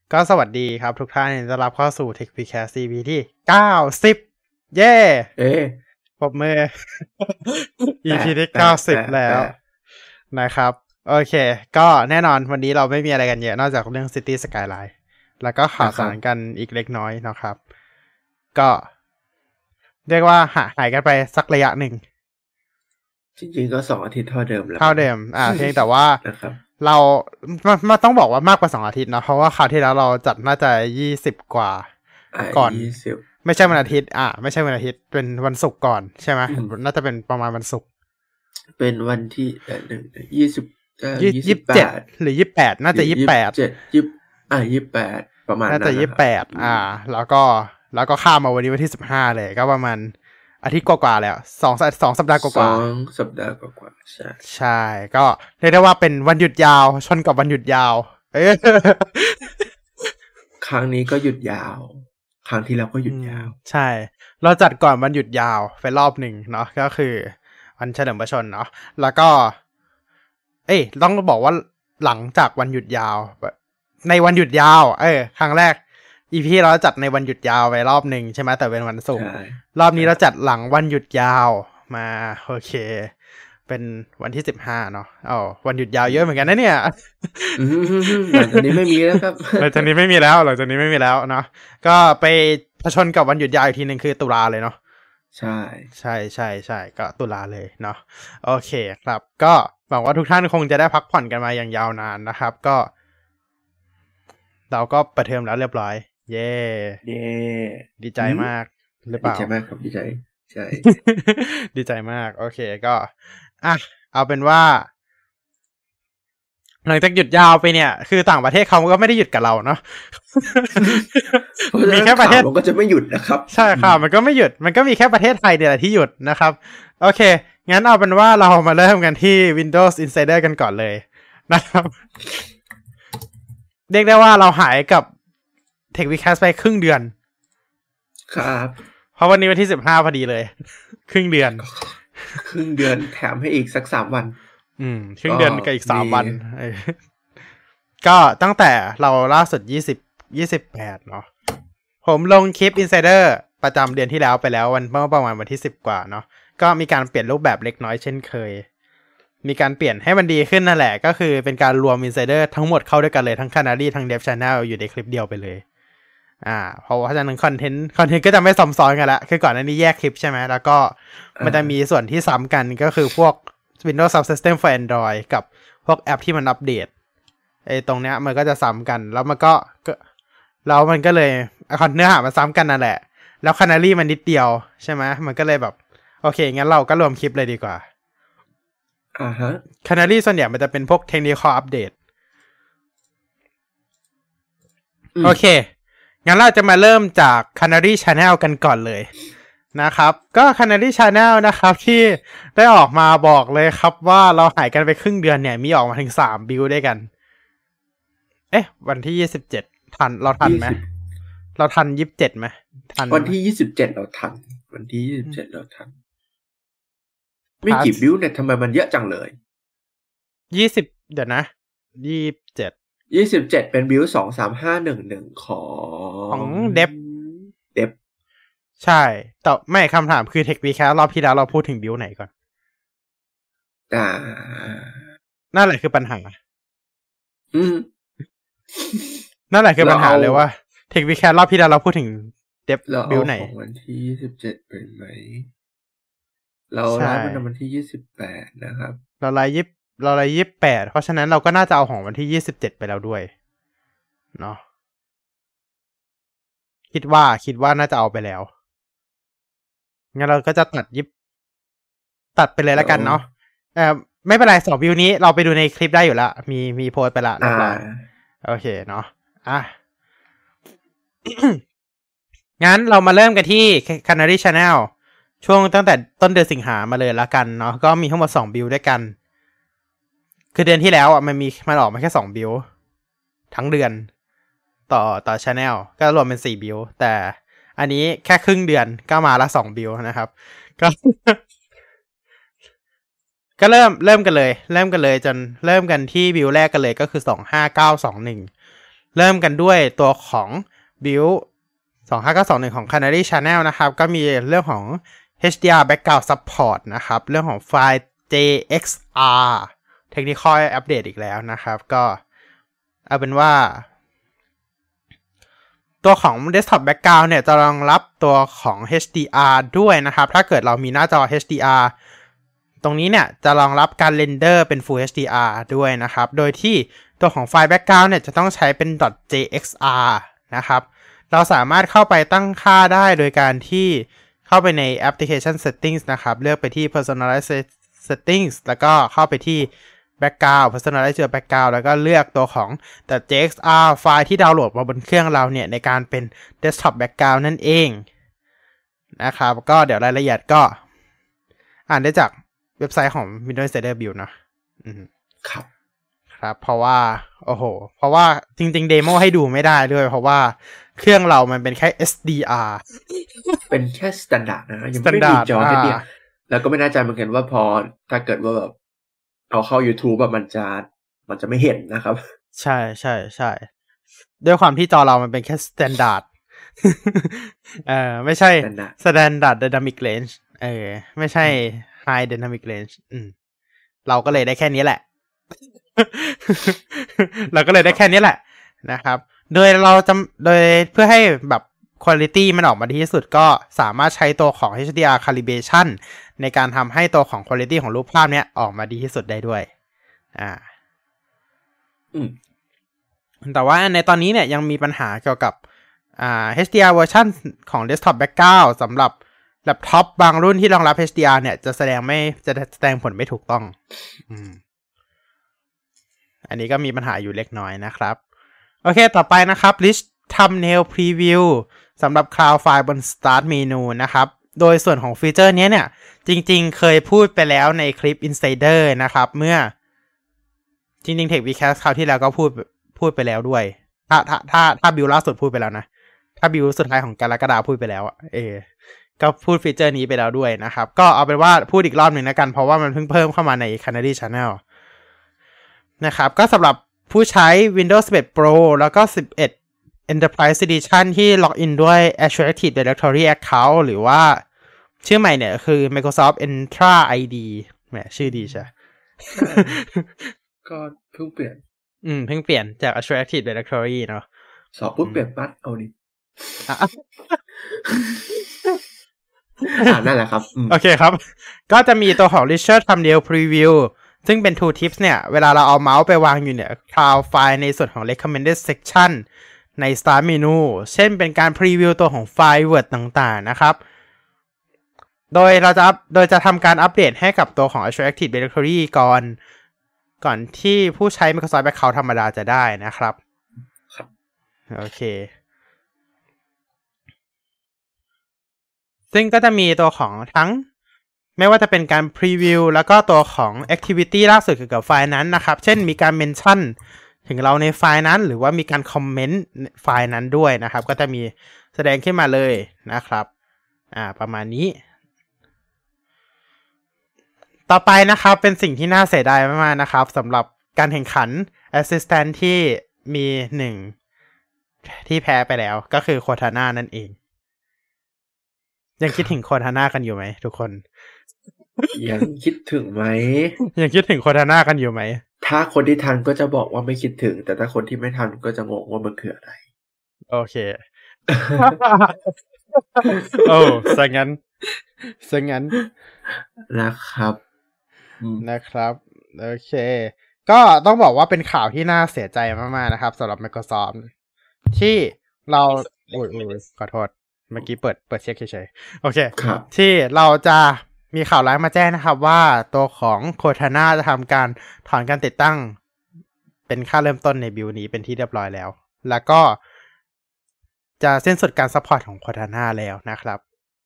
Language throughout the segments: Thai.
ก็สวัสดีครับทุกท่านต้อนรับเข้าสู่ Tech Podcast CP ที่90เย้เอ๊ะปรบมือ EP ที่90แล้วนะครับโอเคก็แน่นอนวันนี้เราไม่มีอะไรกันเยอะนอกจากเรื่อง City Skyline แล้วก็ข่าวสารกันอีกเล็กน้อยนะครับก็เรียกว่าหายกันไปสักระยะหนึ่งจริงๆก็2 อาทิตย์เท่าเดิมแล้วเท่าเดิมเพียงแต่ว่านะครับเราต้องบอกว่ามากกว่า2 อาทิตย์นะเพราะว่าคราวที่แล้วเราจัดน่าจะ20กว่าก่อน 20 ไม่ใช่วันอาทิตย์ไม่ใช่วันอาทิตย์เป็นวันศุกร์ก่อนใช่ไหมน่าจะเป็นประมาณวันศุกร์เป็นวันที่ 27หรือ28น่าจะ 28ประมาณน่าจะ28แล้วก็ข้ามมาวันนี้วันที่15เลยก็ประมาณอาทิตย์กว่าๆแล้ว2สัปดาห์กว่า 2 สัปดาห์กว่าใช่ก็เรียกได้ว่าเป็นวันหยุดยาวชนกับวันหยุดยาวครั้งนี้ก็หยุดยาวครั้งที่แล้วก็หยุดยาวใช่เราจัดก่อนวันหยุดยาวไปรอบหนึ่งเนาะก็คือวันเฉลิมพระชนม์เนาะแล้วก็ต้องบอกว่าหลังจากวันหยุดยาวในวันหยุดยาวครั้งแรกEP เราจัดในวันหยุดยาวไปรอบหนึ่งใช่ไหมแต่เป็นวันศุกร์รอบนี้เราจัดหลังวันหยุดยาวมาโอเคเป็นวันที่15เนาะวันหยุดยาวเยอะเหมือนกันนะเนี่ยหลังจากนี้ไม่มีแล้วครับหลังจากนี้ไม่มีแล้วเนาะก็ไปผชนกับวันหยุดยาวอีกทีนึงคือตุลาเลยเนาะใช่ก็ตุลาเลยเนาะโอเคครับก็หวังว่าทุกท่านคงจะได้พักผ่อนกันมาอย่างยาวนานนะครับก็เราก็ประเทอมแล้วเรียบร้อยเย้ดีใจมากหรือเปล่าดีใจมากครับดีใจใช่ดีใจมากโอเคก็เอาเป็นว่าหลังจากหยุดยาวไปเนี่ยคือต่างประเทศเขาก็ไม่ได้หยุดกับเราเนาะมีแค่ประเทศมันก็จะไม่หยุดนะครับใช่ค่ะมันก็ไม่หยุดมันก็มีแค่ประเทศไทยเดียวที่หยุดนะครับโอเคงั้นเอาเป็นว่าเรามาเริ่มกันที่ Windows Insider กันก่อนเลยนะครับเรียกได้ว่าเราหายกับ TechWeekcast ไปครึ่งเดือนครับเพราะวันนี้วันที่15พอดีเลยครึ่งเดือนแถมให้อีกสัก3 วันครึ่งเดือนกับอีก3 วันก็ตั้งแต่เราล่าสุด28เนาะผมลงคลิป Insider ประจำเดือนที่แล้วไปแล้วเมื่อประมาณวันที่10กว่าเนาะก็มีการเปลี่ยนรูปแบบเล็กน้อยเช่นเคยมีการเปลี่ยนให้มันดีขึ้นนั่นแหละก็คือเป็นการรวม Insider ทั้งหมดเข้าด้วยกันเลยทั้ง Canary ทั้ง Dev Channel อยู่ในคลิปเดียวไปเลยเพราะว่าฉะนั้นคอนเทนต์ก็จะไม่ซ้ำซ้อนกันละคือก่อนหน้านี้แยกคลิปใช่ไหมแล้วก็มันจะมีส่วนที่ซ้ำกันก็คือพวก Windows Subsystem for Android กับพวกแอปที่มันอัปเดตตรงเนี้ยมันก็จะซ้ำกันแล้วมันก็เลยเนื้อหามันซ้ำกันนั่นแหละแล้ว Canary มันนิดเดียวใช่ไหมมันก็เลยแบบโอเคงั้นเราก็รวมคลิปเลยดีกว่าCanary ส่วนใหญ่มันจะเป็นพวก Technical Update โอเคงั้นเราจะมาเริ่มจาก Canary Channel กันก่อนเลยนะครับก็ Canary Channel นะครับที่ได้ออกมาบอกเลยครับว่าเราหายกันไปครึ่งเดือนเนี่ยมีออกมาถึง3บิลด้วยกันวันที่27เราทันไหมเราทัน27ไหมทันวันที่27เราทันวันที่27เราทันไม่กี่บิลเนี่ยทำไมมันเยอะจังเลย 20เดี๋ยวนะ27 เป็นบิล23511ของเดฟใช่แต่ไม่คำถามคือ TechWeekcast รอบที่แล้วเราพูดถึงบิลไหนก่อนนั่นแหละคือปัญหานั่นแหละคือปัญหาเลยว่า TechWeekcast รอบที่แล้วเราพูดถึงเดฟบิลไหนวันที่27เป็นไหมเราไลฟ์มันวันที่28นะครับเราไลฟ์28เพราะฉะนั้นเราก็น่าจะเอาของวันที่27ไปแล้วด้วยเนาะคิดว่าน่าจะเอาไปแล้วงั้นเราก็จะตัดไปเลยแล้วกันเนาะไม่เป็นไร2วิวนี้เราไปดูในคลิปได้อยู่แล้วมีโพสต์ไปละเรียบร้อยโอเคเนาะงั้นเรามาเริ่มกันที่ Canary Channel ช่วงตั้งแต่ต้นเดือนสิงหามาเลยละกันเนาะก็มีทั้งหมด2บิลด้วยกันคือเดือนที่แล้วมันออกมาแค่2บิลทั้งเดือนต่อ Channel ก็รวมเป็น4บิลแต่อันนี้แค่ครึ่งเดือนก็มาละ2บิลนะครับก็เริ่มกันเลยจนเริ่มกันที่บิลแรกกันเลยก็คือ25921 เริ่มกันด้วยตัวของ build 25921ของ Canary Channel นะครับก็มีเรื่องของ HDR Background Support นะครับเรื่องของไฟล์ JXR Technical Update อีกแล้วนะครับก็เอาเป็นว่าตัวของ Desktop Background เนี่ยจะรองรับตัวของ HDR ด้วยนะครับถ้าเกิดเรามีหน้าจอ HDR ตรงนี้เนี่ยจะรองรับการเรนเดอร์เป็น Full HDR ด้วยนะครับโดยที่ตัวของไฟล์ Background เนี่ยจะต้องใช้เป็น .jxr นะครับเราสามารถเข้าไปตั้งค่าได้โดยการที่เข้าไปใน Application Settings นะครับเลือกไปที่ Personalize Settings แล้วก็เข้าไปที่ Background Personalize Your Background แล้วก็เลือกตัวของ .jxr ไฟล์ที่ดาวน์โหลดมาบนเครื่องเราเนี่ยในการเป็น Desktop Background นั่นเองนะครับก็เดี๋ยวรายละเอียดก็อ่านได้จากเว็บไซต์ของ Windows Insider Build เนาะครับเพราะว่าจริงๆเดโมให้ดูไม่ได้ด้วยเพราะว่าเครื่องเรามันเป็นแค่ SDR เป็นแค่ standard นะยังไม่มีจอ HDR แล้วก็ไม่แน่ใจเหมือนกันว่าพอถ้าเกิดว่าแบบเอาเข้า YouTube แบบมันจะไม่เห็นนะครับใช่ด้วยความที่จอเรามันเป็นแค่ standard ไม่ใช่ standard dynamic range ไม่ใช่ high dynamic range เราก็เลยได้แค่นี้แหละนะครับโดยเพื่อให้แบบ quality มันออกมาดีที่สุดก็สามารถใช้ตัวของ HDR calibration ในการทำให้ตัวของ quality ของรูปภาพเนี้ยออกมาดีที่สุดได้ด้วยแต่ว่าในตอนนี้เนี่ยยังมีปัญหาเกี่ยวกับHDR version ของ desktop background สำหรับแล็ปท็อปบางรุ่นที่รองรับ HDR เนี่ยจะแสดงผลไม่ถูกต้องอันนี้ก็มีปัญหาอยู่เล็กน้อยนะครับโอเคต่อไปนะครับ Rich Thumbnail Preview สำหรับ Cloud File บน Start Menu นะครับโดยส่วนของฟีเจอร์นี้เนี่ยจริงๆเคยพูดไปแล้วในคลิป Insider นะครับเมื่อจริงๆ Tech Vcast คราวที่แล้วก็พูดไปแล้วด้วยถ้าบิลล่าสุดพูดไปแล้วนะถ้าบิลสุดท้ายของกรกฎาคมพูดไปแล้วก็พูดฟีเจอร์นี้ไปแล้วด้วยนะครับก็เอาเป็นว่าพูดอีกรอบหนึ่งนะกันเพราะว่ามันเพิ่งเพิ่มเข้ามาใน Canary Channel นะครับก็สำหรับผู้ใช้ Windows 11 Pro แล้วก็11 Enterprise Edition ที่ล็อกอินด้วย Azure Active Directory Account หรือว่าชื่อใหม่เนี่ยคือ Microsoft Entra ID แหมชื่อดีใช่ก็เพิ่งเปลี่ยนจาก Azure Active Directory เนาะสอบปุ๊บเปลี่ยนปั๊บเอาดินั่นแหละครับโอเคครับก็จะมีตัวของ Richer Thumbnail Preview ซึ่งเป็น Tool Tips เนี่ยเวลาเราเอาเมาส์ไปวางอยู่เนี่ยคลาวไฟล์ในส่วนของ Recommended Section ใน Start Menu เช่นเป็นการพรีวิวตัวของไฟล์ Word ต่างๆนะครับโดยจะทำการอัปเดตให้กับตัวของ Azure Active Directory ก่อนที่ผู้ใช้ Microsoft Account ธรรมดาจะได้นะครับโอเคซึ่งก็จะมีตัวของทั้งไม่ว่าจะเป็นการพรีวิวแล้วก็ตัวของ Activity ล่าสุดเกี่ยวกับไฟล์นั้นนะครับเช่นมีการเมนชั่นถึงเราในไฟล์นั้นหรือว่ามีการคอมเมนต์ไฟล์นั้นด้วยนะครับก็จะมีแสดงขึ้นมาเลยนะครับประมาณนี้ต่อไปนะครับเป็นสิ่งที่น่าเสียดายมากๆนะครับสำหรับการแข่งขัน Assistant ที่มี1ที่แพ้ไปแล้วก็คือ Cortana นั่นเองยังคิดถึง Cortana กันอยู่ไหมทุกคนยังคิดถึงไหมยังคิดถึง Cortana กันอยู่ไหมถ้าคนที่ทันก็จะบอกว่าไม่คิดถึงแต่ถ้าคนที่ไม่ทันก็จะงงว่ามันคืออะไรโอเค โอ้ซะงั้นนะครับโอเคก็ต้องบอกว่าเป็นข่าวที่น่าเสียใจมากๆนะครับสำหรับ Microsoft ที่เราขอโทษเมื่อกี้เปิดเช็คเฉยๆโอเคที่เราจะมีข่าวร้ายมาแจ้งนะครับว่าตัวของ Cortana จะทำการถอนการติดตั้งเป็นค่าเริ่มต้นในบิลนี้เป็นที่เรียบร้อยแล้วก็จะสิ้นสุดการซัพพอร์ตของ Cortana แล้วนะครับ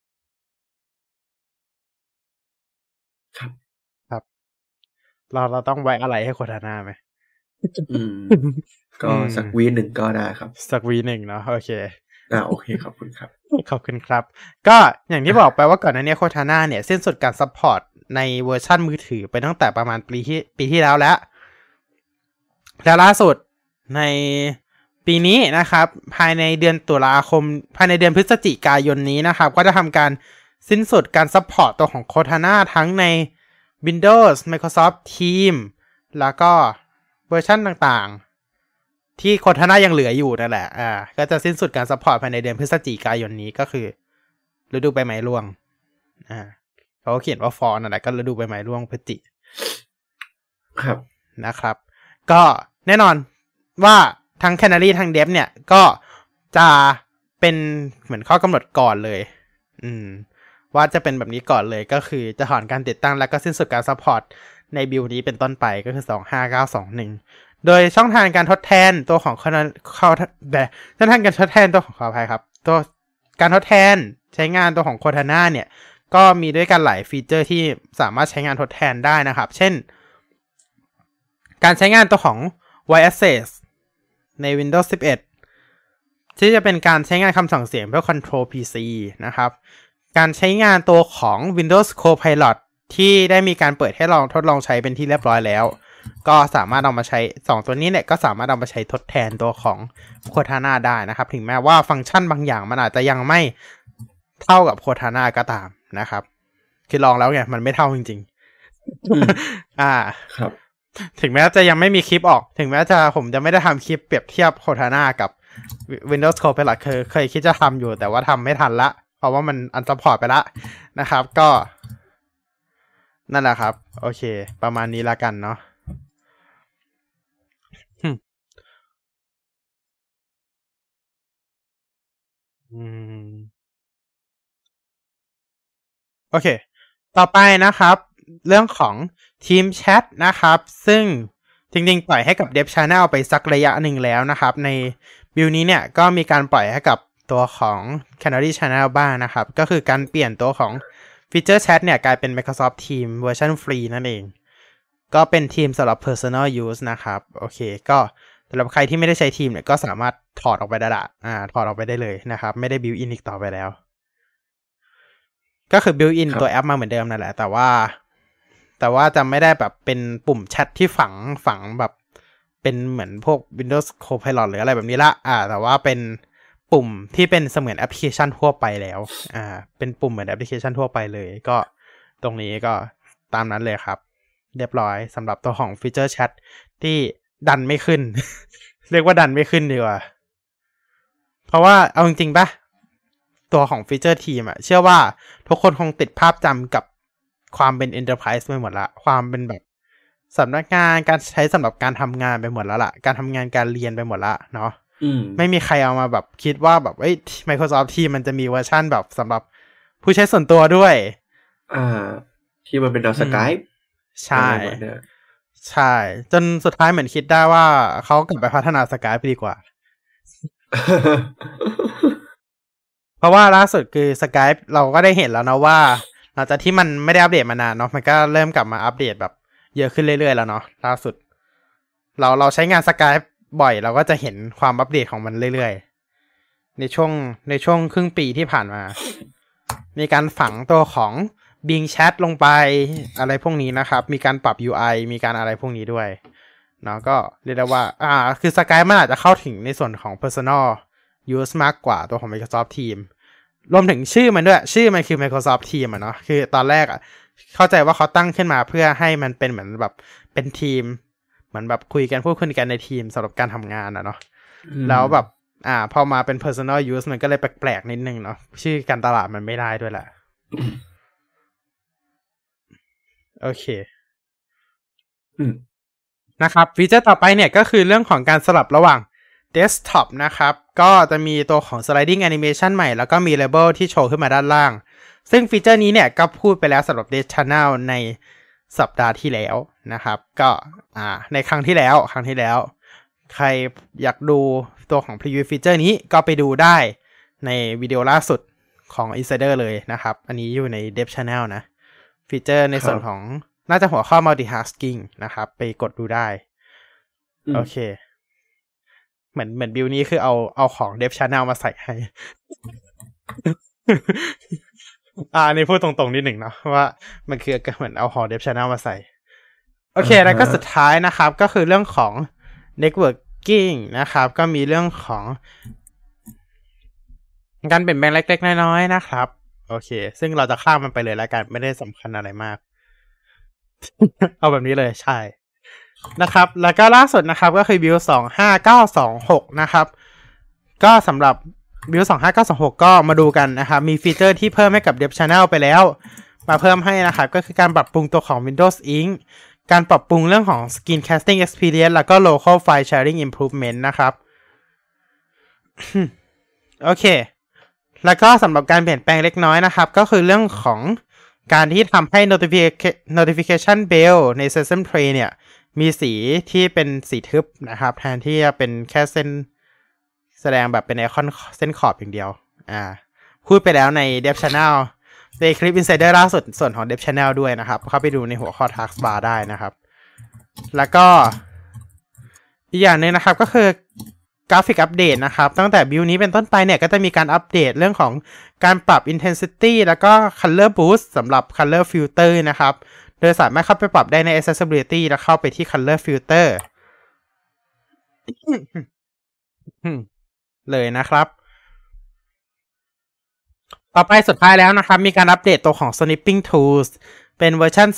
ครับเราต้องไว้อะไรให้ Cortana ไหมก็สักวีหนึ่งก็ได้ครับสักวีหนึ่งเนาะโอเคโอเคขอบคุณครับขอบคุณครับก็อย่างที่บอกไปว่าก่อนหน้านี้ Cortana เนี่ยสิ้นสุดการซัพพอร์ตในเวอร์ชันมือถือไปตั้งแต่ประมาณปีที่แล้วและล่าสุดในปีนี้นะครับภายในเดือนตุลาคมภายในเดือนพฤศจิกายนนี้นะครับก็จะทำการสิ้นสุดการซัพพอร์ตตัวของ Cortana ทั้งใน Windows Microsoft Teams แล้วก็เวอร์ชันต่างๆที่ Cortana ยังเหลืออยู่นั่นแหละก็จะสิ้นสุดการซัพพอร์ตภายในเดือนพฤศจิกายนนี้ก็คือฤดูใบไม้ร่วงเขาเขียนว่าฟอนั่นแหละก็ฤดูใบไม้ร่วงพฤศจิครับนะครับก็แน่นอนว่าทั้ง Canary ทั้ง Dev เนี่ยก็จะเป็นเหมือนข้อกำหนดก่อนเลยว่าจะเป็นแบบนี้ก่อนเลยก็คือจะถอนการติดตั้งแล้วก็สิ้นสุดการซัพพอร์ตในบิลนี้เป็นต้นไปก็คือ25921โดยช่องทางการทดแทนตัวของช่องทางการทดแทนตัวของขออภัยครับตัวการทดแทนใช้งานตัวของ Cortana เนี่ยก็มีด้วยกันหลายฟีเจอร์ที่สามารถใช้งานทดแทนได้นะครับเช่นการใช้งานตัวของ Voice Access ใน Windows 11ที่จะเป็นการใช้งานคำสั่งเสียงเพื่อ Control PC นะครับการใช้งานตัวของ Windows Copilot ที่ได้มีการเปิดให้ทดลองใช้เป็นที่เรียบร้อยแล้วก็สามารถเอามาใช้2ตัวนี้เนี่ยก็สามารถเอามาใช้ทดแทนตัวของ Cortana ได้นะครับถึงแม้ว่าฟังก์ชันบางอย่างมันอาจจะยังไม่เท่ากับ Cortana ก็ตามนะครับคือลองแล้วไงมันไม่เท่าจริงๆครับถึงแม้จะยังไม่มีคลิปออกถึงแม้ผมจะไม่ได้ทำคลิปเปรียบเทียบ Cortana กับ Windows Copilot เคยคิดจะทำอยู่แต่ว่าทำไม่ทันละเพราะว่ามันอันซัพพอร์ตไปละนะครับก็นั่นแหละครับโอเคประมาณนี้ละกันเนาะโอเคต่อไปนะครับเรื่องของทีมแชทนะครับซึ่งจริงๆปล่อยให้กับ Dev Channel ไปสักระยะหนึ่งแล้วนะครับในบิลนี้เนี่ยก็มีการปล่อยให้กับตัวของ Canary Channel บ้างนะครับก็คือการเปลี่ยนตัวของฟีเจอร์แชทเนี่ยกลายเป็น Microsoft Teams เวอร์ชันฟรีนั่นเองก็เป็นทีมสำหรับ Personal Use นะครับโอเคก็สำหรับใครที่ไม่ได้ใช้ทีมเนี่ยก็สามารถถอดออกไปได้ละถอดออกไปได้เลยนะครับไม่ได้ built in อีกต่อไปแล้วก็คือ built in ตัวแอปมาเหมือนเดิมนั่นแหละแต่ว่าจะไม่ได้แบบเป็นปุ่มแชทที่ฝังแบบเป็นเหมือนพวก Windows Copilot หรืออะไรแบบนี้ละแต่ว่าเป็นปุ่มที่เป็นเสมือนแอปพลิเคชันทั่วไปแล้วเป็นปุ่มเหมือนแอปพลิเคชันทั่วไปเลยก็ตรงนี้ก็ตามนั้นเลยครับเรียบร้อยสำหรับตัวของฟีเจอร์แชทที่ดันไม่ขึ้น เรียกว่าดันไม่ขึ้นดีกว่าเพราะว่าเอาจริงๆป่ะตัวของฟีเจอร์ทีมเชื่อว่าทุกคนคงติดภาพจำกับความเป็น Enterprise ไปหมดละความเป็นแบบสำนักงานการใช้สำหรับการทำงานไปหมดแล้วล่ะการทำงานการเรียนไปหมดละเนาะไม่มีใครเอามาแบบคิดว่าแบบMicrosoft Teams มันจะมีเวอร์ชั่นแบบสำหรับผู้ใช้ส่วนตัวด้วยที่มันเป็นดาวสกายใช่จนสุดท้ายเหมือนคิดได้ว่าเขากลับไปพัฒนาสกายไปดีกว่า เพราะว่าล่าสุดคือ Skype เราก็ได้เห็นแล้วนะว่าหลังจากที่มันไม่ได้อัปเดตมานานเนาะมันก็เริ่มกลับมาอัปเดตแบบเยอะขึ้นเรื่อยๆแล้วเนาะล่าสุดเราใช้งาน Skype บ่อยเราก็จะเห็นความอัปเดตของมันเรื่อยๆในช่วงครึ่งปีที่ผ่านมามีการฝังตัวของ Bing Chat ลงไปอะไรพวกนี้นะครับมีการปรับ UI มีการอะไรพวกนี้ด้วยเนาะก็เรียกได้ว่าคือ Skype มันอาจจะเข้าถึงในส่วนของ Personal Use มากกว่าตัวของ Microsoft Teams รวมถึงชื่อมันด้วยชื่อมันคือ Microsoft Teams เนาะคือตอนแรกเข้าใจว่าเขาตั้งขึ้นมาเพื่อให้มันเป็นเหมือนแบบเป็นทีมเหมือนแบบพูดคุยกันในทีมสำหรับการทำงานเนาะแล้วแบบพอมาเป็น Personal Use มันก็เลยแปลกๆนิดนึงเนาะชื่อการตลาดมันไม่ได้ด้วยแหละโอเคนะครับฟีเจอร์ต่อไปเนี่ยก็คือเรื่องของการสลับระหว่างDesktop นะครับก็จะมีตัวของ Sliding Animation ใหม่แล้วก็มี Label ที่โชว์ขึ้นมาด้านล่างซึ่งฟีเจอร์นี้เนี่ยก็พูดไปแล้วสำหรับ Dev Channel ในสัปดาห์ที่แล้วนะครับก็ในครั้งที่แล้วใครอยากดูตัวของ Preview ฟีเจอร์นี้ก็ไปดูได้ในวิดีโอล่าสุดของ Insider เลยนะครับอันนี้อยู่ใน Dev Channel นะฟีเจอร์ในส่วนของน่าจะหัวข้อ Multitasking นะครับไปกดดูได้โอเคเหมือนบิลนี้คือเอาของ Dev Channel มาใส่ให้อันนี้พูดตรงๆนิดหนึ่งเนาะว่ามันคือเหมือนเอาของ Dev Channel มาใส่โอเคแล้วก็สุดท้ายนะครับก็คือเรื่องของ Network Tracking นะครับก็มีเรื่องของการเปลี่ยนแปลงเล็กๆน้อยๆนะครับโอเคซึ่งเราจะข้ามมันไปเลยแล้วกันไม่ได้สำคัญอะไรมาก เอาแบบนี้เลยใช่นะครับแล้วก็ล่าสุดนะครับก็คือ Build 25926นะครับก็สำหรับ Build 25926ก็มาดูกันนะครับมีฟีเจอร์ที่เพิ่มให้กับ Dev Channel ไปแล้วมาเพิ่มให้นะครับก็คือการปรับปรุงตัวของ Windows Ink การปรับปรุงเรื่องของ Screencasting Experience แล้วก็ Local File Sharing Improvement นะครับ โอเคแล้วก็สำหรับการเปลี่ยนแปลงเล็กน้อยนะครับก็คือเรื่องของการที่ทำให้ notification bell ใน Sesame Tray เนี่ยมีสีที่เป็นสีทึบนะครับแทนที่จะเป็นแค่เส้นแสดงแบบเป็นไอคอนเส้นขอบอย่างเดียวพูดไปแล้วใน Dev Channel ในคลิป Insider ล่าสุดส่วนของ Dev Channel ด้วยนะครับเข้าไปดูในหัวข้อ Taskbar ได้นะครับแล้วก็อีกอย่างนึงนะครับก็คือกราฟิกอัปเดตนะครับตั้งแต่บิลนี้เป็นต้นไปเนี่ยก็จะมีการอัปเดตเรื่องของการปรับ intensity แล้วก็ color boost สำหรับ color filter นะครับโดยสามารถเข้าไปปรับได้ใน accessibility แล้วเข้าไปที่ color filter เลยนะครับต่อไปสุดท้ายแล้วนะครับมีการอัปเดตตัวของ snipping tools เป็นเวอร์ชัน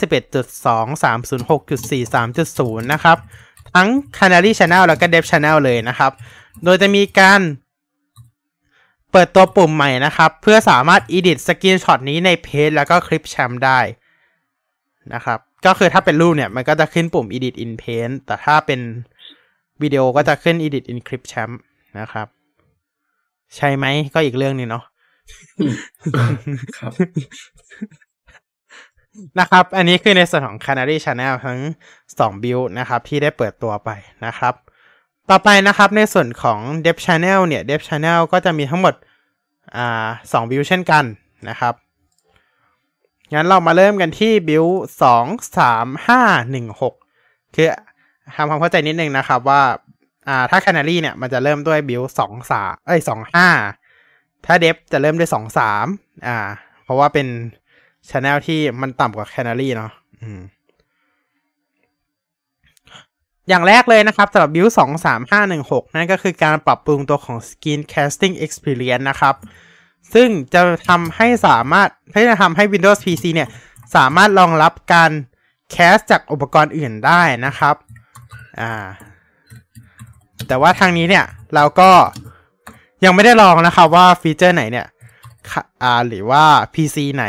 11.2.306.43.0 นะครับทั้ง Canary Channel แล้วก็ Dev Channel เลยนะครับโดยจะมีการเปิดตัวปุ่มใหม่นะครับเพื่อสามารถ edit screenshot นี้ใน Paint แล้วก็ Clipchamp ได้นะครับก็คือถ้าเป็นรูปเนี่ยมันก็จะขึ้นปุ่ม edit in Paint แต่ถ้าเป็นวิดีโอก็จะขึ้น edit in Clipchamp นะครับใช่ไหมก็อีกเรื่องนึงเนาะครับนะครับอันนี้คือในส่วนของ Canary Channel ทั้ง2 build นะครับที่ได้เปิดตัวไปนะครับต่อไปนะครับในส่วนของ Dev Channel เนี่ย Dev Channel ก็จะมีทั้งหมด2 build เช่นกันนะครับงั้นเรามาเริ่มกันที่ build 23516คือทำความเข้าใจนิดนึงนะครับว่าถ้า Canary เนี่ยมันจะเริ่มด้วย build 25ถ้า Dev จะเริ่มด้วย23เพราะว่าเป็น Channel ที่มันต่ำกว่า Canary เนาะอย่างแรกเลยนะครับสำหรับ Build 23516นั่นก็คือการปรับปรุงตัวของ Screencasting Experience นะครับซึ่งจะทำให้Windows PC เนี่ยสามารถรองรับการแคสจากอุปกรณ์อื่นได้นะครับแต่ว่าทางนี้เนี่ยเราก็ยังไม่ได้ลองนะครับว่าฟีเจอร์ไหนเนี่ยหรือว่า PC ไหน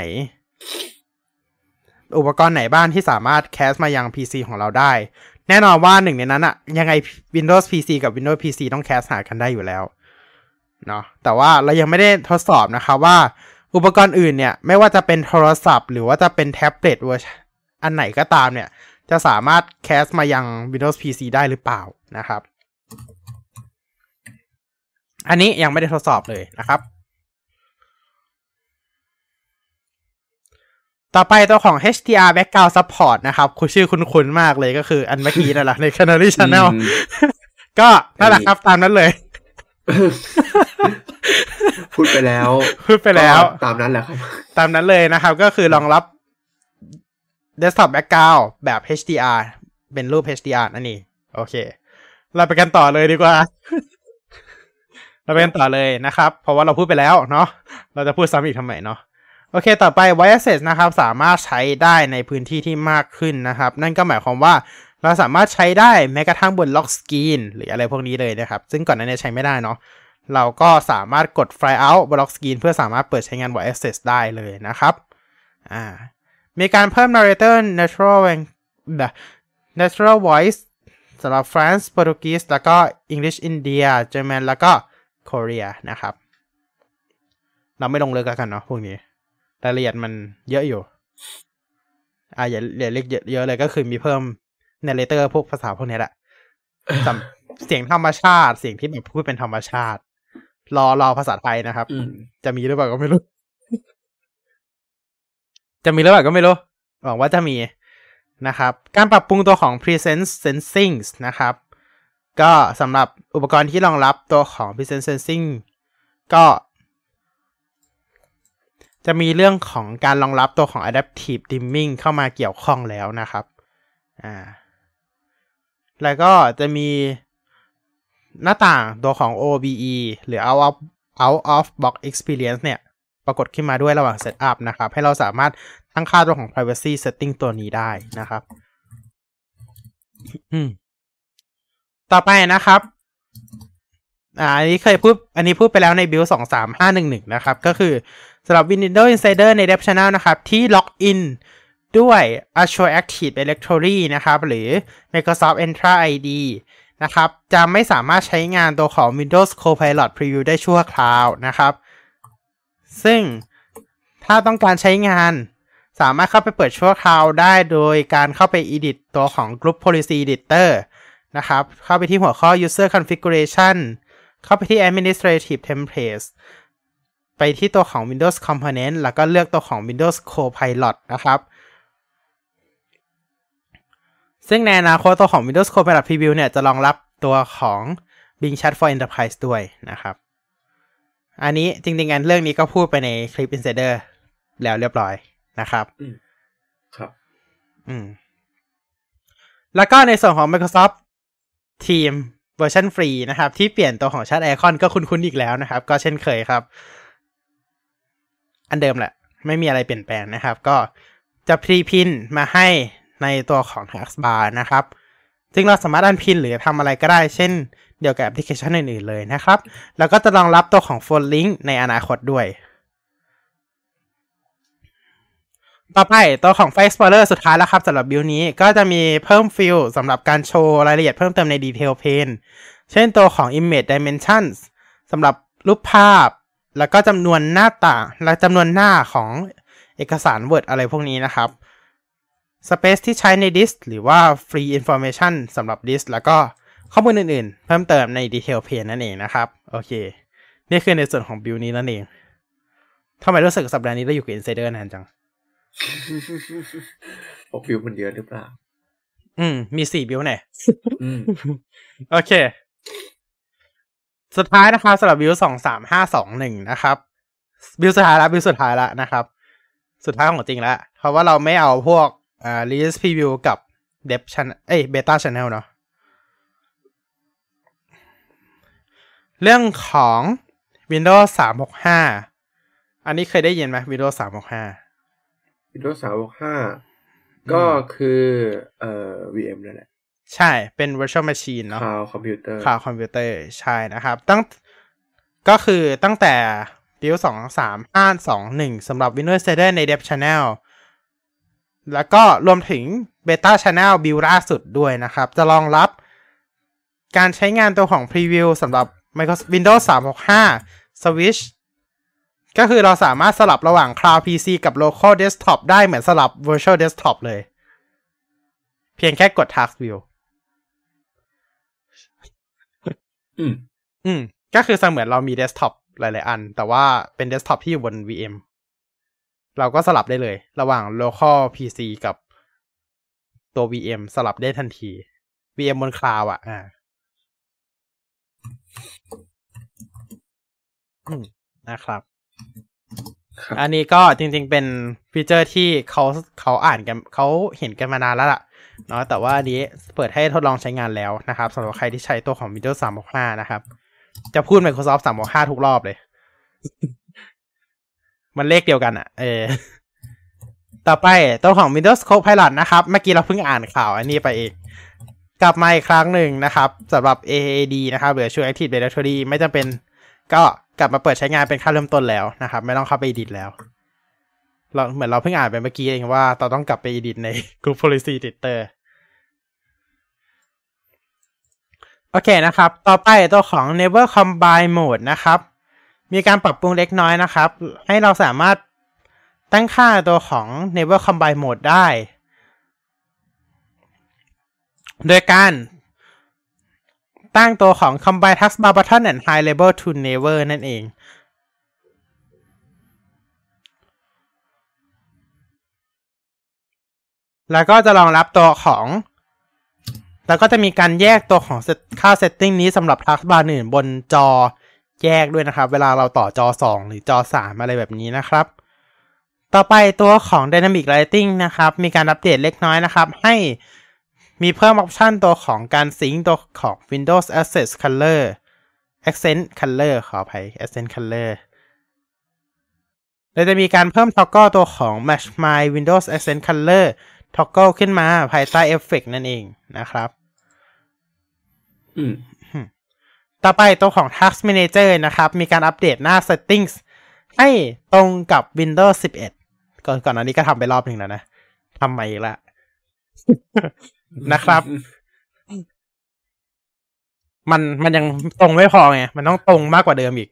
อุปกรณ์ไหนบ้างที่สามารถแคสมายัง PC ของเราได้แน่นอนว่าหนึ่งในนั้นยังไง Windows PC กับ Windows PC ต้องแคสหากันได้อยู่แล้วเนาะแต่ว่าเรายังไม่ได้ทดสอบนะครับว่าอุปกรณ์อื่นเนี่ยไม่ว่าจะเป็นโทรศัพท์หรือว่าจะเป็นแท็บเล็ตเวอร์ชันอันไหนก็ตามเนี่ยจะสามารถแคสมายัง Windows PC ได้หรือเปล่านะครับอันนี้ยังไม่ได้ทดสอบเลยนะครับต่อไปตัวของ HDR Background Support นะครับคุณชื่อคุ้นๆมากเลยก็คืออันเมื่อกี้นั่นแหละใน Canary Channel ก็นั่นแหละครับตามนั้นเลยพูดไปแล้วตามนั้นแหละครับตามนั้นเลยนะครับก็คือรองรับ Desktop Background แบบ HDR เป็นรูป HDR นั่นเองโอเคเราไปกันต่อเลยดีกว่าเราไปกันต่อเลยนะครับเพราะว่าเราพูดไปแล้วเนาะเราจะพูดซ้ำอีกทำไมเนาะโอเคต่อไป Wire Access นะครับสามารถใช้ได้ในพื้นที่ที่มากขึ้นนะครับนั่นก็หมายความว่าเราสามารถใช้ได้แม้กระทั่งบน Lock Screen หรืออะไรพวกนี้เลยนะครับซึ่งก่อนหน้านี้ใช้ไม่ได้เนาะเราก็สามารถกด Fly Out บน Lock Screen เพื่อสามารถเปิดใช้งาน Wire Access ได้เลยนะครับมีการเพิ่ม Narrator Natural Voice สำหรับ France Portuguese แล้วก็ English India German แล้วก็ Korea นะครับเราไม่ลงลึกกันเนาะพวกนี้รายละเอียดมันเยอะอยู่อย่าเรียกเยอะเลยก็คือมีเพิ่ม narrator พวกภาษาพวกนี้แหละ เสียงธรรมชาติเสียงที่แบบพูดเป็นธรรมชาติรอภาษาไทยนะครับจะมีหรือเปล่าก็ไม่รู้ จะมีหรือเปล่าก็ไม่รู้หวังว่าจะมีนะครับการปรับปรุงตัวของ presence sensing นะครับก็สำหรับอุปกรณ์ที่รองรับตัวของ presence sensing ก็จะมีเรื่องของการรองรับตัวของ adaptive dimming เข้ามาเกี่ยวข้องแล้วนะครับแล้วก็จะมีหน้าต่างตัวของ OBE หรือ out of box experience เนี่ยปรากฏขึ้นมาด้วยระหว่าง setup นะครับให้เราสามารถตั้งค่าตัวของ privacy setting ตัวนี้ได้นะครับต่อไปนะครับอันนี้พูดไปแล้วใน build 23511นะครับก็คือสำหรับ Windows Insider ใน Dev Channel นะครับที่ล็อกอินด้วย Azure Active Directory นะครับหรือ Microsoft Entra ID นะครับจะไม่สามารถใช้งานตัวของ Windows Copilot Preview ได้ชั่วคราวนะครับซึ่งถ้าต้องการใช้งานสามารถเข้าไปเปิดชั่วคราวได้โดยการเข้าไป edit ตัวของ Group Policy Editor นะครับเข้าไปที่หัวข้อ User Configuration เข้าไปที่ Administrative Templates ไปที่ตัวของ Windows Component แล้วก็เลือกตัวของ Windows Copilot นะครับซึ่งในอนาคตตัวของ Windows Copilot Preview เนี่ยจะรองรับตัวของ Bing Chat for Enterprise ด้วยนะครับอันนี้จริงๆเรื่องนี้ก็พูดไปในคลิป Insider แล้วเรียบร้อยนะครับครับแล้วก็ในส่วนของ Microsoft Teams เวอร์ชันฟรีนะครับที่เปลี่ยนตัวของ Chat Icon ก็คุ้นๆอีกแล้วนะครับก็เช่นเคยครับอันเดิมแหละไม่มีอะไรเปลี่ยนแปลงนะครับก็จะพรีพินมาให้ในตัวของ Taskbar นะครับซึ่งเราสามารถอันพินหรือทำอะไรก็ได้เช่นเดียวกับแอปพลิเคชันอื่นๆเลยนะครับแล้วก็จะรองรับตัวของ Phone Link ในอนาคตด้วยต่อไปตัวของ File Explorer สุดท้ายแล้วครับสำหรับบิลนี้ก็จะมีเพิ่มฟิลสำหรับการโชว์รายละเอียดเพิ่มเติมใน Detail Pane เช่นตัวของ Image Dimensions สำหรับรูปภาพแล้วก็จำนวนหน้าต่างและจำนวนหน้าของเอกสาร Word อะไรพวกนี้นะครับ Space ที่ใช้ในดิสหรือว่า Free Information สำหรับดิสแล้วก็ข้อมูลอื่นๆเพิ่มเติมใน Detail Pane นั่นเองนะครับโอเคนี่คือในส่วนของบิลนี้นั่นเองทำไมรู้สึกสัปดาห์นี้เราอยู่กับ Insider นานจังบิลมันเยอะหรือเปล่ามี4บิลเนี่ยโอเคสุดท้ายนะครับสำหรับบิล23521นะครับบิลสุดท้ายแล้วนะครับสุดท้ายของจริงแล้วเพราะว่าเราไม่เอาพวกrelease preview กับ dev channel beta channel เนาะเรื่องของ Windows 365อันนี้เคยได้ยินไหม Windows 365 Windows 365ก็คือVM นั่นแหละใช่เป็น virtual machine เนาะ Cloud Computer ใช่นะครับก็คือตั้งแต่ build 23521สำหรับ Windows Insider ใน Dev Channel แล้วก็รวมถึง Beta Channel build ล่าสุดด้วยนะครับจะรองรับการใช้งานตัวของ Preview สำหรับ Windows 365 Switchก็คือเราสามารถสลับระหว่าง Cloud PC กับ Local Desktop ได้เหมือนสลับ Virtual Desktop เลยเพียงแค่กด Task View ก็คือเสมือนเรามี Desktop หลายๆอันแต่ว่าเป็น Desktop ที่อยู่บน VM เราก็สลับได้เลยระหว่าง Local PC กับตัว VM สลับได้ทันที VM บน Cloud นะครับอันนี้ก็จริงๆเป็นฟีเจอร์ที่เขาอ่านกันเขาเห็นกันมานานแล้วล่ะเนาะแต่ว่าอันนี้เปิดให้ทดลองใช้งานแล้วนะครับสำหรับใครที่ใช้ตัวของ Windows 365นะครับจะพูด Microsoft 365ทุกรอบเลย มันเลขเดียวกันต่อไปตัวของ Windows Copilot นะครับเมื่อกี้เราเพิ่งอ่านข่าวอันนี้ไปเองกลับมาอีกครั้งหนึ่งนะครับสำหรับ AAD นะครับหรือ Azure Active Directory ไม่จำเป็นก็กลับมาเปิดใช้งานเป็นค่าเริ่มต้นแล้วนะครับไม่ต้องเข้าไป edit แล้วเหมือนเราเพิ่งอ่านไปเมื่อกี้เองว่าเราต้องกลับไป edit ใน Group Policy Editor โอเคนะครับต่อไปตัวของ Never Combine Mode นะครับมีการปรับปรุงเล็กน้อยนะครับให้เราสามารถตั้งค่าตัวของ Never Combine Mode ได้โดยการตั้งตัวของ Combine Taskbar Button and High Label to Never นั่นเองแล้วก็จะรองรับตัวของแล้วก็จะมีการแยกตัวของค่า setting นี้สำหรับ Taskbar อื่นบนจอแยกด้วยนะครับเวลาเราต่อจอ2หรือจอ3อะไรแบบนี้นะครับต่อไปตัวของ Dynamic Lighting นะครับมีการอัปเดตเล็กน้อยนะครับให้มีเพิ่มออปชันตัวของการซิงค์ตัวของ Windows Accent Color ขออภัย Accent Color โดยจะมีการเพิ่ม Toggle ตัวของ Match My Windows Accent Color Toggle ขึ้นมาภายใต้ Effect นั่นเองนะครับต่อไปตัวของ Task Manager นะครับมีการอัปเดตหน้า Settings ให้ตรงกับ Windows 11 ก่อนหน้านี้ก็ทำไปรอบหนึ่งแล้วนะทำใหม่อีกแล้ว นะครับมันยังตรงไม่พอไงมันต้องตรงมากกว่าเดิมอีก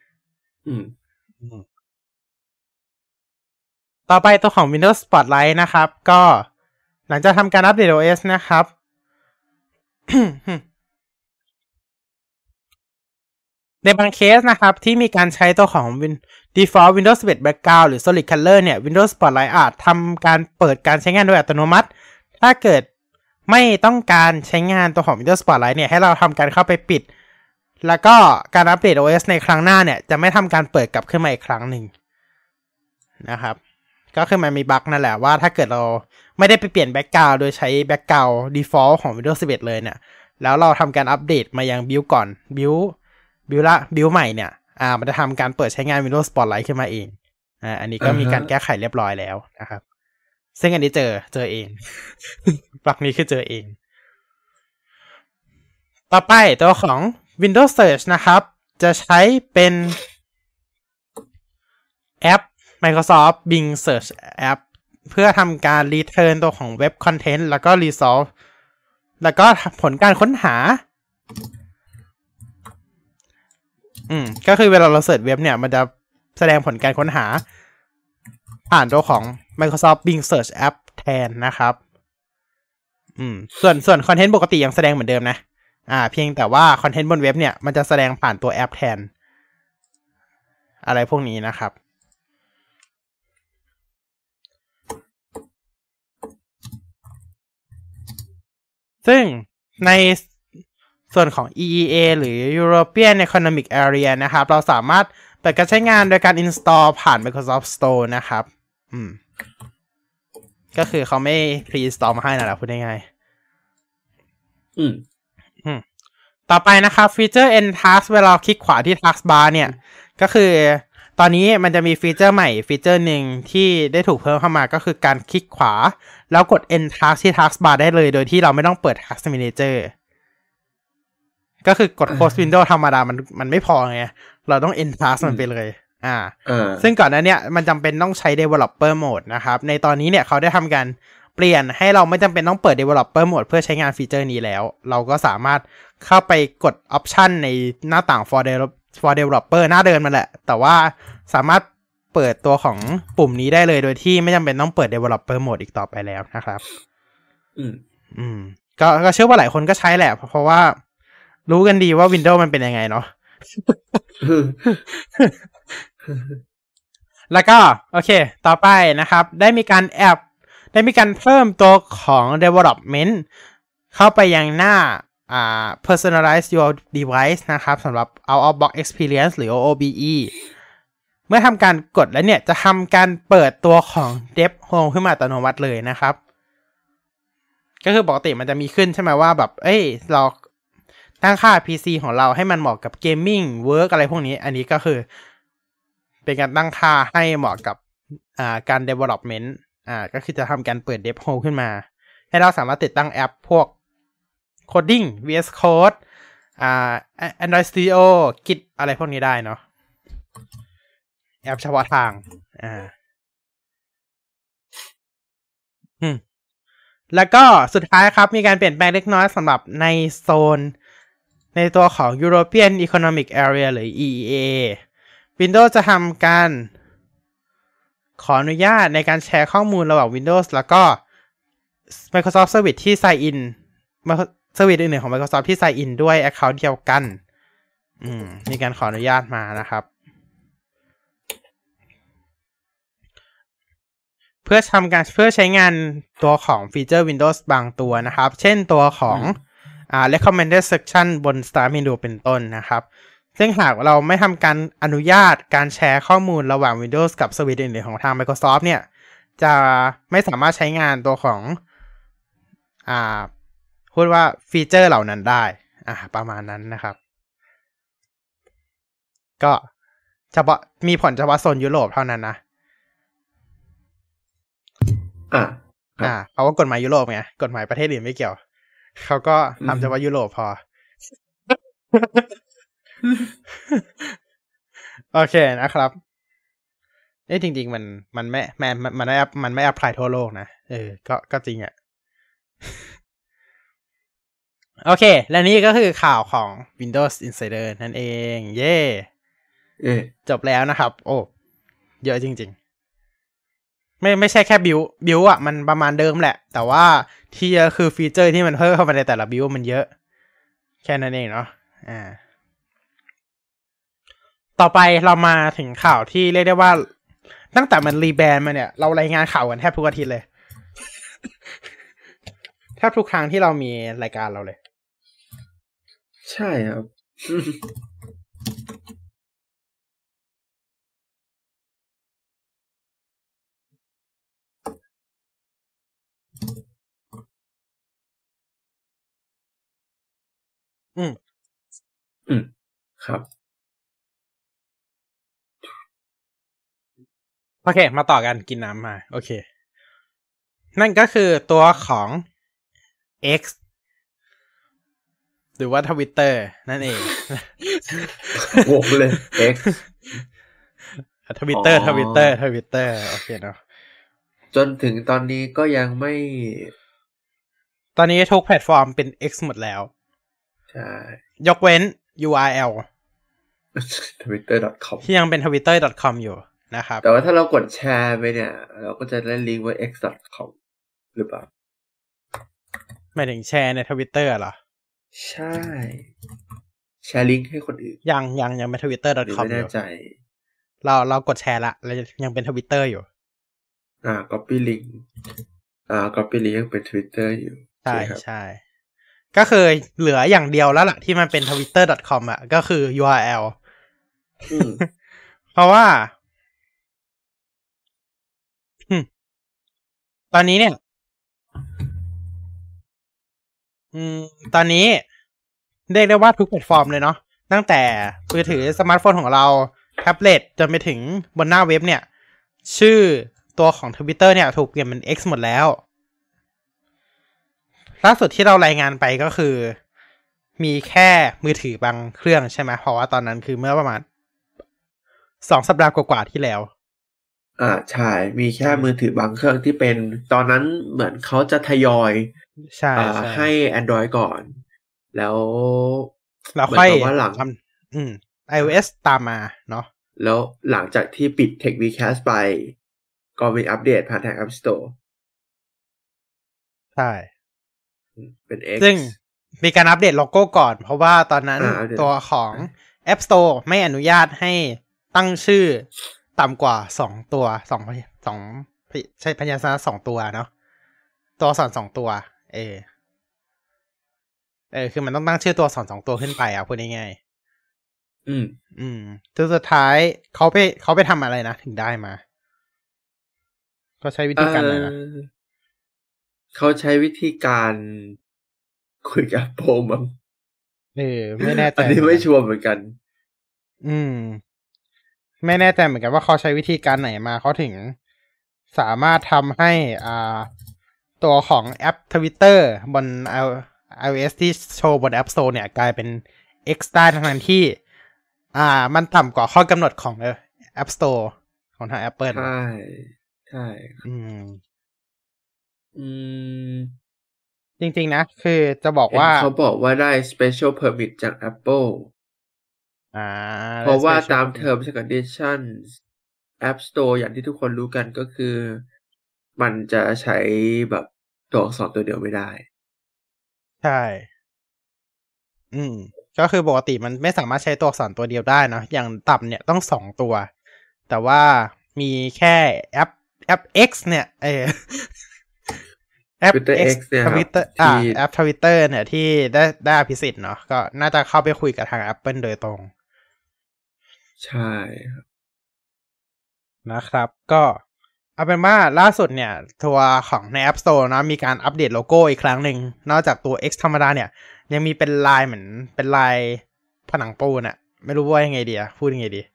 ต่อไปตัวของ Windows Spotlight นะครับก็หลังจากทำการอัปเดต OS นะครับ ในบางเคสนะครับที่มีการใช้ตัวของ Default Windows 11 Background หรือ Solid Color เนี่ย Windows Spotlight อาจทำการเปิดการใช้งานโดยอัตโนมัติถ้าเกิดไม่ต้องการใช้งานตัวของ Windows Spotlight เนี่ยให้เราทำการเข้าไปปิดแล้วก็การอัปเดต OS ในครั้งหน้าเนี่ยจะไม่ทำการเปิดกลับขึ้นมาอีกครั้งหนึ่งนะครับก็คือมันมีบั๊กนั่นแหละว่าถ้าเกิดเราไม่ได้ไปเปลี่ยน Background โดยใช้ Background Default ของ Windows 11 เลยเนี่ยแล้วเราทำการอัปเดตมายัง Build ก่อน Build ใหม่เนี่ยมันจะทำการเปิดใช้งาน Windows Spotlight ขึ้นมาเองอันนี้ก็มีการแก้ไขเรียบร้อยแล้วนะครับซึ่งอันนี้เจอเอง บั๊กนี้คือเจอเองต่อไปตัวของ Windows Search นะครับจะใช้เป็นแอป Microsoft Bing Search App เพื่อทำการ return ตัวของ Web Content แล้วก็ resolve แล้วก็ผลการค้นหาก็คือเวลาเราเสิร์ชเว็บเนี่ยมันจะแสดงผลการค้นหาผ่านตัวของ Microsoft Bing Search App แทนนะครับส่วนคอนเทนต์ปกติยังแสดงเหมือนเดิมนะเพียงแต่ว่าคอนเทนต์บนเว็บเนี่ยมันจะแสดงผ่านตัวแอปแทนอะไรพวกนี้นะครับซึ่งในส่วนของ EEA หรือ European Economic Area นะครับเราสามารถเปิดการใช้งานโดยการ install ผ่าน Microsoft Store นะครับก็คือเขาไม่ pre-install มาให้นะแหละพูดง่ายๆต่อไปนะครับฟีเจอร์ End Task เวลาคลิกขวาที่ Task Bar เนี่ยก็คือตอนนี้มันจะมีฟีเจอร์ใหม่ฟีเจอร์หนึ่งที่ได้ถูกเพิ่มเข้ามาก็คือการคลิกขวาแล้วกด End Task ที่ Task Bar ได้เลยโดยที่เราไม่ต้องเปิด Task Manager ก็คือกด Close Window ธรรมดามันไม่พอไงเราต้อง End Task มันไปเลยซึ่งก่อนหน้านี้มันจำเป็นต้องใช้ Developer Mode นะครับในตอนนี้เนี่ยเขาได้ทำการเปลี่ยนให้เราไม่จำเป็นต้องเปิด Developer Mode เพื่อใช้งานฟีเจอร์นี้แล้วเราก็สามารถเข้าไปกด Option ในหน้าต่าง for Developer หน้าเดิมมันแหละแต่ว่าสามารถเปิดตัวของปุ่มนี้ได้เลยโดยที่ไม่จำเป็นต้องเปิด Developer Mode อีกต่อไปแล้วนะครับก็เชื่อว่าหลายคนก็ใช้แหละเพราะว่ารู้กันดีว่า Windows มันเป็นยังไงเนาะ แล้วก็โอเคต่อไปนะครับได้มีการเพิ่มตัวของ development เข้าไปยังหน้าpersonalize your device นะครับสำหรับ out of box experience หรือ OOBE เมื่อทำการกดแล้วเนี่ยจะทำการเปิดตัวของ Dev Home ขึ้นมาอัตโนมัติเลยนะครับก็คือปกติมันจะมีขึ้นใช่ไหมว่าแบบเราตั้งค่า PC ของเราให้มันเหมาะกับ Gaming Work อะไรพวกนี้อันนี้ก็คือเป็นการตั้งค่าให้เหมาะกับการ development ก็คือจะทำการเปิด Dev Home ขึ้นมาให้เราสามารถติดตั้งแอปพวก Coding VS Code Android Studio Git อะไรพวกนี้ได้เนาะแอปเฉพาะทางแล้วก็สุดท้ายครับมีการเปลี่ยนแปลงเล็กน้อยสำหรับในโซนในตัวของ European Economic Area หรือ EEA Windows จะทำการขออนุญาตในการแชร์ข้อมูลระหว่าง Windows แล้วก็ Microsoft Service ที่ sign in Service อื่นๆของ Microsoft ที่ sign in ด้วย Account เดียวกันมีการขออนุญาตมานะครับเพื่อใช้งานตัวของฟีเจอร์ Windows บางตัวนะครับเช่นตัวของrecommended section บน Start Menu เป็นต้นนะครับซึ่งหากเราไม่ทำการอนุญาตการแชร์ข้อมูลระหว่าง Windows กับ Service อื่นๆของทาง Microsoft เนี่ยจะไม่สามารถใช้งานตัวของพูดว่าฟีเจอร์เหล่านั้นได้ประมาณนั้นนะครับก็เฉพาะมีผลเฉพาะโซนยุโรปเท่านั้นนะเพราะว่ากฎหมายยุโรปไงกฎหมายประเทศอื่นไม่เกี่ยวเขาก็ทำเฉพาะยุโรปพอ โอเคนะครับจริงๆมันไม่อัพพลายทั่วโลกนะก็จริงอ่ะ โอเคและนี่ก็คือข่าวของ Windows Insider นั่นเองเย้จบแล้วนะครับโอ้เยอะจริงๆไม่ใช่แค่บิวอ่ะมันประมาณเดิมแหละแต่ว่าที่เยอะคือฟีเจอร์ที่มันเพิ่มเข้ามาในแต่ละบิวมันเยอะแค่นั้นเองเนาะต่อไปเรามาถึงข่าวที่เรียกได้ว่าตั้งแต่มันรีแบรนด์มาเนี่ยเรารายงานข่าวกันแทบทุกอาทิตย์เลยแทบทุกครั้งที่เรามีรายการเราเลยใช่ครับครับโอเคมาต่อกันกินน้ำมาโอเคนั่นก็คือตัวของ X หรือว่า Twitter นั่นเองงงเลย X Twitter โอเคเนาะจนถึงตอนนี้ก็ยังไม่ตอนนี้ทุกแพลตฟอร์มเป็น X หมดแล้วใช่ยกเว้น URL twitter.com ที่ยังเป็น twitter.com อยู่นะครับแต่ว่าถ้าเรากดแชร์ไปเนี่ยเราก็จะได้ลิงก์ไว้ x.com หรือเปล่าหมายถึงแชร์ใน Twitter เหรอใช่แชร์ลิงก์ให้คนอื่นยังเป็น twitter.com ไม่แน่ใจเรากดแชร์ละเรายังเป็น Twitter อยู่ copy link copy link ยังเป็น Twitter อยู่ใช่ก็คือเหลืออย่างเดียวแล้วล่ะที่มันเป็น twitter.com อ่ะก็คือ URL เพราะว่าตอนนี้เนี่ยตอนนี้เรียกได้ว่าทุกแพลตฟอร์มเลยเนาะตั้งแต่มือถือสมาร์ทโฟนของเราแท็บเล็ตจนไปถึงบนหน้าเว็บเนี่ยชื่อตัวของ Twitter เนี่ยถูกเปลี่ยนเป็น X หมดแล้วล่าสุดที่เรารายงานไปก็คือมีแค่มือถือบางเครื่องใช่ไหมเพราะว่าตอนนั้นคือเมื่อประมาณ2 สัปดาห์กว่าๆที่แล้วใช่มีแค่มือถือบางเครื่องที่เป็นตอนนั้นเหมือนเขาจะทยอยให้ Android ก่อนแล้วค่อยว่าหลังiOS ตามมาเนาะแล้วหลังจากที่ปิด TechVcast ไปก็มีอัปเดตผ่านทาง App Store ใช่เป็น X ซึ่งมีการอัปเดตโลโก้ก่อนเพราะว่าตอนนั้นตัวของ App Store ไม่อนุญาตให้ตั้งชื่อต่ำกว่า2ตัว2ใช่พยัญชนะ2ตัวเนาะตัวอักษร2ตัวคือมันต้องตั้งชื่อตัวอักษร2ตัวขึ้นไปพูดง่ายๆสุดท้ายเขาไปทำอะไรนะถึงได้มาเขาใช้วิธีการอะไรนะเขาใช้วิธีการคุยกับโปรมั้งไม่แน่ใจอันนี้ไม่ชัวร์เหมือนกันไม่แน่ใจเหมือนกันว่าเขาใช้วิธีการไหนมาเขาถึงสามารถทำให้ตัวของแอป Twitter บน iOS ที่โชว์บน App Store เนี่ยกลายเป็น X ได้ทั้งที่มันต่ำกว่าข้อกำหนดของ App Store ของทาง Apple ใช่จริงๆนะคือจะบอกว่าเขาบอกว่าได้ Special Permit จาก Appleเพราะว่าตาม Terms and Conditions App Store อย่างที่ทุกคนรู้กันก็คือมันจะใช้แบบตัวอักษรตัวเดียวไม่ได้ใช่ก็คือปกติมันไม่สามารถใช้ตัวอักษรตัวเดียวได้นะอย่างต่ำเนี่ยต้อง2ตัวแต่ว่ามีแค่แอป X เนี่ยแอป X Twitter แอป Twitter เนี่ยที่ได้อภิสิทธิ์เนาะก็น่าจะเข้าไปคุยกับทาง Apple โดยตรงใช่นะครับก็เอาเป็นว่าล่าสุดเนี่ยตัวของใน App Store นะมีการอัปเดตโลโก้อีกครั้งหนึ่งนอกจากตัว X ธรรมดาเนี่ยยังมีเป็นลายเหมือนเป็นลายผนังปูนอะไม่รู้ว่ายังไงดีอะพูดยังไงดี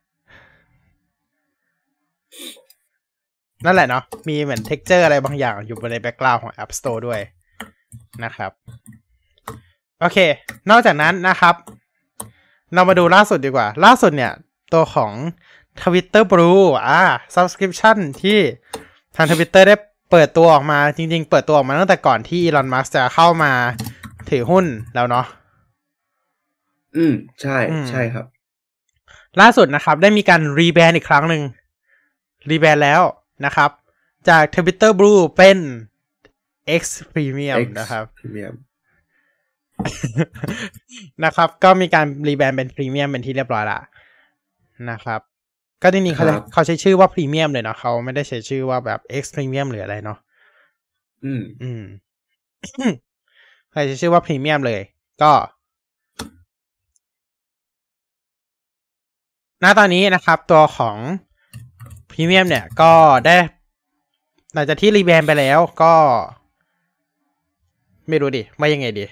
นั่นแหละเนาะมีเหมือน texture อะไรบางอย่างอยู่บนใน background ของ App Store ด้วยนะครับโอเคนอกจากนั้นนะครับเรามาดูล่าสุดดีกว่าล่าสุดเนี่ยตัวของ Twitter Blue subscription ที่ทาง Twitter ได้เปิดตัวออกมาจริงๆเปิดตัวออกมาตั้งแต่ก่อนที่ Elon Musk จะเข้ามาถือหุ้นแล้วเนาะใช่ใช่ครับล่าสุดนะครับได้มีการรีแบรนด์อีกครั้งหนึ่งรีแบรนด์แล้วนะครับจาก Twitter Blue เป็น X Premium นะครับ Premium นะครับก็มีการรีแบรนด์เป็น Premium เป็นที่เรียบร้อยละนะครับก็จริงๆเขาใช้ชื่อว่า Premium เลยเนาะเขาไม่ได้ใช้ชื่อว่าแบบ X Premium หรืออะไรเนาะเขาใช้ชื่อว่า Premium เลยก็ณตอนนี้นะครับตัวของพรีเมียมเนี่ยก็ได้หลังจากที่รีแบรนด์ไปแล้วก็ไม่รู้ดิว่ายังไงดี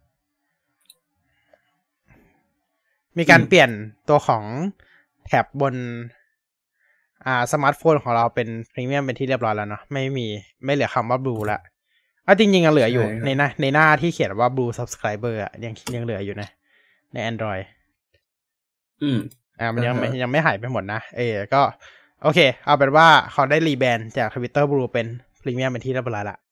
มีการเปลี่ยนตัวของแท็บบนสมาร์ทโฟนของเราเป็นพรีเมียมเป็นที่เรียบร้อยแล้วเนาะไม่เหลือคำว่า Blue ละจริงๆยังเหลืออยู่ในหน้าที่เขียนว่า Blue Subscriber ยังเหลืออยู่นะใน Android มันยังไม่หายไปหมดนะก็โอเคเอาเป็นว่าเขาได้รีแบรนด์จาก Twitter Blue เป็นพรีเมียมเป็นที่เรียบร้อยละ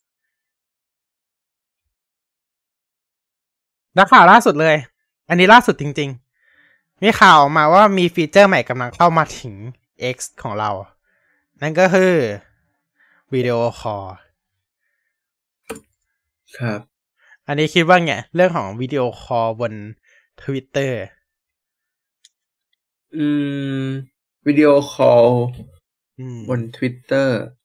แล้วข่าวล่าสุดเลยอันนี้ล่าสุดจริงๆมีข่าวออกมาว่ามีฟีเจอร์ใหม่กำลังเข้ามาถึง X ของเรานั่นก็คือวิดีโอคอลครับอันนี้คิดว่าไงเรื่องของวิดีโอคอลบน Twitter วิดีโอคอลบน Twitter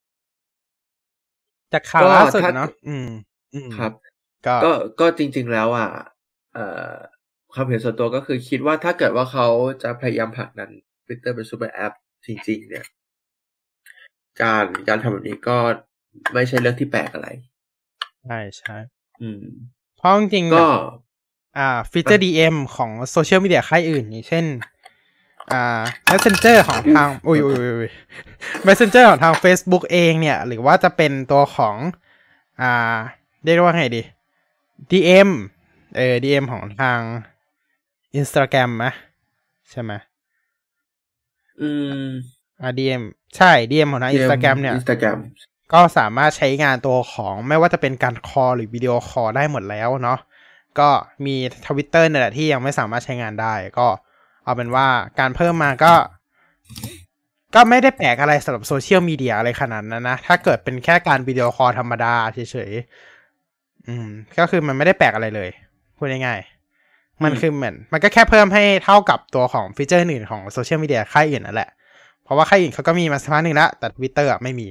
จากข่าวล่าสุดเนาะครับก็จริงๆแล้วความเห็นส่วนตัวก็คือคิดว่าถ้าเกิดว่าเขาจะพยายามผลักดัน Twitter เป็นซูเปอร์แอปจริงๆเนี่ยการทำแบบนี้ก็ไม่ใช่เรื่องที่แปลกอะไรใช่เพราะจริงๆก็ฟีเจอร์ DM ของโซเชียลมีเดียค่ายอื่นอย่างเช่นMessenger ของทางMessenger ของทาง Facebook เองเนี่ยหรือว่าจะเป็นตัวของเรียกว่าไงดี DM ของทาง Instagram มั้ยใช่มั้ยDM ใช่ DM ของทาง Instagram เนี่ย Instagram ก็สามารถใช้งานตัวของไม่ว่าจะเป็นการคอลหรือวิดีโอคอลได้หมดแล้วเนาะก็มี Twitter เนี่ยแหละที่ยังไม่สามารถใช้งานได้ก็เอาเป็นว่าการเพิ่มมาก็ไม่ได้แปลกอะไรสำหรับโซเชียลมีเดียอะไรขนาดนั้นนะถ้าเกิดเป็นแค่การวิดีโอคอลธรรมดาเฉยๆก็คือมันไม่ได้แปลกอะไรเลยพูดง่ายๆมันคือเหมือนมันก็แค่เพิ่มให้เท่ากับตัวของฟีเจอร์อื่นของโซเชียลมีเดียค่ายอื่นนั่นแหละเพราะว่าค่ายอื่นเขาก็มีมาสักพักนึงแล้วแต่ Twitter ไม่มี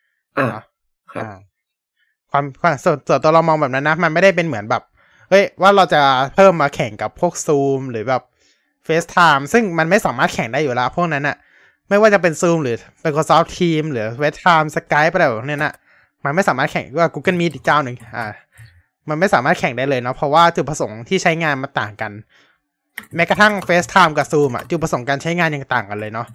ความส่วนตัวเรามองแบบนั้นนะมันไม่ได้เป็นเหมือนแบบเฮ้ยว่าเราจะเพิ่มมาแข่งกับพวก Zoom หรือแบบFaceTime ซึ่งมันไม่สามารถแข่งได้อยู่แล้วพวกนั้นน่ะไม่ว่าจะเป็น Zoom หรือ Microsoft Teams หรือ FaceTime Skype อะไรแบบนี้น่ะมันไม่สามารถแข่งกับ Google Meet อีกเจ้าหนึ่งมันไม่สามารถแข่งได้เลยเนาะเพราะว่าจุดประสงค์ที่ใช้งานมันต่างกันแม้กระทั่ง FaceTime กับ Zoom จุดประสงค์การใช้งานยังต่างกันเลยเนาะ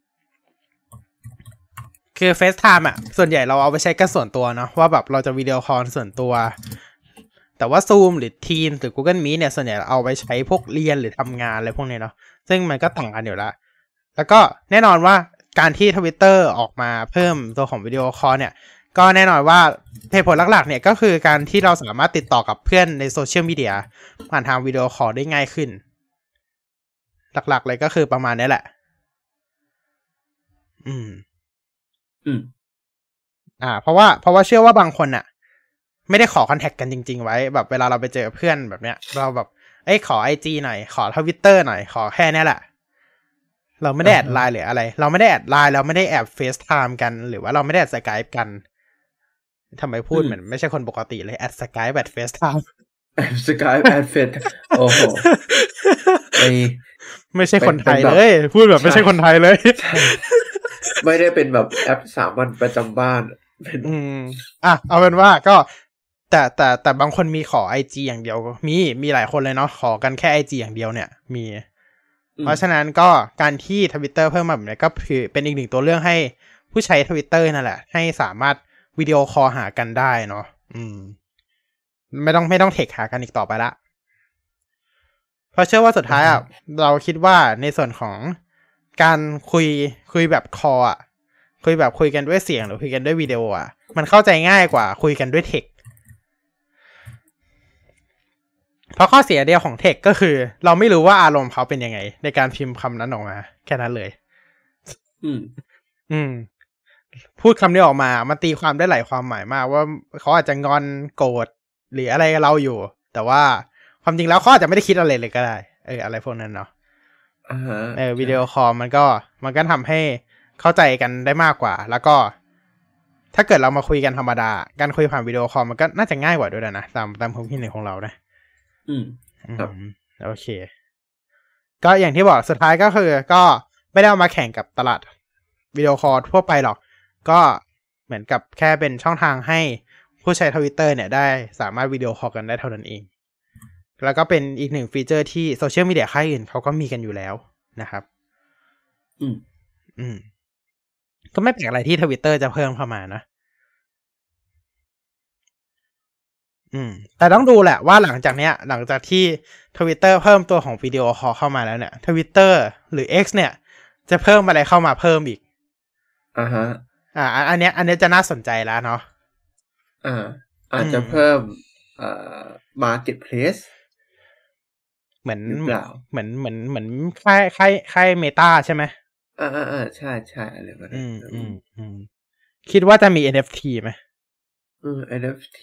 คือ FaceTime ส่วนใหญ่เราเอาไปใช้กันส่วนตัวเนาะว่าแบบเราจะวิดีโอคอลส่วนตัวแต่ว่า Zoom หรือ Teams หรือ Google Meet เนี่ยส่วนใหญ่เอาไว้ใช้พวกเรียนหรือทำงานอะไรพวกนี้เนาะซึ่งมันก็ต่างกันอยู่แล้วก็แน่นอนว่าการที่ Twitter ออกมาเพิ่มตัวของวิดีโอคอลเนี่ยก็แน่นอนว่าเหตุผลหลักๆเนี่ยก็คือการที่เราสามารถติดต่อกับเพื่อนในโซเชียลมีเดียผ่านทางวิดีโอคอลได้ง่ายขึ้นหลักๆเลยก็คือประมาณนี้แหละเพราะว่าเชื่อว่าบางคนไม่ได้ขอคอนแทคกันจริงๆไว้แบบเวลาเราไปเจอเพื่อนแบบเนี้ยเราแบบขอ IG หน่อยขอ Twitter หน่อยขอแค่นี้แหละเราไม่ได้แอดไลน์หรืออะไรเราไม่ได้แอดไลน์เราไม่ได้แอบ FaceTime กันหรือว่าเราไม่ได้แอด Skype กันทำไมพูดเหมือนไม่ใช่คนปกติเลยแอด Skype แอด FaceTime แอด Skype แอด Face โอ้โหไม่ใช่คนไทยเลยพูดแบบไม่ใช่คนไทยเลยไม่ได้เป็นแบบแอปสามัญประจำบ้านเป็นเอาเป็นว่าก็แต่บางคนมีขอ IG อย่างเดียวมีหลายคนเลยเนาะขอกันแค่ IG อย่างเดียวเนี่ยมีเพราะฉะนั้นก็การที่ Twitter เพิ่มมาแบบนี้ก็คือเป็นอีกหนึ่งตัวเรื่องให้ผู้ใช้ Twitter นั่นแหละให้สามารถวิดีโอคอลหากันได้เนาะไม่ต้องเทคหากันอีกต่อไปละเพราะเชื่อว่าสุดท้ายเราคิดว่าในส่วนของการคุยแบบคอลคุยกันด้วยเสียงหรือคุยกันด้วยวิดีโอมันเข้าใจง่ายกว่าคุยกันด้วยเทคเพราะข้อเสียเดียวของเทคก็คือเราไม่รู้ว่าอารมณ์เขาเป็นยังไงในการพิมพ์คำนั้นออกมาแค่นั้นเลยพูดคำนี้ออกมามันตีความได้หลายความหมายมากว่าเขาอาจจะงอนโกรธหรืออะไรเราอยู่แต่ว่าความจริงแล้วเขาอาจจะไม่ได้คิดอะไรเลยก็ได้อะไรพวกนั้นเนาะวิดีโอคอลมันก็ทำให้เข้าใจกันได้มากกว่าแล้วก็ถ้าเกิดเรามาคุยกันธรรมดาการคุยผ่านวิดีโอคอลมันก็น่าจะง่ายกว่าด้วยนะตามความคิดเห็นของเรานะโอเคก็อย่างที่บอกสุดท้ายก็คือก็ไม่ได้เอามาแข่งกับตลาดวิดีโอคอลทั่วไปหรอกก็เหมือนกับแค่เป็นช่องทางให้ผู้ใช้ Twitter เนี่ยได้สามารถวิดีโอคอลกันได้เท่านั้นเองแล้วก็เป็นอีกหนึ่งฟีเจอร์ที่โซเชียลมีเดียค่ายอื่นเขาก็มีกันอยู่แล้วนะครับก็ไม่แปลกอะไรที่ Twitter จะเพิ่มเข้ามานะแต่ต้องดูแหละว่าหลังจากที่ Twitter เพิ่มตัวของวิดีโอคอลเข้ามาแล้วเนี่ย Twitter หรือ X เนี่ยจะเพิ่มอะไรเข้ามาเพิ่มอีกอันเนี้ยจะน่าสนใจแล้วเนาะอาจจะเพิ่มmarketplace เหมือนค่ายเมตาใช่ไหมใช่อะไรแบบนั้นคิดว่าจะมี NFT ไหม NFT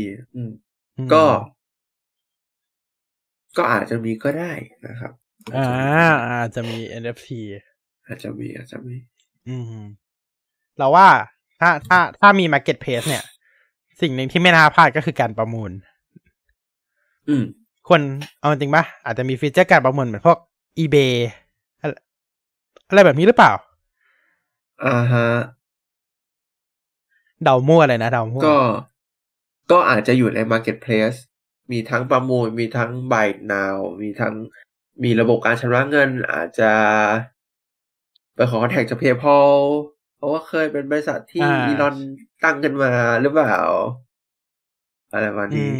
ก็อาจจะมีก็ได้นะครับอาจจะมี NFT อาจจะมีเราว่าถ้ามี marketplace เนี่ยสิ่งหนึ่งที่ไม่น่าพลาดก็คือการประมูลคนเอาจริงป่ะอาจจะมีฟีเจอร์การประมูลเหมือนพวก eBay อะไรแบบนี้หรือเปล่าเดามั่วเลยนะเดามั่วก็อาจจะอยู่ใน marketplace มีทั้งประมูลมีทั้ง buy now มีระบบการชำระเงินอาจจะไปขอคอนแทคจาก PayPal เพราะว่าเคยเป็นบริษัทที่อีลอนตั้งขึ้นมาหรือเปล่าอะไรประมาณนี้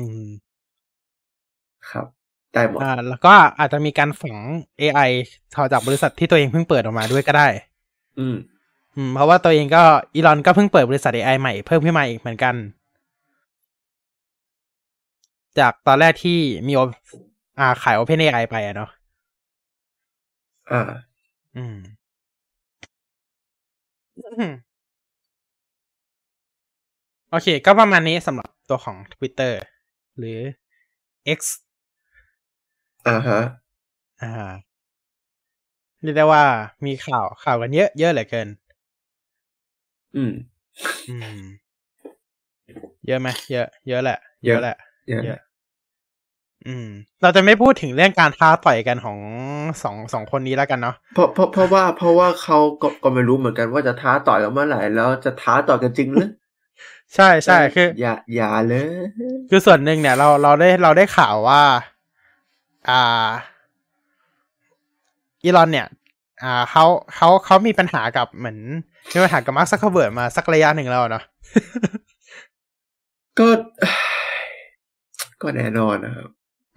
ครับได้หมดแล้วก็อาจจะมีการฝัง AI ต่อจากบริษัทที่ตัวเองเพิ่งเปิดออกมาด้วยก็ได้เพราะว่าตัวเองก็อีลอนก็เพิ่งเปิดบริษัท AI ใหม่เพิ่มขึ้นมาอีกเหมือนกันจากตอนแรกที่มีขาย OpenAI ไปเนาะโอเคก็ประมาณนี้สำหรับตัวของ Twitter หรือ X เรียกได้ว่ามีข่าวกันเยอะเหลือเกินเยอะไหมเยอะแหละเยอะเราจะไม่พูดถึงเรื่องการท้าต่อยกันของสองคนนี้แล้วกันเนาะเพราะว่าเขาก็ไม่รู้เหมือนกันว่าจะท้าต่อยกันเมื่อไหร่แล้วจะท้าต่อยกันจริงหรือใช่คืออย่าเลยคือส่วนหนึ่งเนี่ยเราได้ข่าวว่าอีลอนเนี่ยเขามีปัญหากับเหมือนมีปัญหากับมาร์ค ซักเคอร์เบิร์กมาสักระยะหนึ่งแล้วเนาะก็แน่นอนนะครับ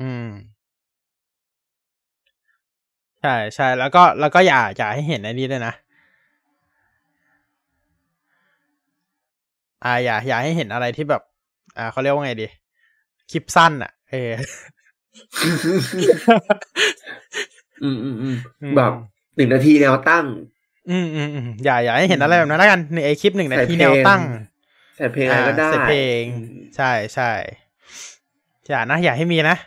ใช่แล้วก็อย่าให้เห็นอันนี้ด้วยนะอย่าให้เห็นอะไรที่แบบเขาเรียกว่าไงดีคลิปสั้นแบบ1 นาทีแนวตั้งอย่าให้เห็นอะไรแบบนั้นแล้วกันในคลิป1 นาทีแนวตั้งใส่เพลงอะไรก็ได้ใส่เพลงใช่อย่าให้มีนะ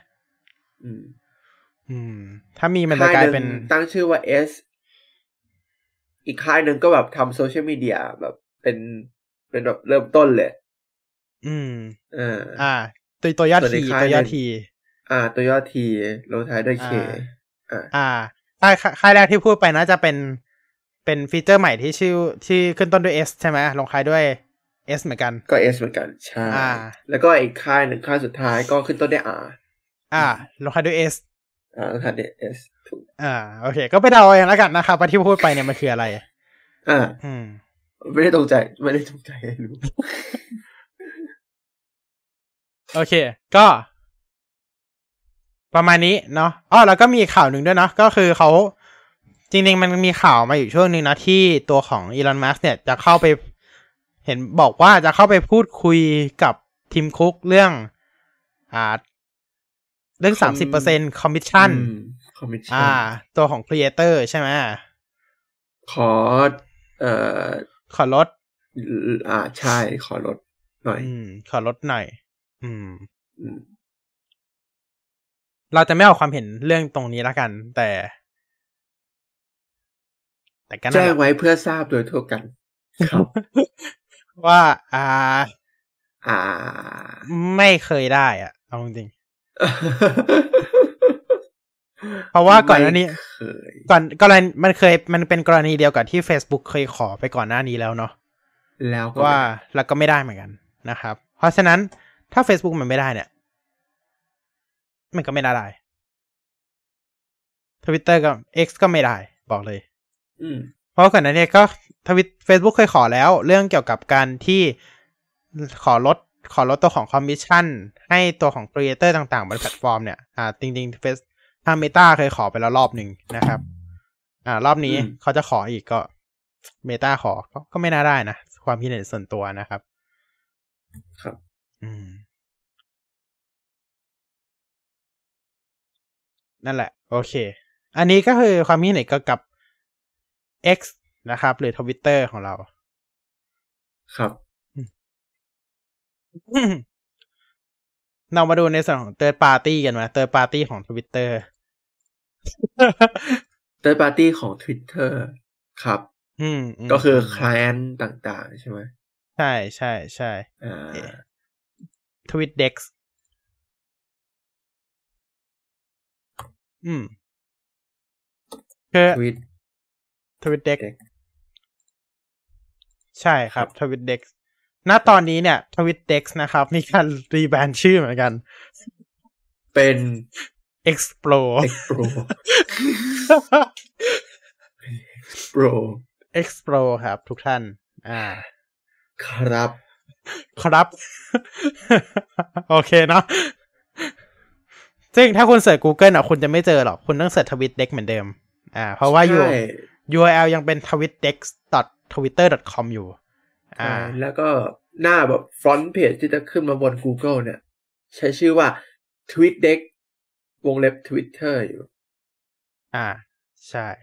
ถ้ามีมันจะกลายเป็นตั้งชื่อว่า S อีกค่ายหนึ่งก็แบบทำโซเชียลมีเดียแบบเป็นแบบเริ่มต้นเลยตัวยอดทีตัวยอดทีลงท้ายด้วย K ค่ายแรกที่พูดไปน่าจะเป็นเป็นฟีเจอร์ใหม่ที่ขึ้นต้นด้วย S ใช่ไหมลงท้ายด้วย S เหมือนกันก็ S เหมือนกันใช่แล้วก็อีกค่ายหนึ่งค่ายสุดท้ายก็ขึ้นต้นด้วย R ลงท้ายด้วย S ลงท้ายด้วย S ถูกโอเคก็ไปเดาเองแล้วกันนะครับว่าที่พูดไปเนี่ยมันคืออะไรไม่ได้ตรงใจให้รู้โอเคก็ประมาณนี้เนาะแล้วก็มีข่าวหนึ่งด้วยเนาะก็คือเขาจริงๆมันมีข่าวมาอยู่ช่วงนึงนะที่ตัวของอีลอนมัสก์เนี่ยจะเข้าไปเห็นบอกว่าจะเข้าไปพูดคุยกับทีมคุกเรื่อง30% commission ตัวของ creator ใช่ไหมขอลดใช่ขอลดหน่อยขอลดหน่อยเราจะไม่เอาความเห็นเรื่องตรงนี้ละกันแต่ก็แจ้งไว้เพื่อทราบโดยทั่วกันครับว่าไม่เคยได้เอาจริงเพราะว่าก่อนหน้านี้กรณีมันเป็นกรณีเดียวกับที่ Facebook เคยขอไปก่อนหน้านี้แล้วเนาะแล้วก็ไม่ได้เหมือนกันนะครับเพราะฉะนั้นถ้า Facebook มันไม่ได้เนี่ยมันก็ไม่ได้ Twitter กับ X ก็ไม่ได้บอกเลยเพราะก่อนหน้านี้ก็Facebook เคยขอแล้วเรื่องเกี่ยวกับการที่ขอลดตัวของคอมมิชชั่นให้ตัวของครีเอเตอร์ต่างๆบนแพลตฟอร์มเนี่ยจริงๆทาง Meta เคยขอไปแล้วรอบนึงนะครับรอบนี้เขาจะขออีกก็ Meta ขอก็ไม่น่าได้นะความคิดเห็นส่วนตัวนะครับครับนั่นแหละโอเคอันนี้ก็คือความคิดเห็นเกี่ยวกับ X นะครับหรือ Twitter ของเราครับเรามาดูในส่วนของ Third Party กันไหม Third Party ของ Twitter Third Party ของ Twitter ครับก็คือ client ต่างๆใช่ไหมใช่ใช่ใช่TweetDeck คือ TweetDeck ใช่ครับ TweetDeck ณตอนนี้เนี่ย TweetDeck นะครับมีการรีแบรนด์ชื่อเหมือนกันเป็น Explore Explore ครับทุกท่านครับโอเคเนาะซึ่งถ้าคุณเสิร์ช Google คุณจะไม่เจอหรอกคุณต้องเสิร์ช TweetDeck เหมือนเดิมเพราะว่า URL ยังเป็น tweetdeck.twitter.com อยู่แล้วก็หน้าแบบ front page ที่จะขึ้นมาบน Google เนี่ยใช้ชื่อว่า TweetDeck วงเล็บ Twitter อยู่ใช่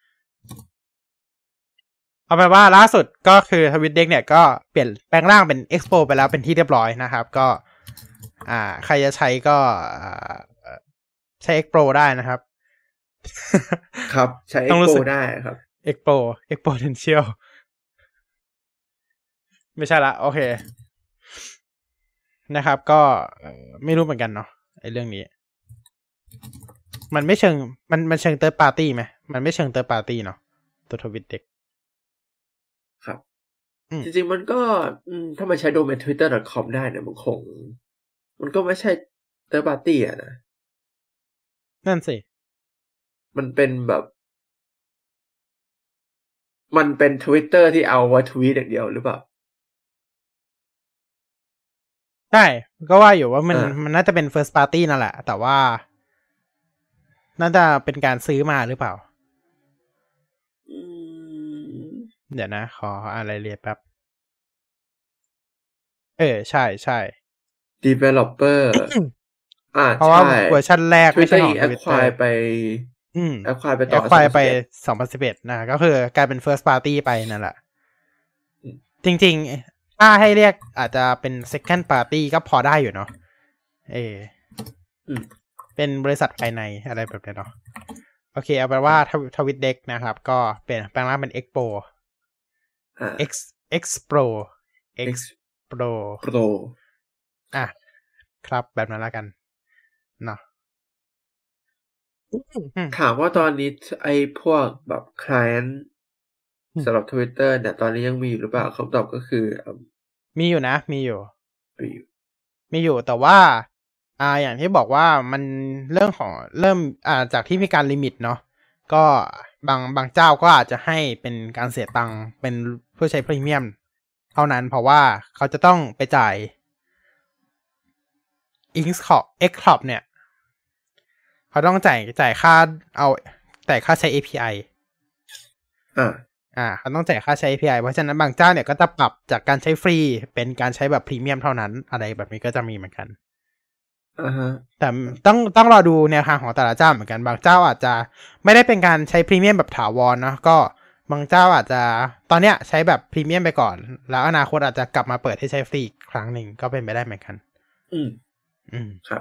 เอาไปว่าล่าสุดก็คือ TweetDeck เนี่ยก็เปลี่ยนแปลงร่างเป็น Expo ไปแล้วเป็นที่เรียบร้อยนะครับก็ใครจะใช้ก็ใช้ Expo ได้นะครับครับใช้ Expo ได้ครับ Exponential ไม่ใช่ละโอเคนะครับก็ไม่รู้เหมือนกันเนาะไอ้เรื่องนี้มันไม่เชิงมันเชิง third party ไหมมันไม่เชิง third party เนาะตัว TweetDeck ครับจริงๆมันก็ถ้ามันใช้โดเมน twitter.com ได้เนี่ยมันก็ไม่ใช่ third party นะนั่นสิมันเป็นแบบมันเป็น Twitter ที่เอาไว้ทวีตอย่างเดียวหรือเปล่าใช่ก็ว่าอยู่ว่ามันน่าจะเป็น first party นั่นแหละแต่ว่าน่าจะเป็นการซื้อมาหรือเปล่าเดี๋ยวนะขออะไรเรียนแป๊บใช่ใช่ developer เพราะว่าเวอร์ชันแรกไม่ใช่ของ Twitter ไปacquire ไปต่อ acquire ไป2011นะก็คือกลายเป็น first party ไปนั่นแหละจริงๆถ้าให้เรียกอาจจะเป็น second party ก็พอได้อยู่เนาะเป็นบริษัทภายในอะไรแบบนี้เนาะโอเคเอาไปว่าTweetDeckนะครับก็เปลี่ยนแปลงร่างเป็น Expo Expro ครับแบบนั้นละกันเนาะถามว่าตอนนี้ไอ้พวกแบบ client สำหรับ Twitter เนี่ยตอนนี้ยังมีหรือเปล่าคำตอบก็คือมีอยู่นะมีอยู่แต่ว่าอย่างที่บอกว่ามันเรื่องของเริ่มจากที่มีการลิมิตเนาะก็บางเจ้าก็อาจจะให้เป็นการเสียตังค์เป็นผู้ใช้พรีเมียมเท่านั้นเพราะว่าเขาจะต้องไปจ่าย Xclop เนี่ยเขาต้องจ่ายค่าแต่ค่าใช้ API เขาต้องจ่ายค่าใช้ API เพราะฉะนั้นบางเจ้าเนี่ยก็จะปรับจากการใช้ฟรีเป็นการใช้แบบพรีเมียมเท่านั้นอะไรแบบนี้ก็จะมีเหมือนกันแต่ต้องรอดูแนวทางของแต่ละเจ้าเหมือนกันบางเจ้าอาจจะไม่ได้เป็นการใช้พรีเมียมแบบถาวรเนาะก็บางเจ้าอาจจะตอนเนี้ยใช้แบบพรีเมียมไปก่อนแล้วอนาคตอาจจะกลับมาเปิดให้ใช้ฟรีอีกครั้งหนึ่งก็เป็นไปได้เหมือนกันครับ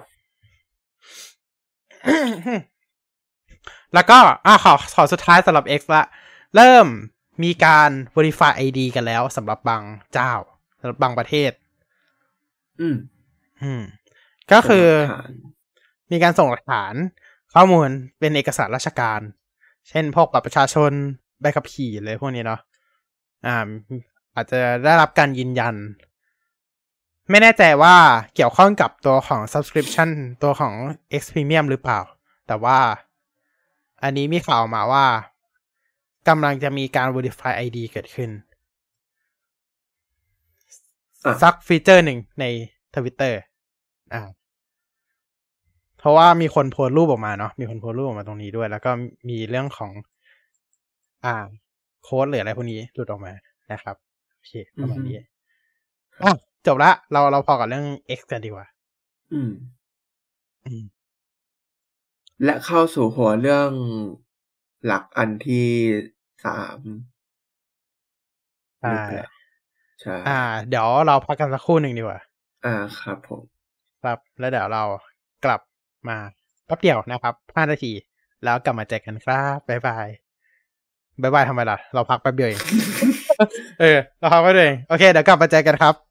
แล้วก็ขอสุดท้ายสำหรับ X ละเริ่มมีการ verify ID กันแล้วสำหรับบางเจ้าสำหรับบางประเทศก็คือมีการส่งหลักฐานข้อมูลเป็นเอกสารราชการเช่นพวกบัตรประชาชนใบขับขี่เลยพวกนี้เนาะอาจจะได้รับการยืนยันไม่แน่ใจว่าเกี่ยวข้องกับตัวของ subscription ตัวของ X Premium หรือเปล่าแต่ว่าอันนี้มีข่าวมาว่ากำลังจะมีการ verify ID เกิดขึ้นสักฟีเจอร์หนึ่งใน Twitter เพราะว่ามีคนโพสต์รูปออกมาเนาะมีคนโพสต์รูปออกมาตรงนี้ด้วยแล้วก็มีเรื่องของโค้ดหรืออะไรพวกนี้หลุดออกมานะครับโอเคประมาณนี้จบละเราพอกับเรื่อง X กันดีกว่าและเข้าสู่หัวเรื่องหลักอันที่3 ใช่เดี๋ยวเราพักกันสักครู่หนึ่งดีกว่าครับผมครับแล้วเดี๋ยวเรากลับมาแป๊บเดียวนะครับ5 นาทีแล้วกลับมาเจอกันครับบ๊ายบายทำไมล่ะเราพักแป๊บเดียวเองเราพักแป๊บเดียวเองโอเคเดี๋ยวกลับมาเจอกันครับ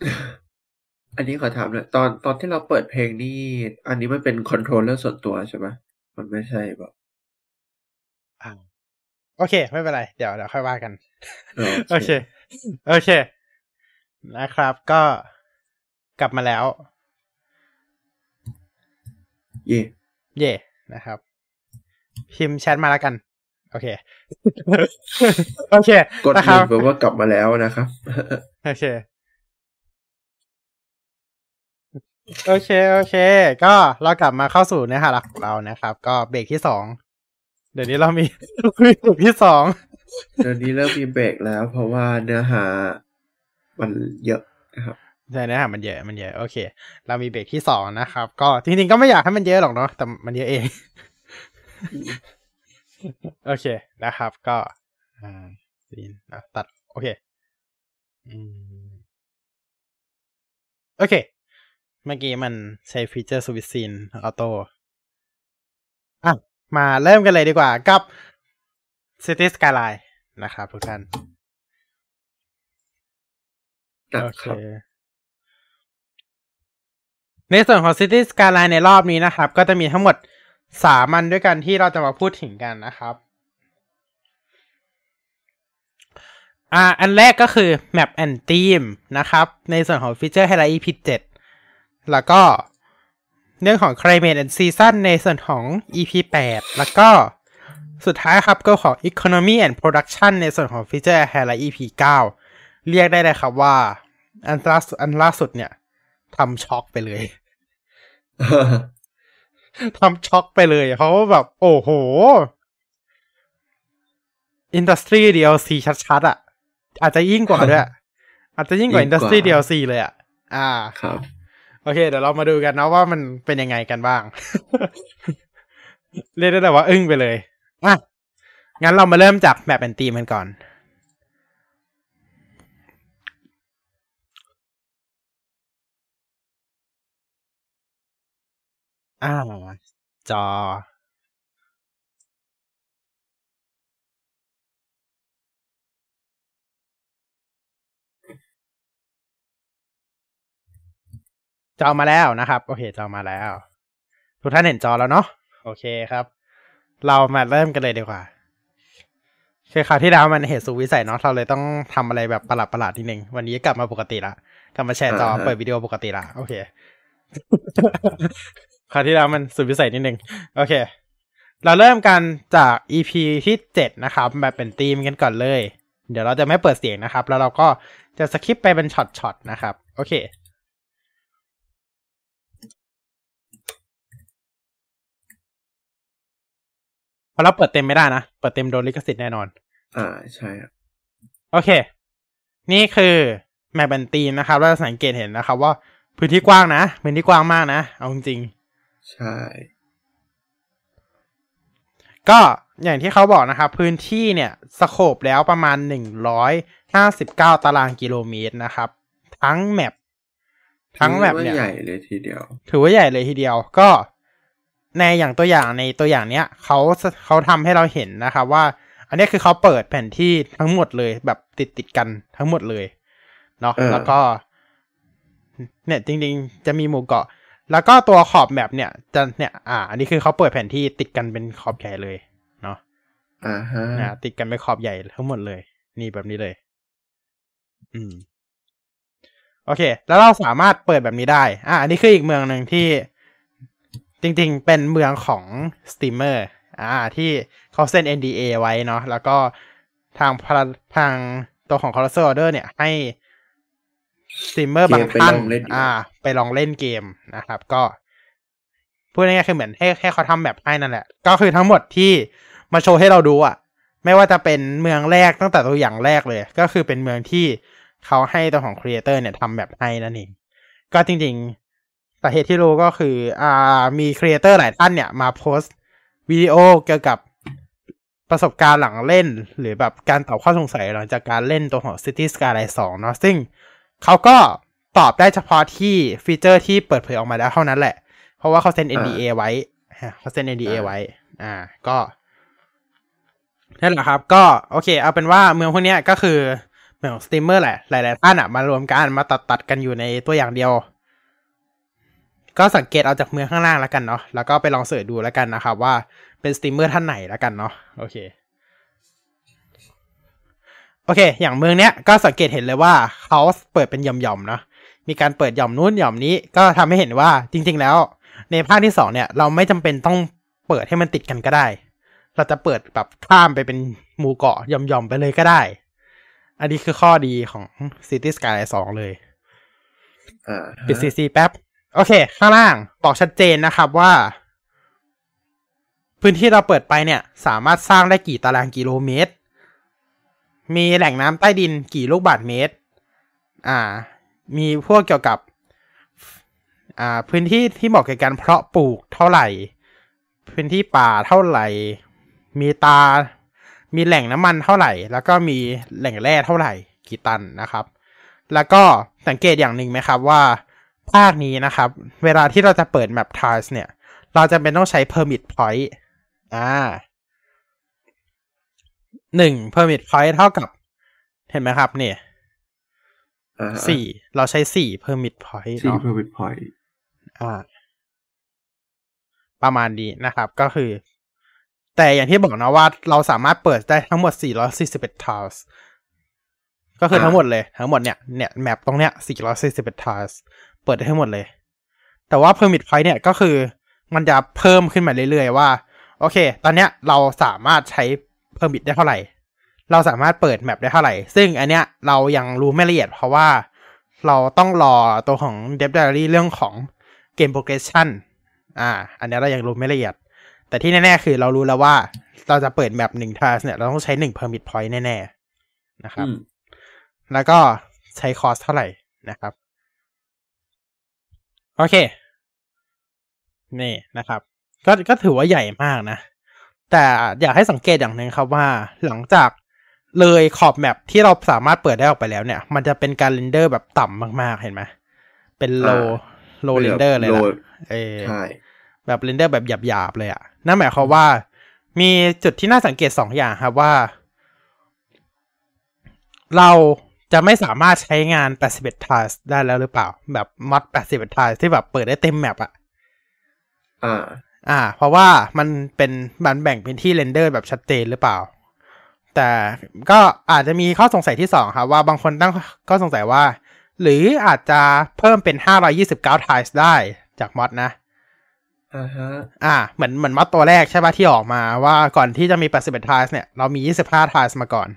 อันนี้ขอถามหน่อยตอนที่เราเปิดเพลงนี่อันนี้มันเป็นคอนโทรลเลอร์ส่วนตัวใช่ปะมันไม่ใช่แบบโอเคไม่เป็นไรเดี๋ยวค่อยว่ากันโอเคนะครับก็กลับมาแล้วเย่นะครับพิมพ์แชทมาแล้วกันโอเคกดลิงก์แปลว่ากลับมาแล้วนะครับโอเคก็เรากลับมาเข้าสู่เนื้อหาหลักของเรานะครับก็เบรกที่2เดี๋ยวนี้เรามีเบรกที่2 เดี๋ยวนี้เริ่มมีเบรกแล้วเพราะว่าเนื้อหามันเยอะนะครับใช่เนื้อหามันเยอะโอเคเรามีเบรกที่2นะครับก็จริงๆก็ไม่อยากให้มันเยอะหรอกเนาะแต่มันเยอะเองโอเคนะครับก็ตัดโอเคเมื่อกี้มันใช้ฟีเจอร์ Switch Scene Auto มาเริ่มกันเลยดีกว่ากับ City Skyline นะครับทุกท่านโอเคในส่วนของ City Skyline ในรอบนี้นะครับก็จะมีทั้งหมด3 อันด้วยกันที่เราจะมาพูดถึงกันนะครับอันแรกก็คือ Map and Theme นะครับในส่วนของฟีเจอร์ Highlight EP 7แล้วก็เรื่องของ Climate and Season ในส่วนของ EP 8แล้วก็สุดท้ายครับก็ของ Economy and Production ในส่วนของฟีเจอร์ Highlight EP 9เรียกได้เลยครับว่าอันล่าสุดเนี่ยทำช็อกไปเลยทำช็อกไปเลยเพราะว่าแบบโอ้โห Industry DLC ชัดๆอาจจะยิ่งกว่าด้วยอาจจะยิ่งกว่า Industry DLC เลยครับโอเคเดี๋ยวเรามาดูกันนะว่ามันเป็นยังไงกันบ้าง เรียกได้แต่ว่าอึ้งไปเลยงั้นเรามาเริ่มจากแมปแอนทีมกันก่อนจอมาแล้วนะครับโอเคจอมาแล้วทุกท่านเห็นจอแล้วเนาะโอเคครับเรามาเริ่มกันเลยดีกว่าคือคราวที่แล้วมันเหตุสุดวิสัยเนาะเราเลยต้องทำอะไรแบบประหลาดนิดนึงวันนี้กลับมาปกติละกลับมาแชร์จอเปิดวิดีโอปกติละโอเคคราวที่แล้วมันสุดวิสัยนิดนึงโอเคเราเริ่มกันจาก EP ที่7นะครับแบบเป็นธีมกันก่อนเลยเดี๋ยวเราจะไม่เปิดเสียงนะครับแล้วเราก็จะสคิปไปเป็นช็อตๆนะครับโอเคเพราะเราเปิดเต็มไม่ได้นะเปิดเต็มโดนลิขสิทธิ์แน่นอนใช่โอเคนี่คือแมปเป็นธีมนะครับเราสังเกตเห็นนะครับว่าพื้นที่กว้างนะพื้นที่กว้างมากนะเอาจริงใช่ก็อย่างที่เขาบอกนะครับพื้นที่เนี่ยสโคปแล้วประมาณ159ตารางกิโลเมตรนะครับทั้งแมปเนี่ยใหญ่เลยทีเดียวถือว่าใหญ่เลยทีเดียวก็ในตัวอย่างเนี้ยเขาทำให้เราเห็นนะครับว่าอันนี้คือเขาเปิดแผนที่ทั้งหมดเลยแบบติดกันทั้งหมดเลยเนาะแล้วก็เนี่ยจริงๆจะมีหมู่เกาะแล้วก็ตัวขอบแมปเนี่ยจะเนี่ยอันนี้คือเขาเปิดแผนที่ติดกันเป็นขอบใหญ่เลยเนาะติดกันเป็นขอบใหญ่ทั้งหมดเลยนี่แบบนี้เลยโอเคแล้วเราสามารถเปิดแบบนี้ได้อันนี้คืออีกเมืองนึงที่จริงๆเป็นเมืองของสตรีมเมอร์ที่เขาเซ็น NDA ไว้เนาะแล้วก็ทางตัวของ Colossal Order เนี่ยให้สตรีมเมอร์บางท่านไปลองเล่นเกมนะครับก็พูดง่ายๆคือเหมือนให้เขาทำแบบให้นั่นแหละก็คือทั้งหมดที่มาโชว์ให้เราดูไม่ว่าจะเป็นเมืองแรกตั้งแต่ตัวอย่างแรกเลยก็คือเป็นเมืองที่เขาให้ตัวของครีเอเตอร์เนี่ยทำแบบให้นั่นเองก็จริงๆสาเหตุที่รู้ก็คือมีครีเอเตอร์หลายท่านเนี่ยมาโพสต์วิดีโอเกี่ยวกับประสบการณ์หลังเล่นหรือแบบการตอบข้อสงสัยหลังจากการเล่นตัวของ City Skyline 2 เนาะซึ่งเขาก็ตอบได้เฉพาะที่ฟีเจอร์ที่เปิดเผยออกมาแล้วเท่านั้นแหละเพราะว่าเขาเซ็น NDA ไว้เขาเซ็น NDA ไว้ก็นั่นแหละครับก็โอเคเอาเป็นว่าเมืองพวกนี้ก็คือเหมือนสตรีมเมอร์แหละหลายๆท่านมารวมกันมาตัดกันอยู่ในตัวอย่างเดียวก็สังเกตเอาจากเมืองข้างล่างแล้วกันเนาะแล้วก็ไปลองเสิร์ชดูแล้วกันนะครับว่าเป็นสตรีมเมอร์ท่านไหนแล้วกันเนาะโอเคอย่างเมืองเนี้ยก็สังเกตเห็นเลยว่าเขาเปิดเป็นหย่อมๆเนาะมีการเปิดหย่อมนู้นหย่อมนี้ก็ทำให้เห็นว่าจริงๆแล้วในภาคที่2เนี่ยเราไม่จำเป็นต้องเปิดให้มันติดกันก็ได้เราจะเปิดแบบข้ามไปเป็นหมู่เกาะหย่อมๆไปเลยก็ได้อันนี้คือข้อดีของ City Skyline 2เลยปิด CC แป๊บโอเคข้างล่างบอกชัดเจนนะครับว่าพื้นที่เราเปิดไปเนี่ยสามารถสร้างได้กี่ตารางกิโลเมตรมีแหล่งน้ำใต้ดินกี่ลูกบาศก์เมตรมีพวกเกี่ยวกับพื้นที่ที่เหมาะกับการเพาะปลูกเท่าไหร่พื้นที่ป่าเท่าไหร่มีแหล่งน้ำมันเท่าไหร่แล้วก็มีแหล่งแร่เท่าไหร่กี่ตันนะครับแล้วก็สังเกตอย่างหนึ่งไหมครับว่าภาคนี้นะครับเวลาที่เราจะเปิด Map Tiles เนี่ยเราจะเป็นต้องใช้ Permit Point 1 Permit Point เท่ากับเห็นไหมครับเนี่ย4เราใช้4 Permit Point เนาะ 4 Permit Point ประมาณนี้นะครับก็คือแต่อย่างที่บอกนะว่าเราสามารถเปิดได้ทั้งหมด441 tiles ก็คือทั้งหมดเลยทั้งหมดเนี่ยแมปตรงเนี้ย441 tiles เปิดได้ทั้งหมดเลยแต่ว่า permit point เนี่ยก็คือมันจะเพิ่มขึ้นมาเรื่อยๆว่าโอเคตอนเนี้ยเราสามารถใช้ permit ได้เท่าไหร่เราสามารถเปิดแมปได้เท่าไหร่ซึ่งอันเนี้ยเรายังรู้ไม่ละเอียดเพราะว่าเราต้องรอตัวของ Dev Diary เรื่องของ Game Progression อันนี้เรายังรู้ไม่ละเอียดแต่ที่แน่ๆคือเรารู้แล้วว่าเราจะเปิดแมป1 task เนี่ยเราต้องใช้1 permit point แน่ๆนะครับแล้วก็ใช้คอสเท่าไหร่นะครับโอเคนี่นะครับก็ถือว่าใหญ่มากนะแต่อยากให้สังเกตอย่างนึงครับว่าหลังจากเลยขอบแมปที่เราสามารถเปิดได้ออกไปแล้วเนี่ยมันจะเป็นการเรนเดอร์แบบต่ำมากๆเห็นไหมเป็นโลเรนเดอร์เลยนะใช่แบบเรนเดอร์แบบหยาบๆเลยนั่นหมายความว่ามีจุดที่น่าสังเกต2อย่างครับว่าเราจะไม่สามารถใช้งาน81 tiles ได้แล้วหรือเปล่าแบบมอด81 tiles ที่แบบเปิดได้เต็มแมปเพราะว่ามันแบ่งพื้นที่เรนเดอร์แบบชัดเจนหรือเปล่าแต่ก็อาจจะมีข้อสงสัยที่2ครับว่าบางคนตั้งก็สงสัยว่าหรืออาจจะเพิ่มเป็น529 tiles ได้จากมอดนะเหมือนมอดตัวแรกใช่ป่ะที่ออกมาว่าก่อนที่จะมี81 tiles เนี่ยเรามี25 tiles มาก่อน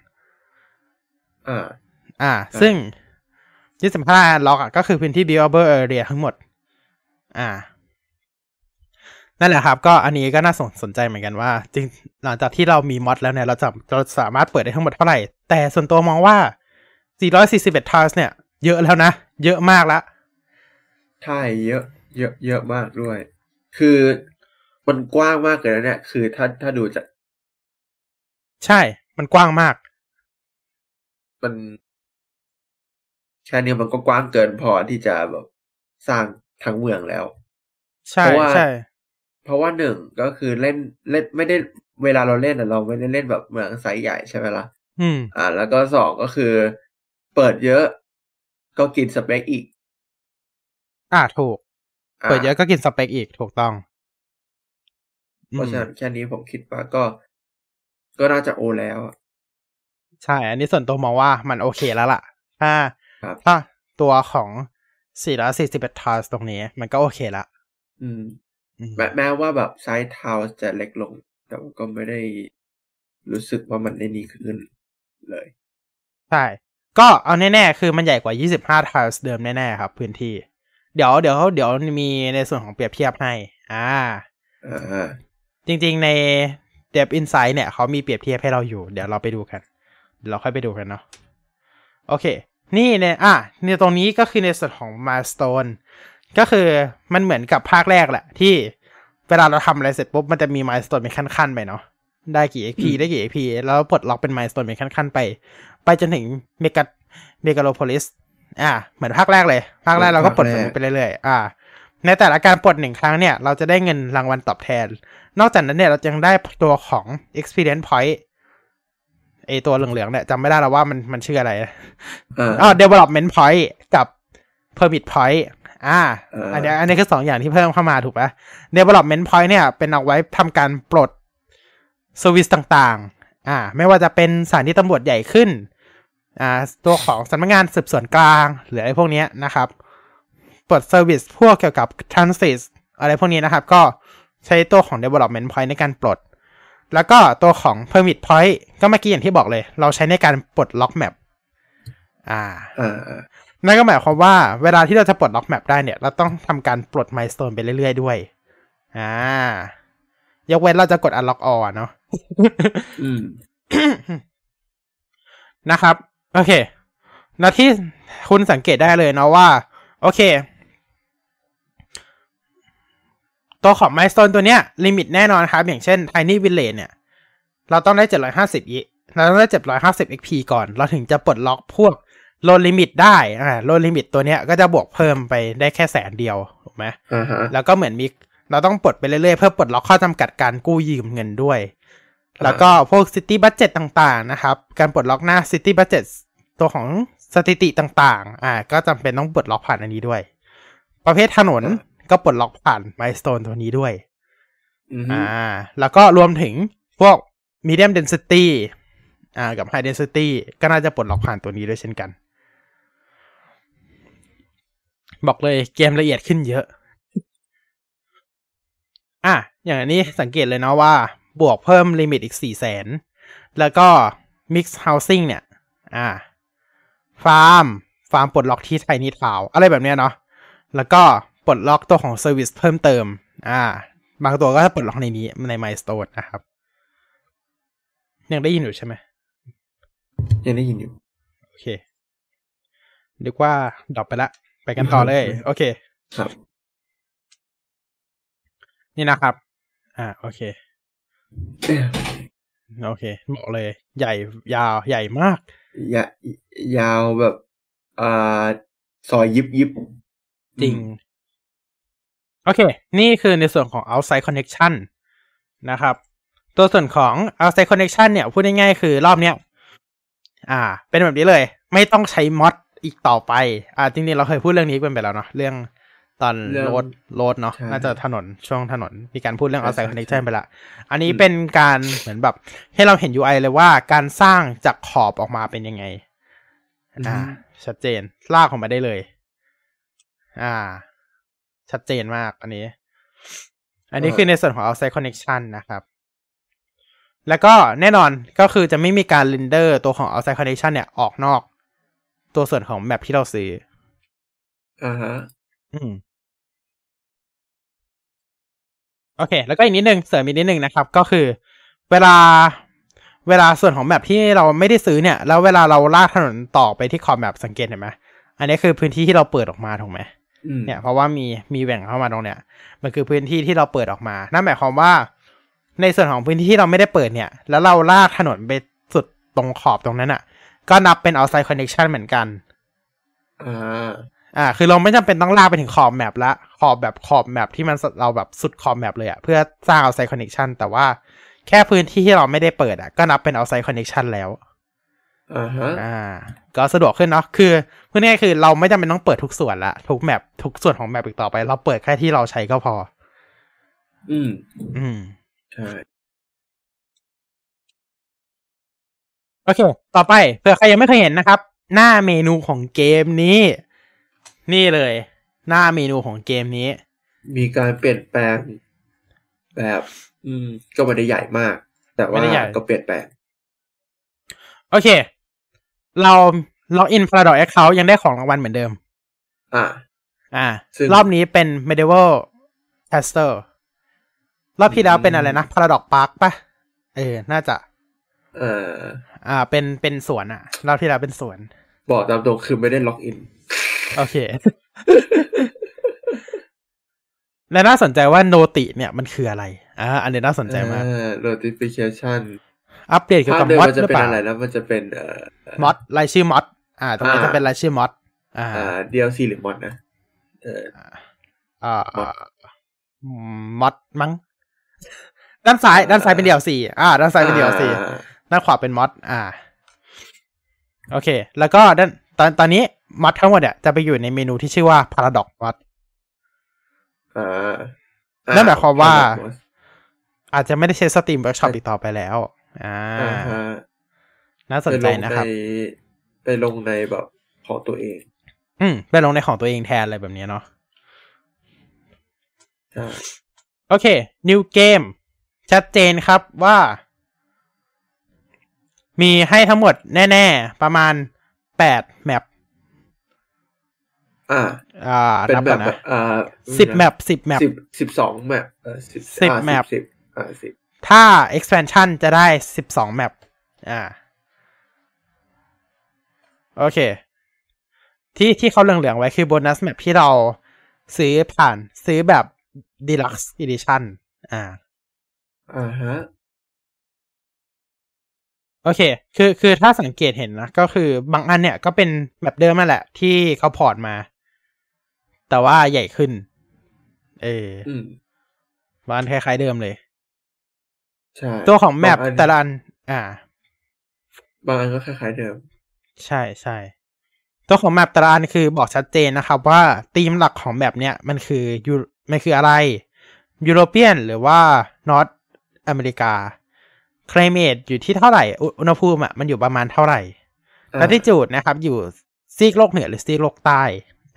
ซึ่ง25ล็อกก็คือพื้นที่ buildable area ทั้งหมดนั่นแหละครับก็อันนี้ก็น่าสนใจเหมือนกันว่าจริงหลังจากที่เรามีมอดแล้วเนี่ยเราสามารถเปิดได้ทั้งหมดเท่าไหร่แต่ส่วนตัวมองว่า441 tiles เนี่ยเยอะแล้วนะเยอะมากแล้วใช่เยอะมากด้วยคือมันกว้างมากเลยนะเนี่ยคือถ้าดูจากใช่มันกว้างมากมันแค่นี้มันก็กว้างเกินพอที่จะแบบสร้างทั้งเมืองแล้วใช่ใช่เพราะว่า1ก็คือเล่นไม่ได้เวลาเราเล่นเราไม่ได้เล่นแบบเมืองไซส์ใหญ่ใช่ไหมล่ะแล้วก็2ก็คือเปิดเยอะก็กินสเปคอีกถูกเปิดเยอะก็กินสเปคอีกถูกต้องเพราะฉะนั้นแค่นี้ผมคิดว่าก็น่าจะโอแล้วใช่อันนี้ส่วนตัวมองว่ามันโอเคแล้วล่ะถ้าตัวของ441 tiles ตรงนี้มันก็โอเคละแม้ว่าแบบไซส์ tiles จะเล็กลงแต่ก็ไม่ได้รู้สึกว่ามันได้ดีขึ้นเลยใช่ก็เอาแน่ๆคือมันใหญ่กว่า25 tiles เดิมแน่ๆครับพื้นที่เดี๋ยวมีในส่วนของเปรียบเทียบให้จริงๆใน Dev Insight เนี่ยเขามีเปรียบเทียบให้เราอยู่เดี๋ยวเราไปดูกันเราค่อยไปดูกันเนาะโอเคนี่เนี่ยในตรงนี้ก็คือในส่วนของ milestone ก็คือมันเหมือนกับภาคแรกแหละที่เวลาเราทำอะไรเสร็จปุ๊บมันจะมี milestone เป็นขั้นๆไปเนาะได้กี่ XP ได้กี่ XP แล้วปลดล็อกเป็น milestone เป็นขั้นๆไปจนถึงMegalopolis เหมือนภาคแรกเลยภาคแรกเราก็ปลดไปเรื่อยๆในแต่ละการปลด1ครั้งเนี่ยเราจะได้เงินรางวัลตอบแทนนอกจากนั้นเนี่ยเรายังได้ตัวของ experience point ไอตัวเหลืองๆเนี่ยจำไม่ได้แล้วว่ามันชื่ออะไรdevelopment point กับ permit point อันนี้คือ2อย่างที่เพิ่มเข้ามาถูกป่ะ development point เนี่ยเป็นเอาไว้ทำการปลด service ต่างๆไม่ว่าจะเป็นสถานีตำรวจใหญ่ขึ้นตัวของสำนักงานสืบสวนกลางหรืออะไรพวกนี้นะครับปลด service พวกเกี่ยวกับ transit อะไรพวกนี้นะครับก็ใช้ตัวของ development point ในการปลดแล้วก็ตัวของ permit point ก็เมื่อกี้อย่างที่บอกเลยเราใช้ในการปลดล็อกแมปนั่นก็หมายความว่าเวลาที่เราจะปลดล็อกแมปได้เนี่ยเราต้องทำการปลด milestone ไปเรื่อยๆด้วยยกเว้นเราจะกด unlock all เนาะ นะครับโอเคแล้วที่คุณสังเกตได้เลยนะว่าโอเคตัวของ milestone ตัวเนี้ยลิมิตแน่นอนครับอย่างเช่น Tiny Village เนี่ยเราต้องได้750เราต้องได้750 XP ก่อนเราถึงจะปลดล็อกพวกโลลิมิตได้โลลิมิตตัวเนี้ยก็จะบวกเพิ่มไปได้แค่100,000 เดียวถูกไหมแล้วก็เหมือนมีเราต้องปลดไปเรื่อยๆเพื่อปลดล็อกข้อจำกัดการกู้ยืมเงินด้วยแล้วก็พวก City Budget ต่างๆนะครับการปลดล็อกหน้า City Budget ตัวของสถิติต่างๆก็จำเป็นต้องปลดล็อกผ่านอันนี้ด้วยประเภทถนนก็ปลดล็อกผ่าน Milestone ตัวนี้ด้วยแล้วก็รวมถึงพวก Medium Density กับ High Density ก็น่าจะปลดล็อกผ่านตัวนี้ด้วยเช่นกันบอกเลยเกมละเอียดขึ้นเยอะอย่างนี้สังเกตเลยเนาะว่าบวกเพิ่มลิมิตอีก 400,000 แล้วก็ Mix Housing เนี่ยฟาร์มปลดล็อกที่ไทนี่ทาวน์อะไรแบบเนี้ยเนาะแล้วก็ปลดล็อกตัวของ Service เพิ่มเติมบางตัวก็ปลดล็อกในนี้ใน Milestone นะครับยังได้ยินอยู่ใช่ไหมยังได้ยินอยู่โอเคนึกว่าดรอปไปละไปกันต่อเลยโอเคครับนี่นะครับโอเคบอกเลยใหญ่ยาวใหญ่มากยาวแบบซอยยิบจริงโอเคนี่คือในส่วนของ outside connection นะครับตัวส่วนของ outside connection เนี่ยพูดง่ายๆคือรอบเนี้ยเป็นแบบนี้เลยไม่ต้องใช้มอดอีกต่อไปจริงๆเราเคยพูดเรื่องนี้กันไปแล้วเนาะเรื่องตอนโรดเนาะน่าจะถนนช่วงถนนมีการพูดเรื่อง outside connection ไปละอันนี้เป็นการเหมือนแบบให้เราเห็น UI เลยว่าการสร้างจากขอบออกมาเป็นยังไงชัดเจนลากออกมาได้เลยชัดเจนมากอันนี้คือในส่วนของ outside connection นะครับแล้วก็แน่นอนก็คือจะไม่มีการ render ตัวของ outside connection เนี่ยออกนอกตัวส่วนของแมปที่เราซื้อโอเคแล้วก็อีกนิดนึงเสริมอีกนิดนึงนะครับก็คือเวลาส่วนของแมปที่เราไม่ได้ซื้อเนี่ยแล้วเวลาเราลากถนนต่อไปที่ขอบแมปสังเกตเห็นไหมอันนี้คือพื้นที่ที่เราเปิดออกมาถูกไหมเนี่ยเพราะว่ามีแหว่งเข้ามาตรงเนี้ยมันคือพื้นที่ที่เราเปิดออกมานั่นหมายความว่าในส่วนของพื้นที่ที่เราไม่ได้เปิดเนี่ยแล้วเราลากถนนไปสุดตรงขอบตรงนั้นอ่ะก็นับเป็น outside connection เหมือนกันคือเราไม่จำเป็นต้องลากไปถึงขอบแมปละขอบแมปที่มันเราแบบสุดขอบแมปเลยเพื่อสร้าง outside connection แต่ว่าแค่พื้นที่ที่เราไม่ได้เปิดก็นับเป็น outside connection แล้วก็สะดวกขึ้นเนาะคือพูดง่ายๆคือเราไม่จำเป็นต้องเปิดทุกส่วนละทุกแมปทุกส่วนของแมปอีกต่อไปเราเปิดแค่ที่เราใช้ก็พอใช่โอเคต่อไปเผื่อใครยังไม่เคยเห็นนะครับหน้าเมนูของเกมนี้นี่เลยหน้าเมนูของเกมนี้มีการเปลี่ยนแปลงแบบก็ไม่ได้ใหญ่มากแต่ว่าก็เปลี่ยนแปลงโอเคเราล็อกอิน Paradox Account ยังได้ของรางวัลเหมือนเดิมรอบนี้เป็น Medieval Castle รอบที่แล้วเป็นอะไรนะ Paradox Park ป่ะน่าจะเป็นสวนรอบที่แล้วเป็นสวนบอกตามตรงคือไม่ได้ล็อกอินโอเคและน่าสนใจว่าโนติเนี่ยมันคืออะไรอันนี้น่าสนใจมาก notification อัปเดตเกี่ยวกับมอดหรือเปล่าแล้วมันจะเป็นมอดรายชื่อมอดตรงนี้จะเป็นรายชื่อมอด DLC หรือมอดนะมอดมั้งด้านซ้ายเป็น DLC ด้านซ้ายเป็น DLC ด้ด้านขวาเป็นมอดโอเคแล้วก็ตอนนี้มอดทั้งหมดจะไปอยู่ในเมนูที่ชื่อว่า Paradox Mod นั่นหมายความว่าอาจจะไม่ได้ใช้ Steam Workshop อีกต่อไปแล้วน่าสนใจนะครับไปลงในแบบของตัวเองไปลงในของตัวเองแทนอะไรแบบนี้เนาะโอเค New Game ชัดเจนครับว่ามีให้ทั้งหมดแน่ๆประมาณ8แมปเป็นแบบ 10แมป10แมป 12แมป 10แมปถ้า expansion จะได้12แมปโอเคที่เขาเหลืองๆไว้คือโบนัสแมปที่เราซื้อแบบ Deluxe Edition ฮะโอเคคือถ้าสังเกตเห็นนะก็คือบางอันเนี่ยก็เป็นแบบเดิมนั่นแหละที่เขาพอร์ตมาแต่ว่าใหญ่ขึ้นบางอันคล้ายๆเดิมเลยใช่ตัวของแมปแต่ละอันบางอันก็คล้ายๆเดิมใช่ตัวของแมปแต่ละอันคือบอกชัดเจนนะครับว่าธีมหลักของแมปเนี่ยมันคืออะไรยุโรเปียนหรือว่านอร์ทอเมริกาclimate อยู่ที่เท่าไหร่อุณหภูมิมันอยู่ประมาณเท่าไหร่ latitude นะครับอยู่ซีกโลกเหนือหรือซีกโลกใต้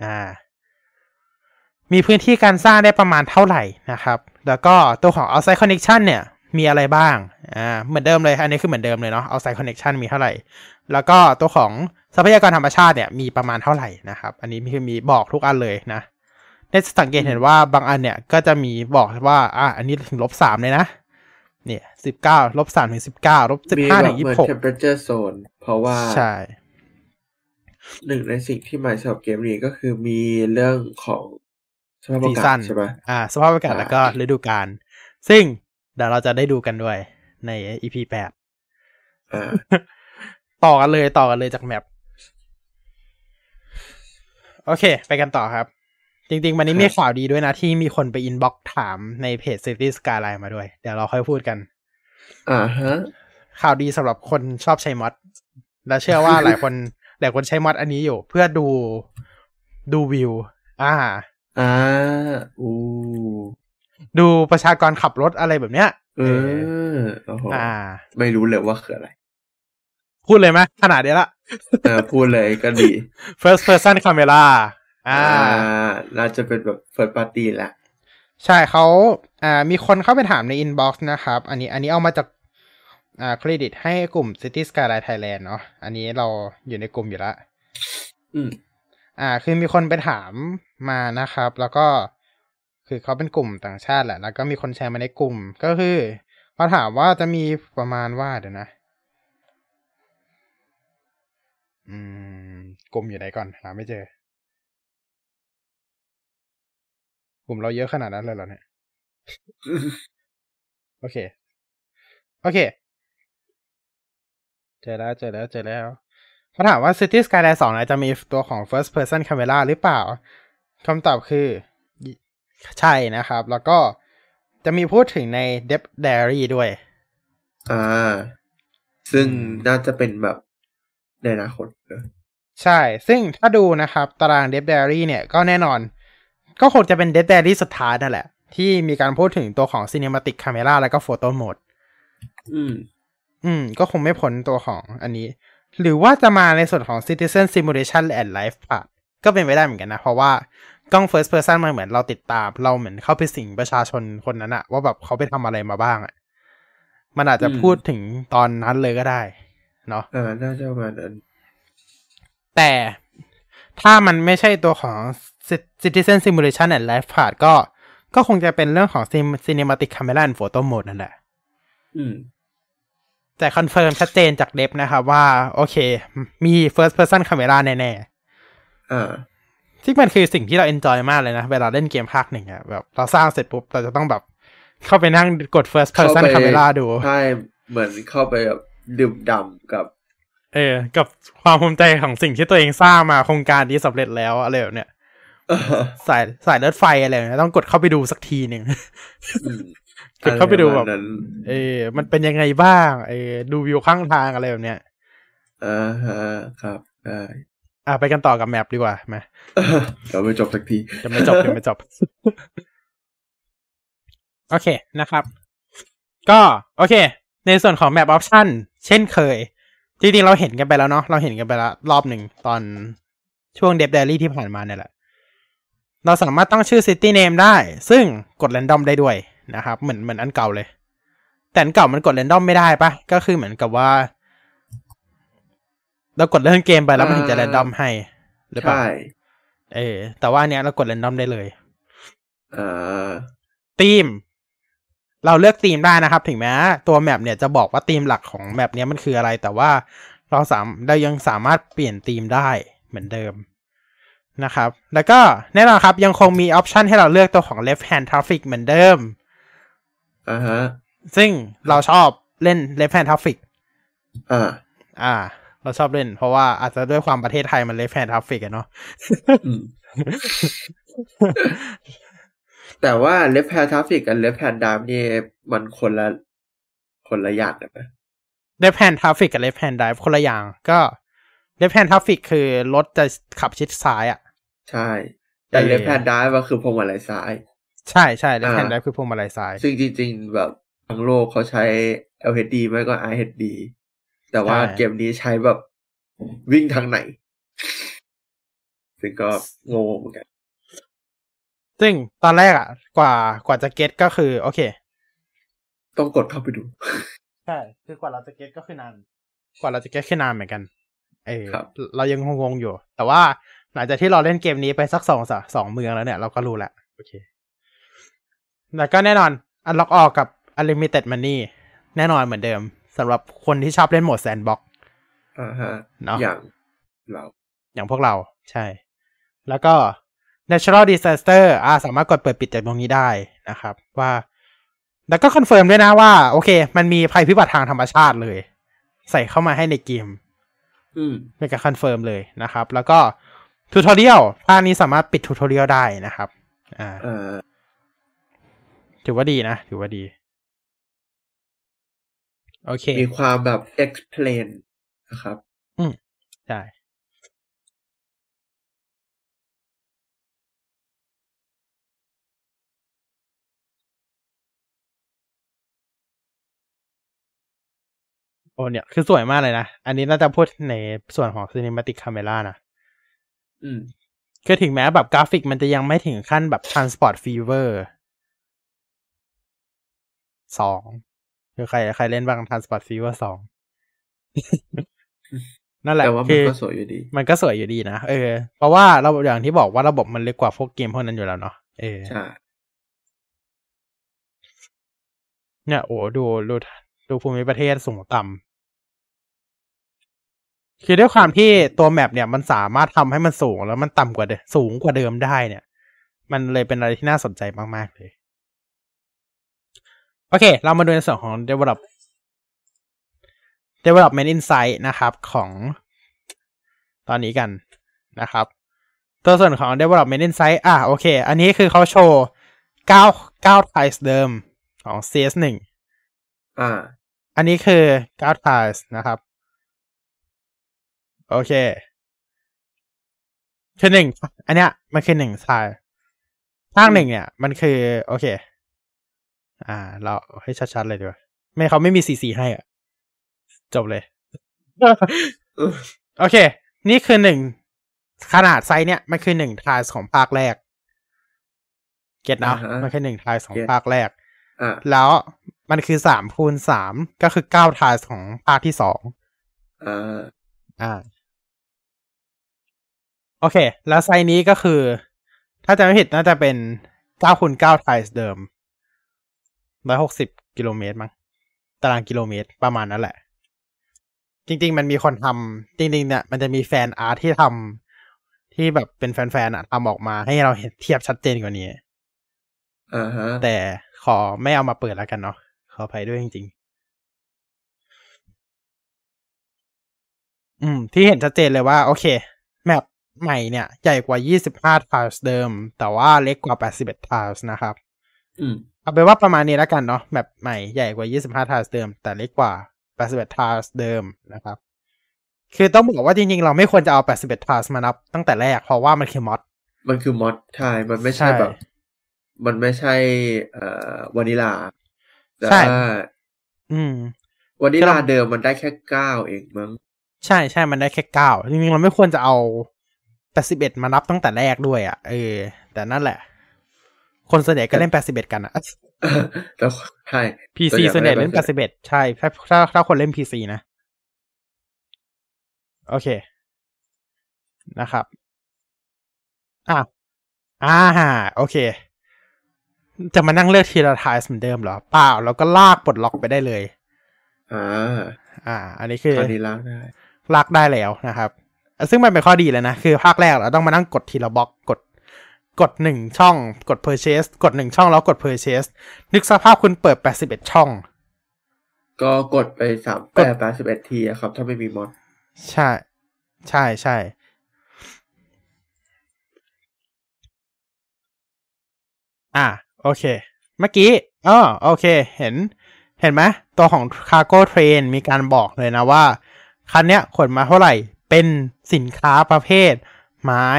มีพื้นที่การสร้างได้ประมาณเท่าไหร่นะครับแล้วก็ตัวของ outside connection เนี่ยมีอะไรบ้างเหมือนเดิมเลยอันนี้คือเหมือนเดิมเลยเนาะ outside connection มีเท่าไหร่แล้วก็ตัวของทรัพยากรธรรมชาติเนี่ยมีประมาณเท่าไหร่นะครับอันนี้คือมีบอกทุกอันเลยนะได้สังเกตเห็นว่าบางอันเนี่ยก็จะมีบอกว่าอันนี้ถึง-3เลยนะเนี่ย19 -3 ถึง19 -15 ถึง26 temperature zone เพราะว่าใช่หนึ่งในสิ่งที่หมายสำหรับเกมนี้ก็คือมีเรื่องของสภาพอากาศใช่ไหมสภาพอากาศแล้วก็ฤดูกาลซึ่งเดี๋ยวเราจะได้ดูกันด้วยใน EP 8ต่อกันเลยจากแมปโอเคไปกันต่อครับจริงๆวันนี้มีข่าวดีด้วยนะที่มีคนไปอินบ็อกซ์ถามในเพจ City Skyline มาด้วยเดี๋ยวเราค่อยพูดกันฮะข่าวดีสำหรับคนชอบใช้มอดและเชื่อว่าหลายคนใช้มอดอันนี้อยู่เพื่อดูวิวดูประชากรขับรถอะไรแบบเนี้ยไม่รู้เลยว่าคืออะไรพูดเลยไหมขนาดนี้ละพูดเลยก็ดี first person camera น่าจะเป็นแบบ first party แหละใช่เขามีคนเข้าไปถามใน inbox นะครับอันนี้เอามาจากเครดิตให้กลุ่ม City Skyline Thailand เนาะอันนี้เราอยู่ในกลุ่มอยู่แล้วคือมีคนไปถามมานะครับแล้วก็คือเขาเป็นกลุ่มต่างชาติแหละแล้วก็มีคนแชร์มาในกลุ่มก็คือเขาถามว่าจะมีประมาณว่าเดี๋ยวนะกลุ่มอยู่ไหนก่อนหาไม่เจอกลุ่มเราเยอะขนาดนั้นเลยเหรอเนี่ย โอเคเจอแล้วเขาถามว่า City Skyline 2 จะมีตัวของ First Person Camera หรือเปล่าคำตอบคือใช่นะครับแล้วก็จะมีพูดถึงใน Depth Diary ด้วยซึ่งน่าจะเป็นแบบในอนาคตใช่ซึ่งถ้าดูนะครับตาราง Depth Diary เนี่ยก็แน่นอนก็คงจะเป็น Depth Diary สุดท้ายนั่นแหละที่มีการพูดถึงตัวของ Cinematic Camera แล้วก็ Photo Mode ก็คงไม่พ้นตัวของอันนี้หรือว่าจะมาในส่วนของ Citizen Simulation and Live Part ก็เป็นไปได้เหมือนกันนะเพราะว่ากล้อง First Person มันเหมือนเราติดตามเราเหมือนเข้าไปสิงประชาชนคนนั้นอะว่าแบบเขาไปทำอะไรมาบ้างอะมันอาจจะพูดถึงตอนนั้นเลยก็ได้เนาะน่าจะประมาณนั้นแต่ถ้ามันไม่ใช่ตัวของ Citizen Simulation and Live Part ก็คงจะเป็นเรื่องของ Cinematic Camera and Photo Mode นั่นแหละแต่คอนเฟิร์มชัดเจนจากเดฟนะครับว่าโอเคมี First Person Camera แน่ๆที่มันคือสิ่งที่เราเอนจอยมากเลยนะเวลาเล่นเกมภาคหนึ่งอะแบบเราสร้างเสร็จปุ๊บเราจะต้องแบบเข้าไปนั่งกด First Person Camera ดูใช่เหมือนเข้าไปแบบดื่มด่ำกับกับความภูมิใจของสิ่งที่ตัวเองสร้างมาโครงการนี้สำเร็จแล้วอะไรแบบเนี้ยสายรถไฟอะไรเนี่ยต้องกดเข้าไปดูสักทีนึงกดเข้าไปดูแบบมันเป็นยังไงบ้างดูวิวข้างทางอะไรแบบเนี้ยครับได้ไปกันต่อกับแมปดีกว่าไหมเราไม่จบสักทีจะไม่จบโอเคนะครับก็โอเคในส่วนของแมปออปชั่นเช่นเคยจริงๆเราเห็นกันไปแล้วเนาะเราเห็นกันไปแล้วรอบหนึ่งตอนช่วงเดฟเดลี่ที่ผ่านมาเนี่ยแหละเราสามารถตั้งชื่อ City Name ได้ซึ่งกด Random ได้ด้วยนะครับเหมือนอันเก่าเลยแต่อันเก่ามันกด Random ไม่ได้ปะก็คือเหมือนกับว่าเรากดเริ่มเกมไปแล้วมันถึงจะ Random ให้หรือเปล่าใช่แต่ว่าอันเนี้ยเรากด Random ได้เลยธีมเราเลือกธีมได้นะครับถึงแม้ตัวแมปเนี่ยจะบอกว่าธีมหลักของแมปเนี้ยมันคืออะไรแต่ว่าเรายังสามารถเปลี่ยนธีมได้เหมือนเดิมนะครับแล้วก็แน่นอนครับยังคงมีออปชันให้เราเลือกตัวของ left hand traffic เหมือนเดิมซึ่งเราชอบเล่น left hand traffic เราชอบเล่นเพราะว่าอาจจะด้วยความประเทศไทยมัน left hand traffic อะเนาะแต่ว่า left hand traffic กับ left hand drive นี่มันคนละอย่างกันนะ left hand traffic กับ left hand drive คนละอย่างก็ left hand traffic คือรถจะขับชิดซ้ายอ่ะใช่แต่ left hand drive ก็คือพวงมาลัยซ้ายใช่ left hand drive คือพวงมาลัยซ้ายซึ่งจริงๆแบบทั้งโลกเขาใช้ LHD ไม่ก็ IHD แต่ว่าเกมนี้ใช้แบบวิ่งทางไหนซึ่งก็งงเหมือนกันซึ่งตอนแรกกว่าจะเก็ตก็คือโอเคต้องกดเข้าไปดูใช่คือกว่าเราจะเก็ตก็คือนานกว่าเราจะเก็ตคือนานเหมือนกันเรายังงงอยู่แต่ว่าหลังจากที่เราเล่นเกมนี้ไปสัก2 เมืองแล้วเนี่ยเราก็รู้แล้วโอเคแล้วก็แน่นอนอันล็อกออกกับ Unlimited Money แน่นอนเหมือนเดิมสำหรับคนที่ชอบเล่นโหมดแซนด์บ็อกซ์เนาะอย่างพวกเราใช่แล้วก็ Natural Disaster สามารถกดเปิดปิดจากตรงนี้ได้นะครับว่าแล้วก็คอนเฟิร์มด้วยนะว่าโอเคมันมีภัยพิบัติทางธรรมชาติเลยใส่เข้ามาให้ในเกมเป็นการคอนเฟิร์มเลยนะครับแล้วก็ทูทอเรียลภาคนี้สามารถปิดทูทอเรียลได้นะครับถือว่าดีนะถือว่าดีโอเคมีความแบบ explain นะครับใช่โอ้เนี่ยคือสวยมากเลยนะอันนี้น่าจะพูดในส่วนของ Cinematic Camera นะคือถึงแม้แบบกราฟิกมันจะยังไม่ถึงขั้นแบบ Transport Fever 2คือใครเล่นบ้าง Transport Fever 2 นั่นแหละแต่ว่ามันก็สวยอยู่ดีมันก็สวยอยู่ดีนะเพราะว่าเราอย่างที่บอกว่าระบบมันเล็กกว่าพวกเกมพวกนั้นอยู่แล้วเนาะใช่เนี่ยโอ้ดูภูมิประเทศสูงต่ำคือด้วยความที่ตัวแมปเนี่ยมันสามารถทำให้มันสูงแล้วมันต่ำกว่าสูงกว่าเดิมได้เนี่ยมันเลยเป็นอะไรที่น่าสนใจมากๆเลยโอเคเรามาดูในส่วนของ development insight นะครับของตอนนี้กันนะครับตัวส่วนของ development insight โอเคอันนี้คือเขาโชว์9 tiles เดิมของ CS1 อันนี้คือ9 tiles นะครับโอเคคือ1อันเนี้ยมันคือ1 tile ภาค1เนี่ยมันคือโอเคเราให้ชัดๆเลยดีกว่าไม่เขาไม่มี CC ให้จบเลยโอเคนี่คือ1ขนาดไซส์เนี่ยมันคือ1 tiles ของภาคแรกเก็ทเนาะมันคือ1 tiles ของภาคแรกแล้วมันคือ3 คูณ 3ก็คือ9 tiles ของภาคที่2โอเคแล้วไซส์นี้ก็คือถ้าจำไม่ผิดน่าจะเป็น9 คูณ 9 tiles เดิม160 กิโลเมตรมั้งตารางกิโลเมตรประมาณนั้นแหละจริงๆมันมีคนทำจริงๆเนี่ยมันจะมีแฟนอาร์ตที่ทำที่แบบเป็นแฟนๆทำออกมาให้เราเห็นเทียบชัดเจนกว่านี้แต่ขอไม่เอามาเปิดแล้วกันเนาะขออภัยด้วยจริงๆที่เห็นชัดเจนเลยว่าโอเคแมปใหม่เนี่ยใหญ่กว่า25 tiles เดิมแต่ว่าเล็กกว่า81 tiles นะครับเอาไปว่าประมาณนี้แล้วกันเนาะแบบใหม่ใหญ่กว่า25 tiles เดิมแต่เล็กกว่า81 tiles เดิมนะครับคือต้องบอกว่าจริงๆเราไม่ควรจะเอา81 tiles มานับตั้งแต่แรกเพราะว่ามันคือมอดใช่มันไม่ใช่แบบมันไม่ใช่วานิลาใช่วานิลาเดิมมันได้แค่9เองมั้งใช่มันได้แค่9จริงๆเราไม่ควรจะเอา81มานับตั้งแต่แรกด้วยอ่ะแต่นั่นแหละคนส่วนใหญ่ก็เล่น81กันอ่ะแล้วใช่ PC ส่วนใหญ่เล่น81ใช่ถ้าคนเล่น PC นะโอเคนะครับโอเคจะมานั่งเลือกทีละทายเหมือนเดิมเหรอเปล่าเราก็ลากปลดล็อกไปได้เลยอันนี้คือลากได้แล้วนะครับซึ่งมันเป็นข้อดีเลยนะคือภาคแรกเราต้องมานั่งกดทีละบล็อกกด1ช่องกด purchase กด1ช่องแล้วกด purchase นึกสภาพคุณเปิด81ช่องก็กดไป81ทีครับถ้าไม่มีมอดใช่โอเคเมื่อกี้โอเคเห็นไหมตัวของ Cargo Train มีการบอกเลยนะว่าคันเนี้ยขนมาเท่าไหร่เป็นสินค้าประเภทไม้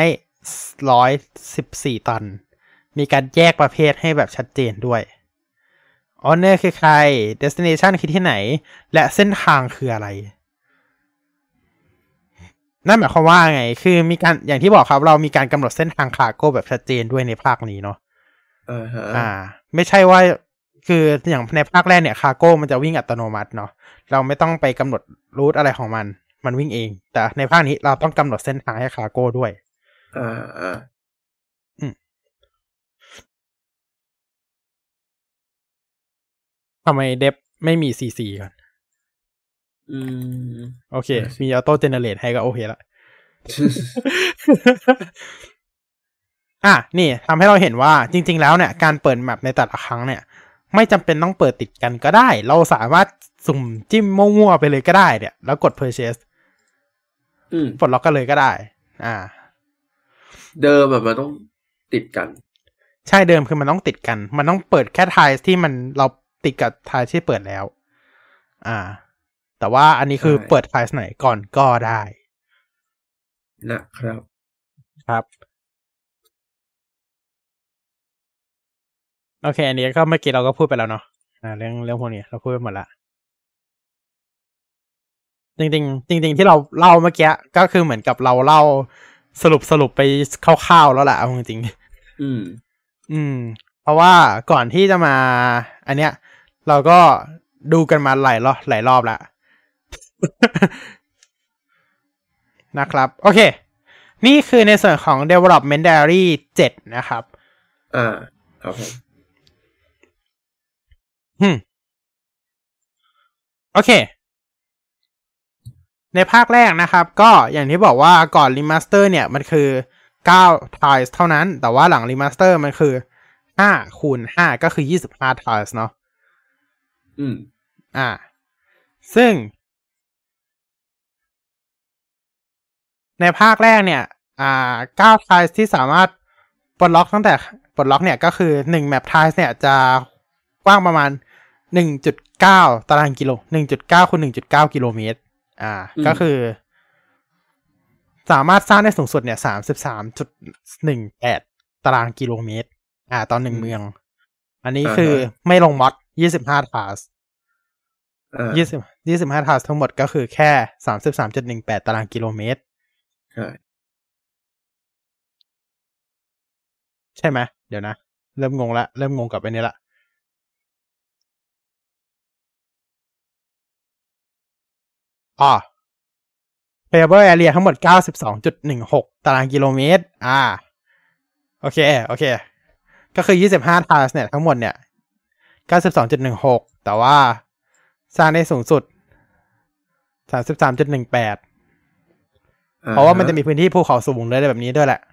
114 ตันมีการแยกประเภทให้แบบชัดเจนด้วย Owner คือใคร Destination คือที่ไหนและเส้นทางคืออะไรนั่นหมายความว่าไงคือมีการอย่างที่บอกครับเรามีการกำหนดเส้นทางคาร์โก้แบบชัดเจนด้วยในภาคนี้เนาะไม่ใช่ว่าคืออย่างในภาคแรกเนี่ยคาร์โก้มันจะวิ่งอัตโนมัติเนาะเราไม่ต้องไปกำหนดรูทอะไรของมันวิ่งเองแต่ในภาคนี้เราต้องกำหนดเส้นทางให้คาร์โก้ด้วยทำไมเดฟไม่มีซีก่อนโอเคมีออโต้เจเนเรตให้ก็โอเคละนี่ทำให้เราเห็นว่าจริงๆแล้วเนี่ยการเปิดแมปในแต่ละครั้งเนี่ยไม่จำเป็นต้องเปิดติดกันก็ได้เราสามารถสุ่มจิ้มมั่วๆไปเลยก็ได้เนี่ยแล้วกด purchase ปลดล็อกกันเลยก็ได้เดิมแบบมันต้องติดกันใช่เดิมคือมันต้องติดกันมันต้องเปิดแค่ไทล์ที่มันเราติดกับไทล์ที่เปิดแล้วแต่ว่าอันนี้คือเปิดไทล์ไหนก่อนก็ได้นะครับโอเคอันนี้ก็เมื่อกี้เราก็พูดไปแล้วเนาะเรื่องพวกนี้เราพูดไปหมดละจริงที่เราเล่าเมื่อกี้ก็คือเหมือนกับเราเล่าสรุปไปคร่าวๆแล้วแหละเอาจริงเพราะว่าก่อนที่จะมาอันเนี้ยเราก็ดูกันมาหลายรอบแล้วนะครับโอเคนี่คือในส่วนของ Development Diary 7 นะครับครับผมโอเคในภาคแรกนะครับก็อย่างที่บอกว่าก่อนรีมาสเตอร์เนี่ยมันคือ9 tiles เท่านั้นแต่ว่าหลังรีมาสเตอร์มันคือ5 คูณ 5ก็คือ25 tiles เนาะซึ่งในภาคแรกเนี่ย9 tiles ที่สามารถปลดล็อกตั้งแต่ปลดล็อกเนี่ยก็คือ1 map tiles เนี่ยจะกว้างประมาณ 1.9 ตารางกิโล 1.9 คูณ 1.9 กิโลเมตรก็คือสามารถสร้างได้สูงสุดเนี่ย 33.18 ตารางกิโลเมตรตอน1 เมืองอันนี้คือไม่ลงมอด25 ทาส25 ทาสทั้งหมดก็คือแค่ 33.18 ตารางกิโลเมตรใช่ไหมเดี๋ยวนะเริ่มงงกับไอ้นี้ละplayable area ทั้งหมด 92.16 ตารางกิโลเมตรโอเคก็คือ25 ทาสเนี่ยทั้งหมดเนี่ย 92.16 แต่ว่าสร้างได้สูงสุด 33.18 เพราะว่ามันจะมีพื้นที่ภูเขาสูงเลยแบบนี้ด้วยแหละ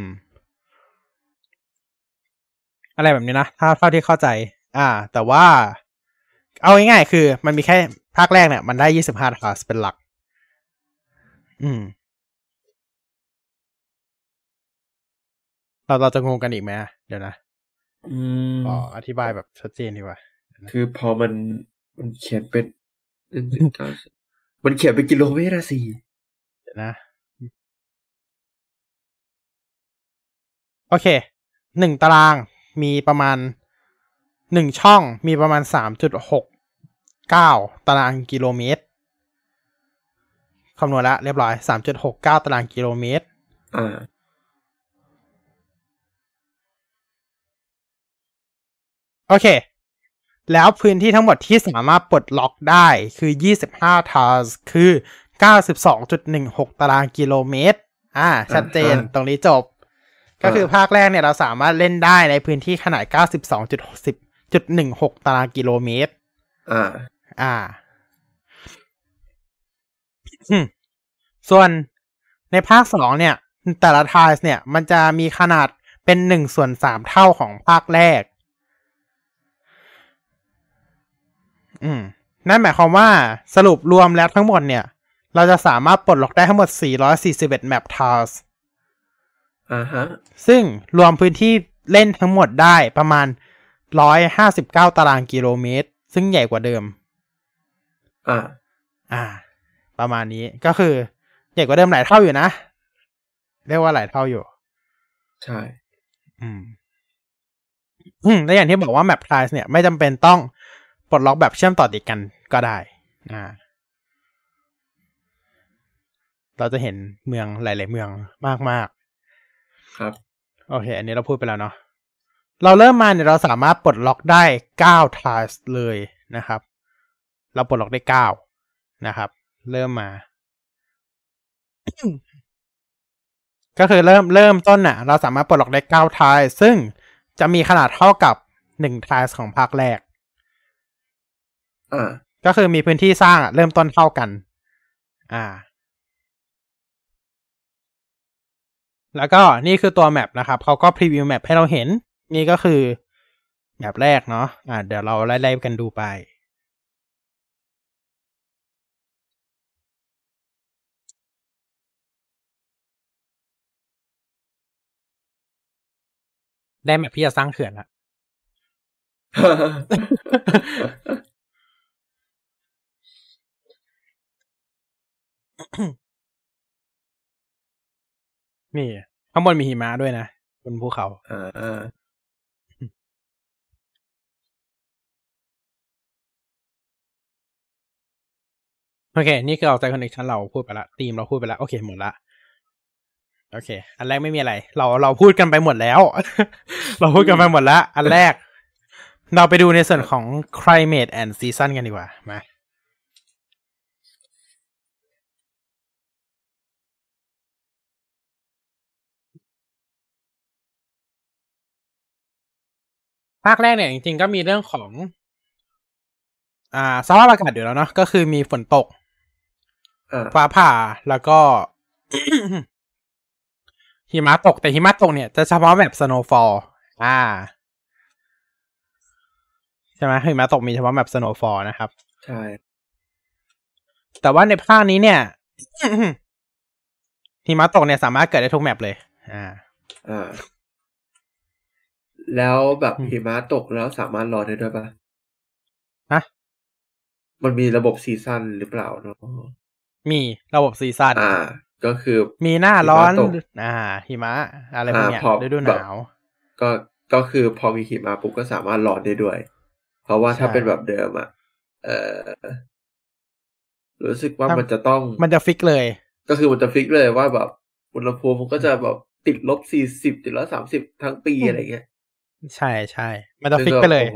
อะไรแบบนี้นะเท่าที่เข้าใจแต่ว่าเอาง่ายๆคือมันมีแค่ภาคแรกเนี่ยมันได้25 ทาสเป็นหลักเราจะงงกันอีกไหมเดี๋ยวนะอธิบายแบบชัดเจนดีกว่าคือพอมันเขียนเป็นมันเขียนเป็นกิโลเมตรละสิเดี๋ยวนะโอเค1 ตารางมีประมาณ1 ช่องมีประมาณ 3.69 ตารางกิโลเมตรคำนวณแล้วเรียบร้อย 3.69 ตารางกิโลเมตรโอเคแล้วพื้นที่ทั้งหมดที่สามารถปลดล็อกได้คือ25 tiles คือ 92.16 ตารางกิโลเมตรชัดเจนตรงนี้จบก็คือภาคแรกเนี่ยเราสามารถเล่นได้ในพื้นที่ขนาด 92.16 ตารางกิโลเมตรส่วนในภาค2เนี่ยแต่ละไทล์เนี่ยมันจะมีขนาดเป็น1/3 เท่าของภาคแรกนั่นหมายความว่าสรุปรวมแล้วทั้งหมดเนี่ยเราจะสามารถปลดล็อกได้ทั้งหมด441 map tiles ซึ่งรวมพื้นที่เล่นทั้งหมดได้ประมาณ159 ตารางกิโลเมตรซึ่งใหญ่กว่าเดิมประมาณนี้ก็คือใหญ่กว่าเดิมหลายเท่าอยู่นะเรียกว่าหลายเท่าอยู่ใช่และอย่างที่บอกว่า map tiles เนี่ยไม่จำเป็นต้องปลดล็อกแบบเชื่อมต่อติดกันก็ได้เราจะเห็นเมืองหลายๆเมืองมากๆครับโอเคอันนี้เราพูดไปแล้วเนาะเราเริ่มมาเนี่ยเราสามารถปลดล็อกได้9 tiles เลยนะครับเราปลดล็อกได้9นะครับเริ่มมา ก็คือเริ่มต้นน่ะเราสามารถปลดล็อกได้9 tiles ซึ่งจะมีขนาดเท่ากับ1 tiles ของภาคแรกก็คือมีพื้นที่สร้างเริ่มต้นเท่ากันแล้วก็นี่คือตัวแมปนะครับเขาก็พรีวิวแมปให้เราเห็นนี่ก็คือแมปแรกเนาะเดี๋ยวเราไล่ๆกันดูไปได้แมปที่จะสร้างเขื่อนละ นี่ข้างบนมีหิมะด้วยนะบนภูเขาโอเคนี่คือเอาใจคอนเนคชั่นเราพูดไปละทีมเราพูดไปละโอเคหมดละโอเคอันแรกไม่มีอะไรเราพูดกันไปหมดแล้ว เราพูดกันไปหมดแล้วอันแรกเราไปดูในส่วนของ climate and season กันดีกว่ามาภาคแรกเนี่ยจริงๆก็มีเรื่องของสภาพอากาศอยู่แล้วเนาะก็คือมีฝนตกฟ้าผ่าแล้วก็ หิมะตกแต่หิมะตกเนี่ยจะเฉพาะแบบ snowfall ใช่ไหมหิมะตกมีเฉพาะแบบ snowfall นะครับใช่แต่ว่าในภาคนี้เนี่ย หิมะตกเนี่ยสามารถเกิดได้ทุกแมปเลยแล้วแบบหิมะตกแล้วสามารถรอได้ด้วยป่ะมันมีระบบซีซั่นหรือเปล่าเนาะมีระบบซีซั่นก็คือมีหน้าร้อนหิมะอะไรพวกเนี้ยฤดูหนาวก็คือพอมีหิมะปุ๊บก็สามารถรอได้ด้วยเพราะว่าถ้าเป็นแบบเดิมรู้สึกว่ามันจะฟิกเลยก็คือมันจะฟิกเลยว่าแบบอุณหภูมิมันก็จะแบบติดลบ40ติดลบ30ทั้งปีอะไรเงี้ยใช่มันจะฟิกไปเลย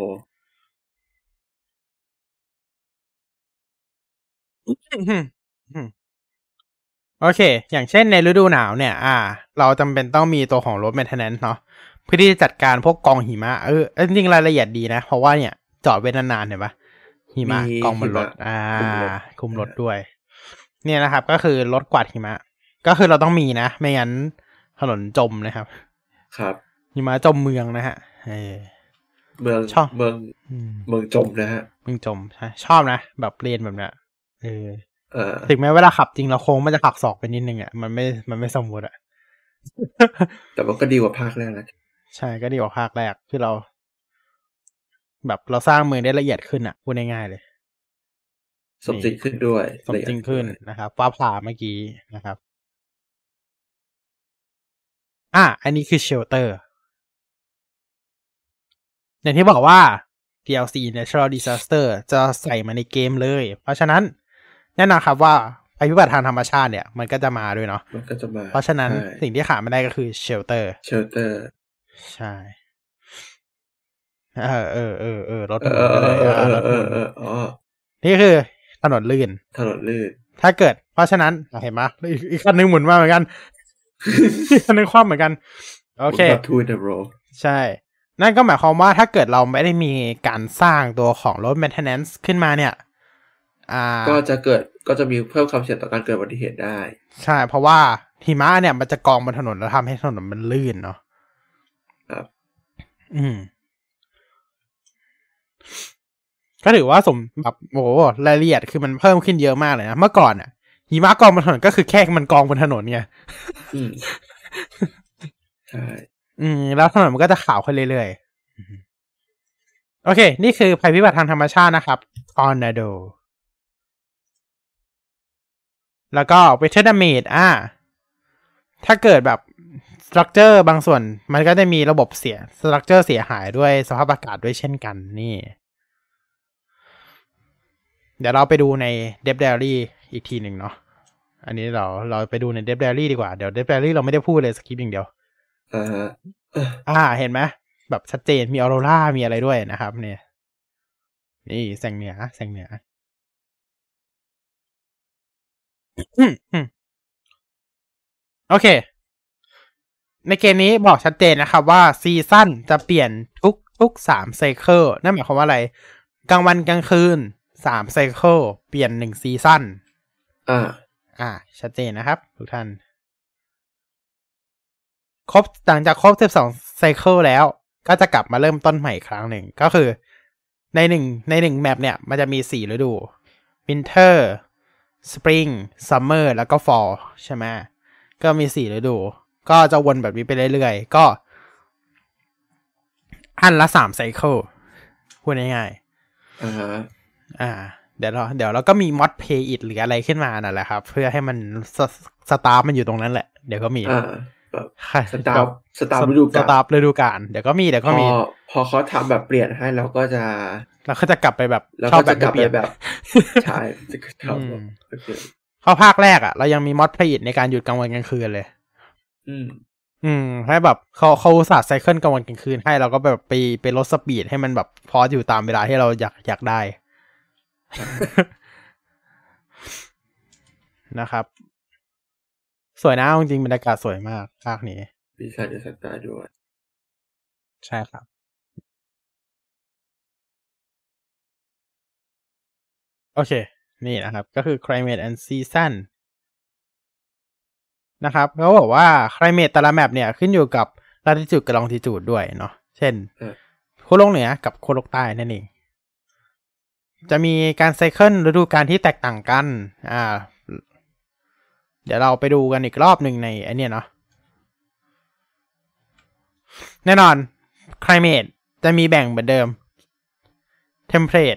โอเคอย่างเช่นในฤดูหนาวเนี่ยเราจำเป็นต้องมีตัวของ road maintenance เนาะเพื่อที่จะจัดการพวกกองหิมะจริงรายละเอียดดีนะเพราะว่าเนี่ยจอดไว้นานๆเห็นปะหิมะกองบนรถคุมรถด้วยเนี่ยนะครับก็คือรถกวาดหิมะก็คือเราต้องมีนะไม่งั้นถนนจมนะครับครับหิมะจมเมืองนะฮะเมืองจมนะฮะเมืองจมใช่ชอบนะแบบเลนแบบเนี้ยถึงแม้เวลาขับจริงเราโค้งมันจะหักศอกไปนิดนึงมันไม่สมบูรณ์แต่มันก็ดีกว่าภาคแรกนะใช่ก็ดีกว่าภาคแรกที่เราแบบเราสร้างเมืองได้ละเอียดขึ้นอ่ะพูดง่ายๆเลยสมจริงขึ้นด้วยสมจริงขึ้นนะครับฟ้าผ่าเมื่อกี้นะครับอันนี้คือเชลเตอร์อย่างที่บอกว่า DLC Natural Disaster จะใส่มาในเกมเลยเพราะฉะนั้นแน่นอนครับว่าภัยพิบัติทางธรรมชาติเนี่ยมันก็จะมาด้วยเนาะมันก็จะมาเพราะฉะนั้นสิ่งที่ขาดไม่ได้ก็คือเชลเตอร์ใช่รถหมุนไปเลยรถหมุนนี่คือถนนลื่นถ้าเกิดเพราะฉะนั้นเห็นไหมอีกคันนึงหมุนมาเหมือนกันอีกคันนึงคว่ำเหมือนกันโอเคใช่นั่นก็หมายความว่าถ้าเกิดเราไม่ได้มีการสร้างตัวของรถ maintenance ขึ้นมาเนี่ยก็จะมีเพิ่มความเสี่ยงต่อการเกิดอุบัติเหตุได้ใช่เพราะว่าหิมะเนี่ยมันจะกองบนถนนแล้วทำให้ถนนมันลื่นเนาะครับก็ถือว่าสมแบบโอ้รายละเอียดคือมันเพิ่มขึ้นเยอะมากเลยนะเมื่อก่อนอ่ะหิมะกองบนถนนก็คือแค่มันกองบนถนนไงใช่แล้วถนนมันก็จะขาวขึ้นเรื่อยๆโอเคนี่คือภัยพิบัติทางธรรมชาตินะครับทอร์นาโดแล้วก็ weather damage ถ้าเกิดแบบสตรัคเจอร์บางส่วนมันก็จะมีระบบสตรัคเจอร์เสียหายด้วยสภาพอากาศด้วยเช่นกันนี่เดี๋ยวเราไปดูใน Dev Diary อีกทีหนึ่งเนาะอันนี้เราไปดูใน Dev Diary ดีกว่าเดี๋ยว Dev Diary เราไม่ได้พูดเลยสคริปต์อย่างเดียวเห็นไหมแบบชัดเจนมีออโรรามีอะไรด้วยนะครับเนี่ยนี่แสงเหนือโอเคในเกมนี้บอกชัดเจนนะครับว่าซีซั่นจะเปลี่ยนทุก3ไซเคิลนั่นหมายความว่าอะไรกลางวันกลางคืน3ไซเคิลเปลี่ยน1ซีซั่นชัดเจนนะครับทุกท่านหลังจากครบ12ไซเคิลแล้วก็จะกลับมาเริ่มต้นใหม่อีกครั้งหนึ่งก็คือใน1แมปเนี่ยมันจะมี4ฤดู Winter Spring Summer แล้วก็ Fall ใช่ไหมก็มี4ฤดูก็จะวนแบบนี้ไปเรื่อยๆก็อันละ3ไซเคิลพูดง่ายๆเดี๋ยวเราก็มีมอดเพย์อิทหรืออะไรขึ้นมานั่นแหละครับเพื่อให้มันสตาร์มันอยู่ตรงนั้นแหละเดี๋ยวก็มีสตาร์ฤดูกาลเดี๋ยวก็มีพอเขาทำแบบเปลี่ยนให้เราก็จะกลับไปแบบชอบแบบเปลี่ยนแบบใช่เพราะภาคแรกเรายังมีมอดเพย์อิทในการหยุดกลางวันกลางคืนเลยให้แบบเขาอุตส่าห์ไซเคิลกลางวันกลางคืนให้เราก็แบบไปลดสปีดให้มันแบบพออยู่ตามเวลาที่เราอยากได้ นะครับสวยนะจริงๆบรรยากาศสวยมากภาคนี้มีการจะสักตาด้วยใช่ครับโอเคนี่นะครับก็คือ climate and seasonนะครับเขาบอกว่า climate แต่ละแมปเนี่ยขึ้นอยู่กับ latitude กับ longitude ด้วยเนาะเช่นขั้วโลกเหนือกับขั้วโลกใต้นั่นเองจะมีการไซเคิลฤดูกาลที่แตกต่างกันเดี๋ยวเราไปดูกันอีกรอบหนึ่งในไอเนี้ยเนาะแน่นอน climate จะมีแบ่งเหมือนเดิม temperate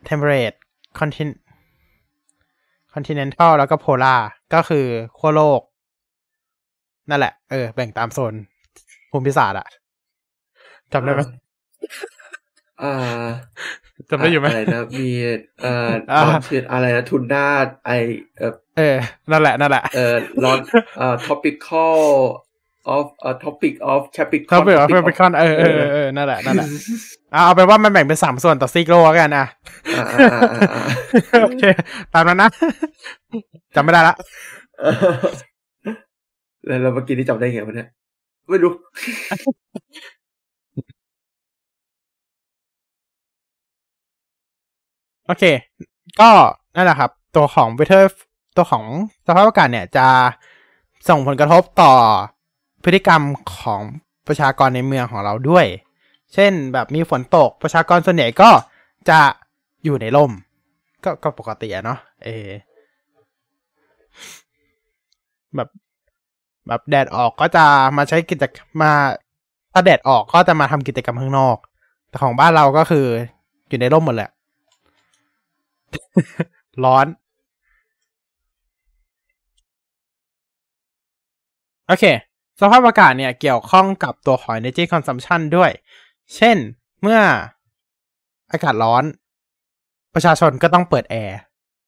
continental แล้วก็ polar ก็คือขั้วโลกนั่นแหละแบ่งตามโซนภูมิศาสตร์จำได้ไหมจำได้อยู่ไหมอะไรนะมีความชื้นอะไรนะทุนด้านั่นแหละร้อนtopical of topic of Capricorn นั่นแหละเอาเป็นว่ามันแบ่งเป็น3ส่วนต่อซีกโลกกันโอเคตามนั้นนะจำไม่ได้ละแล้วเมื่อกี้นี่จำได้ไงวะเนี่ยไม่รู้โอเคก็นั่นแหละครับตัวของ weather ตัวของสภาพอากาศเนี่ยจะส่งผลกระทบต่อพฤติกรรมของประชากรในเมืองของเราด้วยเช่นแบบมีฝนตกประชากรส่วนใหญ่ก็จะอยู่ในร่มก็ปกติเนาะแบบแดดออกก็จะมาใช้ถ้าแดดออกก็จะมาทำกิจกรรมข้างนอกแต่ของบ้านเราก็คืออยู่ในร่มหมดแหละ ร้อนโอเคสภาพอากาศเนี่ยเกี่ยวข้องกับตัวของ energy consumption ด้วยเช่นเมื่ออากาศร้อนประชาชนก็ต้องเปิดแอร์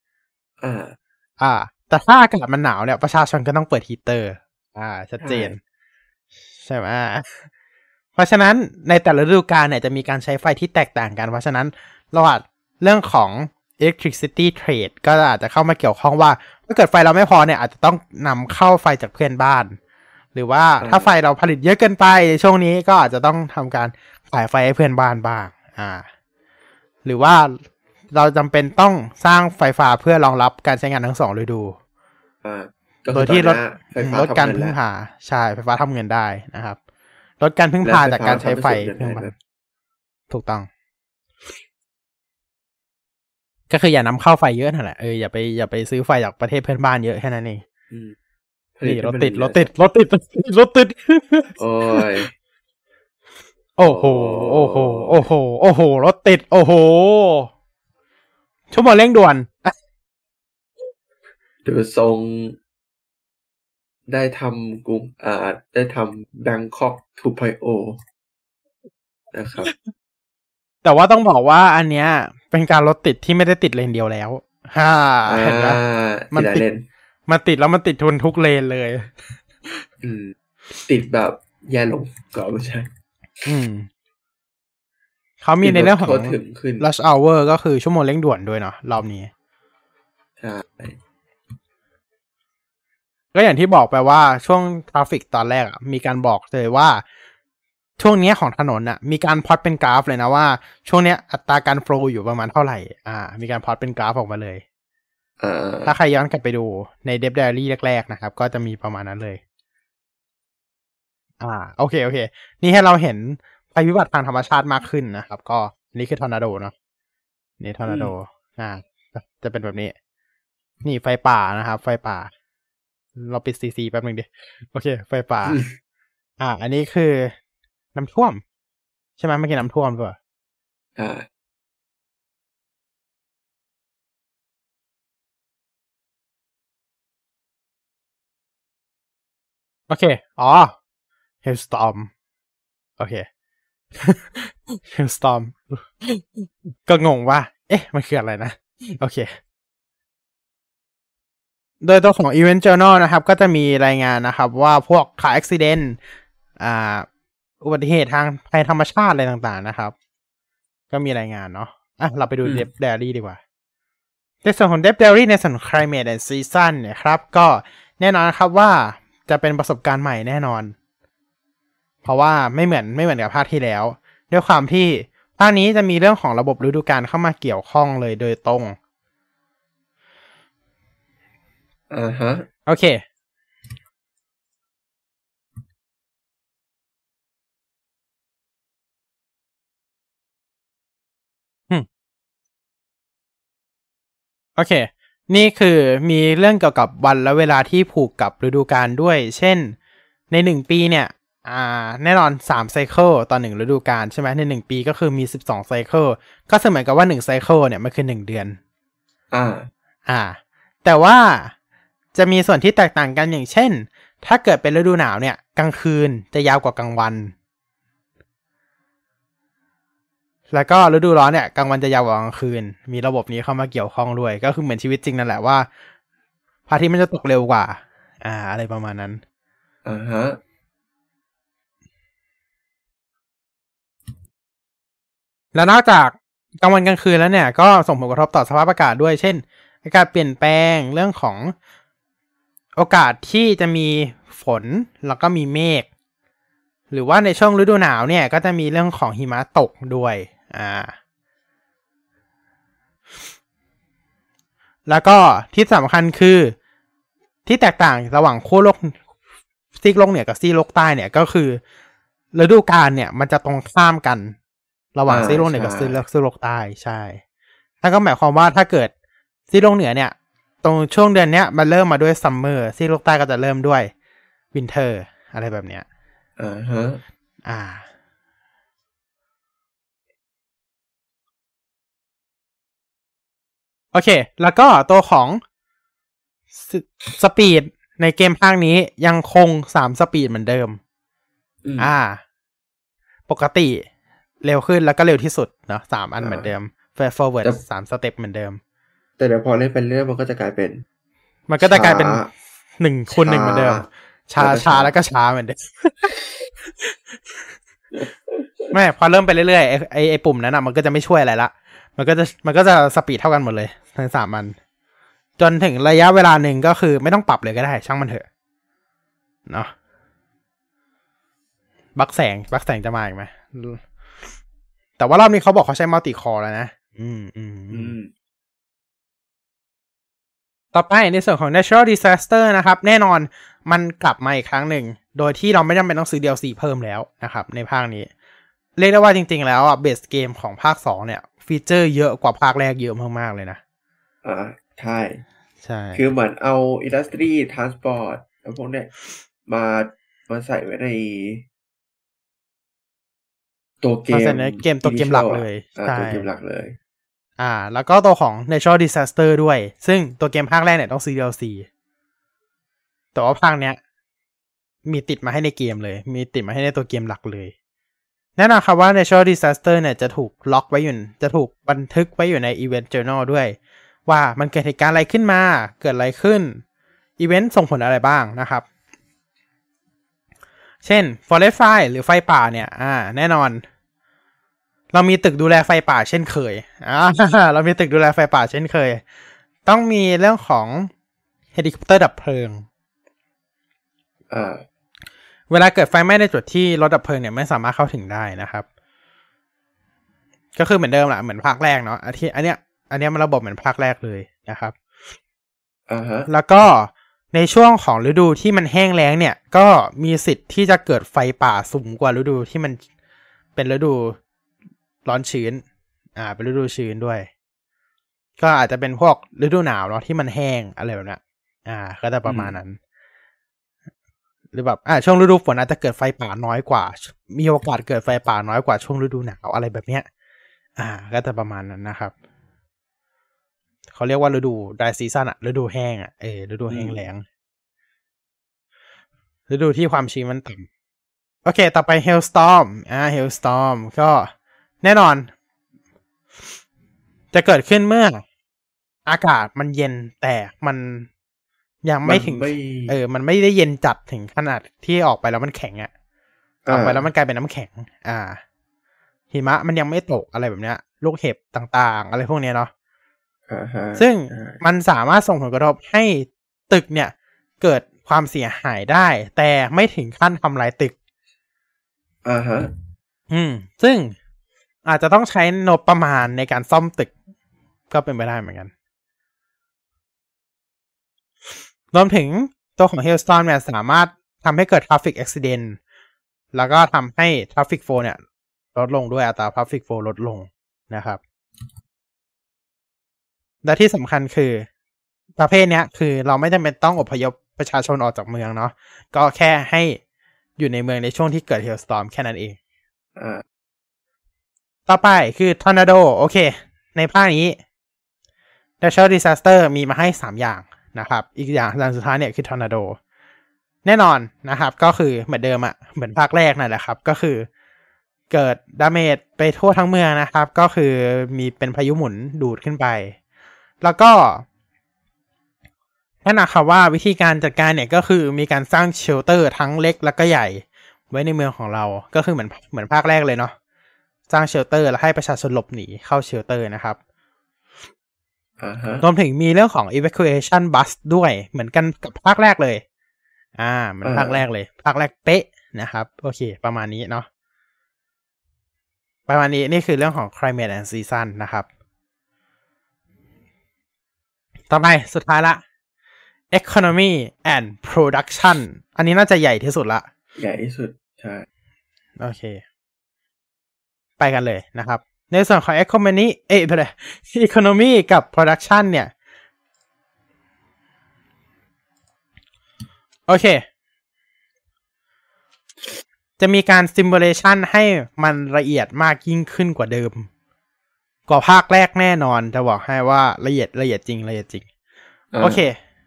แต่ถ้าอากาศมันหนาวเนี่ยประชาชนก็ต้องเปิดฮีเตอร์ชัดเจนใช่ไหมเพราะฉะนั้นในแต่ละฤดูกาลเนี่ยจะมีการใช้ไฟที่แตกต่างกันเพราะฉะนั้นเราอาจเรื่องของ electricity trade ก็อาจจะเข้ามาเกี่ยวข้องว่าถ้าเกิดไฟเราไม่พอเนี่ยอาจจะต้องนำเข้าไฟจากเพื่อนบ้านหรือว่าถ้าไฟเราผลิตเยอะเกินไปช่วงนี้ก็อาจจะต้องทำการขายไฟให้เพื่อนบ้านบ้างหรือว่าเราจำเป็นต้องสร้างไฟฟ้าเพื่อรองรับการใช้งานทั้ง2ฤดูโดยที่ลดการพึ่งพาใช่ไฟฟ้าทำเงินได้นะครับลดการพึ่งพาจากการใช้ไฟเพื่อนบ้านถูกต้องก็คืออย่านำเข้าไฟเยอะนั่นแหละอย่าไปซื้อไฟจากประเทศเพื่อนบ้านเยอะแค่นั้นเองนี่รถติดโอ้ยโอ้โหรถติดโอ้โหชั่วโมงเร่งด่วนดูทรงได้ทำกลุ่มได้ทำ Bangkok to Pyo นะครับแต่ว่าต้องบอกว่าอันเนี้ยเป็นการรถติดที่ไม่ได้ติดเลนเดียวแล้วเห็นไหมมันติดแล้วมันติดทุกเลนเลยติดแบบแย่ลงก็ไม่ใช่เขามีในเรื่องของ rush hour ก็คือชั่วโมงเร่งด่วนด้วยเนาะรอบนี้ใช่ก็อย่างที่บอกไปว่าช่วงทราฟฟิกตอนแรกมีการบอกเลยว่าช่วงนี้ของถนนมีการพล็อตเป็นกราฟเลยนะว่าช่วงนี้อัตราการโฟลว์อยู่ประมาณเท่าไหร่มีการพล็อตเป็นกราฟออกมาเลยถ้าใครย้อนกลับไปดูใน Dev Diary แรกๆนะครับก็จะมีประมาณนั้นเลยโอเคนี่ให้เราเห็นภัยพิบัติทางธรรมชาติมากขึ้นนะครับก็นี่คือทอร์นาโดเนาะนี่ทอร์นาโดจะเป็นแบบนี้นี่ไฟป่านะครับไฟป่าเราปิดซีแป๊บนึงดิโอเคไฟป่าอันนี้คือน้ำท่วมใช่ไหมเมื่อกี้น้ำท่วมป่ะโอเคHailstorm โอเค Hailstorm ก็งงว่ามันคืออะไรนะโอเคโดยตัวของ Event Journal นะครับก็จะมีรายงานนะครับว่าพวกcar accidentอุบัติเหตุทางภัยธรรมชาติอะไรต่างๆนะครับก็มีรายงานเนาะเราไปดู Dev Diary ดีกว่าในส่วนของ Dev Diary ในส่วนของ Climate and Season เนี่ยครับก็แน่นอนนะครับว่าจะเป็นประสบการณ์ใหม่แน่นอนเพราะว่าไม่เหมือนกับภาคที่แล้วด้วยความที่ภาคนี้จะมีเรื่องของระบบฤดูกาลเข้ามาเกี่ยวข้องเลยโดยตรงโอเคโอเคนี่คือมีเรื่องเกี่ยวกับวันและเวลาที่ผูกกับฤดูกาลด้วยเช่นใน1ปีเนี่ยแน่นอน3ไซเคิลต่อ1ฤดูกาลใช่ไหมใน1ปีก็คือมี12ไซเคิลก็เสมือนกับว่า1ไซเคิลเนี่ยมันคือ1เดือนแต่ว่าจะมีส่วนที่แตกต่างกันอย่างเช่นถ้าเกิดเป็นฤดูหนาวเนี่ยกลางคืนจะยาวกว่ากลางวันแล้วก็ฤดูร้อนเนี่ยกลางวันจะยาวกว่ากลางคืนมีระบบนี้เข้ามาเกี่ยวข้องด้วยก็คือเหมือนชีวิตจริงนั่นแหละว่าพระอาทิตย์มันจะตกเร็วกว่าอะไรประมาณนั้นแล้วนอกจากกลางวันกลางคืนแล้วเนี่ยก็ส่งผลกระทบต่อสภาพอากาศด้วยเช่นอากาศเปลี่ยนแปลงเรื่องของโอกาสที่จะมีฝนแล้วก็มีเมฆหรือว่าในช่วงฤดูหนาวเนี่ยก็จะมีเรื่องของหิมะตกด้วยแล้วก็ที่สำคัญคือที่แตกต่างระหว่างขั้วโลกซีกโลกเหนือกับซีกโลกใต้เนี่ยก็คือฤดูกาลเนี่ยมันจะตรงข้ามกันระหว่างซีกโลกเหนือกับซีกโลกใต้ใช่นั่นก็หมายความว่าถ้าเกิดซีกโลกเหนือเนี่ยตรงช่วงเดือนเนี้ยมันเริ่มมาด้วยซัมเมอร์ซีกโลกใต้ก็จะเริ่มด้วยวินเทอร์อะไรแบบเนี้ยโอเคแล้วก็ตัวของสปีดในเกมภาคนี้ยังคง3สปีดเหมือนเดิมปกติเร็วขึ้นแล้วก็เร็วที่สุดเนาะ3อันเหมือนเดิม forward 3สเต็ปเหมือนเดิมแต่เดี๋ยวพอเล่นไปเรื่อยมันก็จะกลายเป็น 1คูณ1เหมือนเดิมช้าแล้วก็ช้าเหมือนเดิมไม่พอเริ่มไปเรื่อยๆไอ้ปุ่มนั้นน่ะมันก็จะไม่ช่วยอะไรละมันก็จะสปีดเท่ากันหมดเลยทั้ง3อันจนถึงระยะเวลาหนึ่งก็คือไม่ต้องปรับเลยก็ได้ช่างมันเถอะเนาะบักแสงจะมาอีกไหมแต่ว่ารอบนี้เขาบอกเขาใช้มัลติคอร์แล้วนะต่อไปในส่วนของ Natural Disaster นะครับแน่นอนมันกลับมาอีกครั้งหนึ่งโดยที่เราไม่จำเป็นต้องซื้อ DLC เพิ่มแล้วนะครับในภาคนี้เรียกได้ว่าจริงๆแล้วอ่ะเบสเกมของภาค2เนี่ยฟีเจอร์เยอะกว่าภาคแรกเยอะมากๆเลยนะใช่คือเหมือนเอา Industry Transport แล้วพวกเนี้ยมาใส่ไว้ในตัวเกมตัวเกมหลักเลยตัวเกมหลักเลยแล้วก็ตัวของ Natural Disaster ด้วยซึ่งตัวเกมภาคแรกเนี่ยต้องซื้อ DLC แต่ว่าภาคเนี้ยมีติดมาให้ในเกมเลยมีติดมาให้ในตัวเกมหลักเลยแน่นอนครับว่า Natural Disaster เนี่ยจะถูกล็อกไว้อยู่จะถูกบันทึกไว้อยู่ใน Event Journal ด้วยว่ามันเกิดเหตุการณ์อะไรขึ้นมาเกิดอะไรขึ้นอีเวนต์ส่งผลอะไรบ้างนะครับเช่น Forest Fire หรือไฟป่าเนี่ยแน่นอนเรามีตึกดูแลไฟป่าเช่นเคยเรามีตึกดูแลไฟป่าเช่นเคยต้องมีเรื่องของเฮลิคอปเตอร์ดับเพลิงเวลาเกิดไฟไหม้ในจุดที่รถดับเพลิงเนี่ยไม่สามารถเข้าถึงได้นะครับก็คือเหมือนเดิมแหละเหมือนภาคแรกเนาะอันเนี้ยมันระบบเหมือนภาคแรกเลยนะครับแล้วก็ในช่วงของฤดูที่มันแห้งแล้งเนี่ยก็มีสิทธิ์ที่จะเกิดไฟป่าสูงกว่าฤดูที่มันเป็นฤดูร้อนชื้นเป็นฤดูชื้นด้วยก็อาจจะเป็นพวกฤดูหนาวเนาะที่มันแห้งอะไรแบบนี้ก็จะประมาณนั้นหรือแบบช่วงฤดูฝนอาจจะเกิดไฟป่าน้อยกว่ามีโอกาสเกิดไฟป่าน้อยกว่าช่วงฤดูหนาวอะไรแบบเนี้ยก็จะประมาณนั้นนะครับเขาเรียกว่าฤดู dry season ฤดูแห้งฤดูแห้งแล้งฤดูที่ความชื้นมันต่ำโอเคต่อไป hailstorm hailstorm ก็แน่นอนจะเกิดขึ้นเมื่ออากาศมันเย็นแต่มันยังไม่ถึงมันไม่ได้เย็นจัดถึงขนาดที่ออกไปแล้วมันแข็งออกไปแล้วมันกลายเป็นน้ำแข็งหิมะมันยังไม่ตกอะไรแบบเนี้ยลูกเห็บต่างๆอะไรพวกเนี้ยเนาะซึ่งมันสามารถส่งผลกระทบให้ตึกเนี่ยเกิดความเสียหายได้แต่ไม่ถึงขั้นทำลายตึกซึ่งอาจจะต้องใช้งบประมาณในการซ่อมตึกก็เป็นไปได้เหมือนกันรวมถึงตัวของ Hailstorm เนี่ยสามารถทำให้เกิด Traffic Accident แล้วก็ทำให้ Traffic Flow เนี่ยลดลงด้วยอัตรา Traffic Flow ลดลงนะครับและที่สำคัญคือประเภทเนี้ยคือเราไม่จำเป็นต้องอพยพประชาชนออกจากเมืองเนาะก็แค่ให้อยู่ในเมืองในช่วงที่เกิด Hailstorm แค่นั้นเองต่อไปคือ Tornado โอเคในภาคนี้ Natural Disaster มีมาให้3อย่างนะครับอีกอย่างสุดท้ายเนี่ยคือ Tornado แน่นอนนะครับก็คือเหมือนเดิมเหมือนภาคแรกนั่นแหละครับก็คือเกิดดาเมจไปทั่วทั้งเมืองนะครับก็คือมีเป็นพายุหมุนดูดขึ้นไปแล้วก็แน่นอนครับว่าวิธีการจัดการเนี่ยก็คือมีการสร้างเชลเตอร์ทั้งเล็กและก็ใหญ่ไว้ในเมืองของเราก็คือเหมือนภาคแรกเลยเนาะสร้างเชลเตอร์แล้วให้ประชาชนหลบหนีเข้าเชลเตอร์นะครับรวมถึงมีเรื่องของ evacuation bus ด้วยเหมือนกันกับภาคแรกเลยเหมือนภาคแรกเลยภาคแรกเป๊ะนะครับโอเคประมาณนี้เนาะประมาณนี้นี่คือเรื่องของ climate and season นะครับต่อไปสุดท้ายละ economy and production อันนี้น่าจะใหญ่ที่สุดละใหญ่ที่สุดใช่โอเคไปกันเลยนะครับในส่วนของ economy กับ production เนี่ยโอเคจะมีการ simulation ให้มันละเอียดมากยิ่งขึ้นกว่าเดิมกว่าภาคแรกแน่นอนจะบอกให้ว่าละเอียดจริงโอเค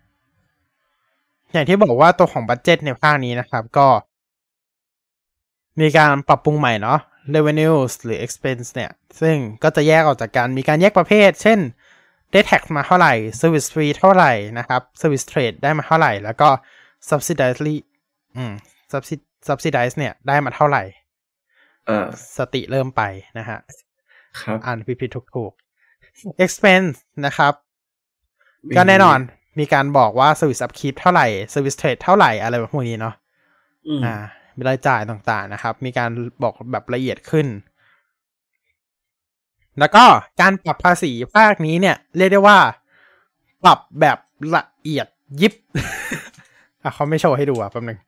อย่างที่บอกว่าตัวของบัดเจ็ตในภาคนี้นะครับก็มีการปรับปรุงใหม่เนาะ revenues หรือ expense เนี่ยซึ่งก็จะแยกออกจากกันมีการแยกประเภทเช่นได้แท็กมาเท่าไหร่ service fee เท่าไหร่นะครับ service trade ได้มาเท่าไหร่แล้วก็ subsidize เนี่ยได้มาเท่าไหร่สติเริ่มไปนะฮะอ่านผิดถูก expense นะครับก็แน่นอนมีการบอกว่า service upkeep เท่าไหร่ service trade เท่าไหร่อะไรแบบนี้เนาะมีรายจ่ายต่างๆนะครับมีการบอกแบบละเอียดขึ้นแล้วก็การปรับภาษีภาคนี้เนี่ยเรียกได้ว่าปรับแบบละเอียดยิบ เขาไม่โชว์ให้ดูแป๊บนึง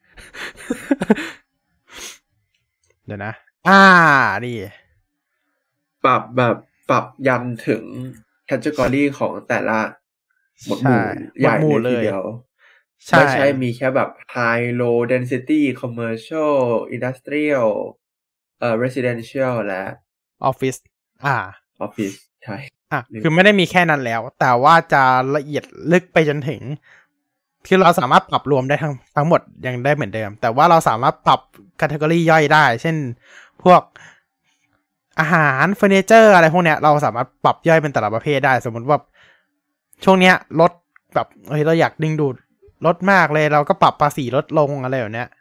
เดี๋ยวนะนี่ปรับยันถึงแคตตากรีของแต่ละหมวดหมู่ใหญ่เลยทีเดียวไม่ใช่มีแค่แบบ high low density commercial industrial residential และ office office ใช่คือไม่ได้มีแค่นั้นแล้วแต่ว่าจะละเอียดลึกไปจนถึงคือเราสามารถปรับรวมได้ทั้งหมดยังได้เหมือนเดิมแต่ว่าเราสามารถปรับแคตตากรีย่อยได้เช่นพวกอาหารเฟอร์นิเจอร์อะไรพวกเนี้ยเราสามารถปรับย่อยเป็นแต่ละประเภทได้สมมติว่าช่วงเนี้ยลดแบบเราอยากดึงดูดลดมากเลยเราก็ปรับภาษีลดลงอะไรแบบเนี้ย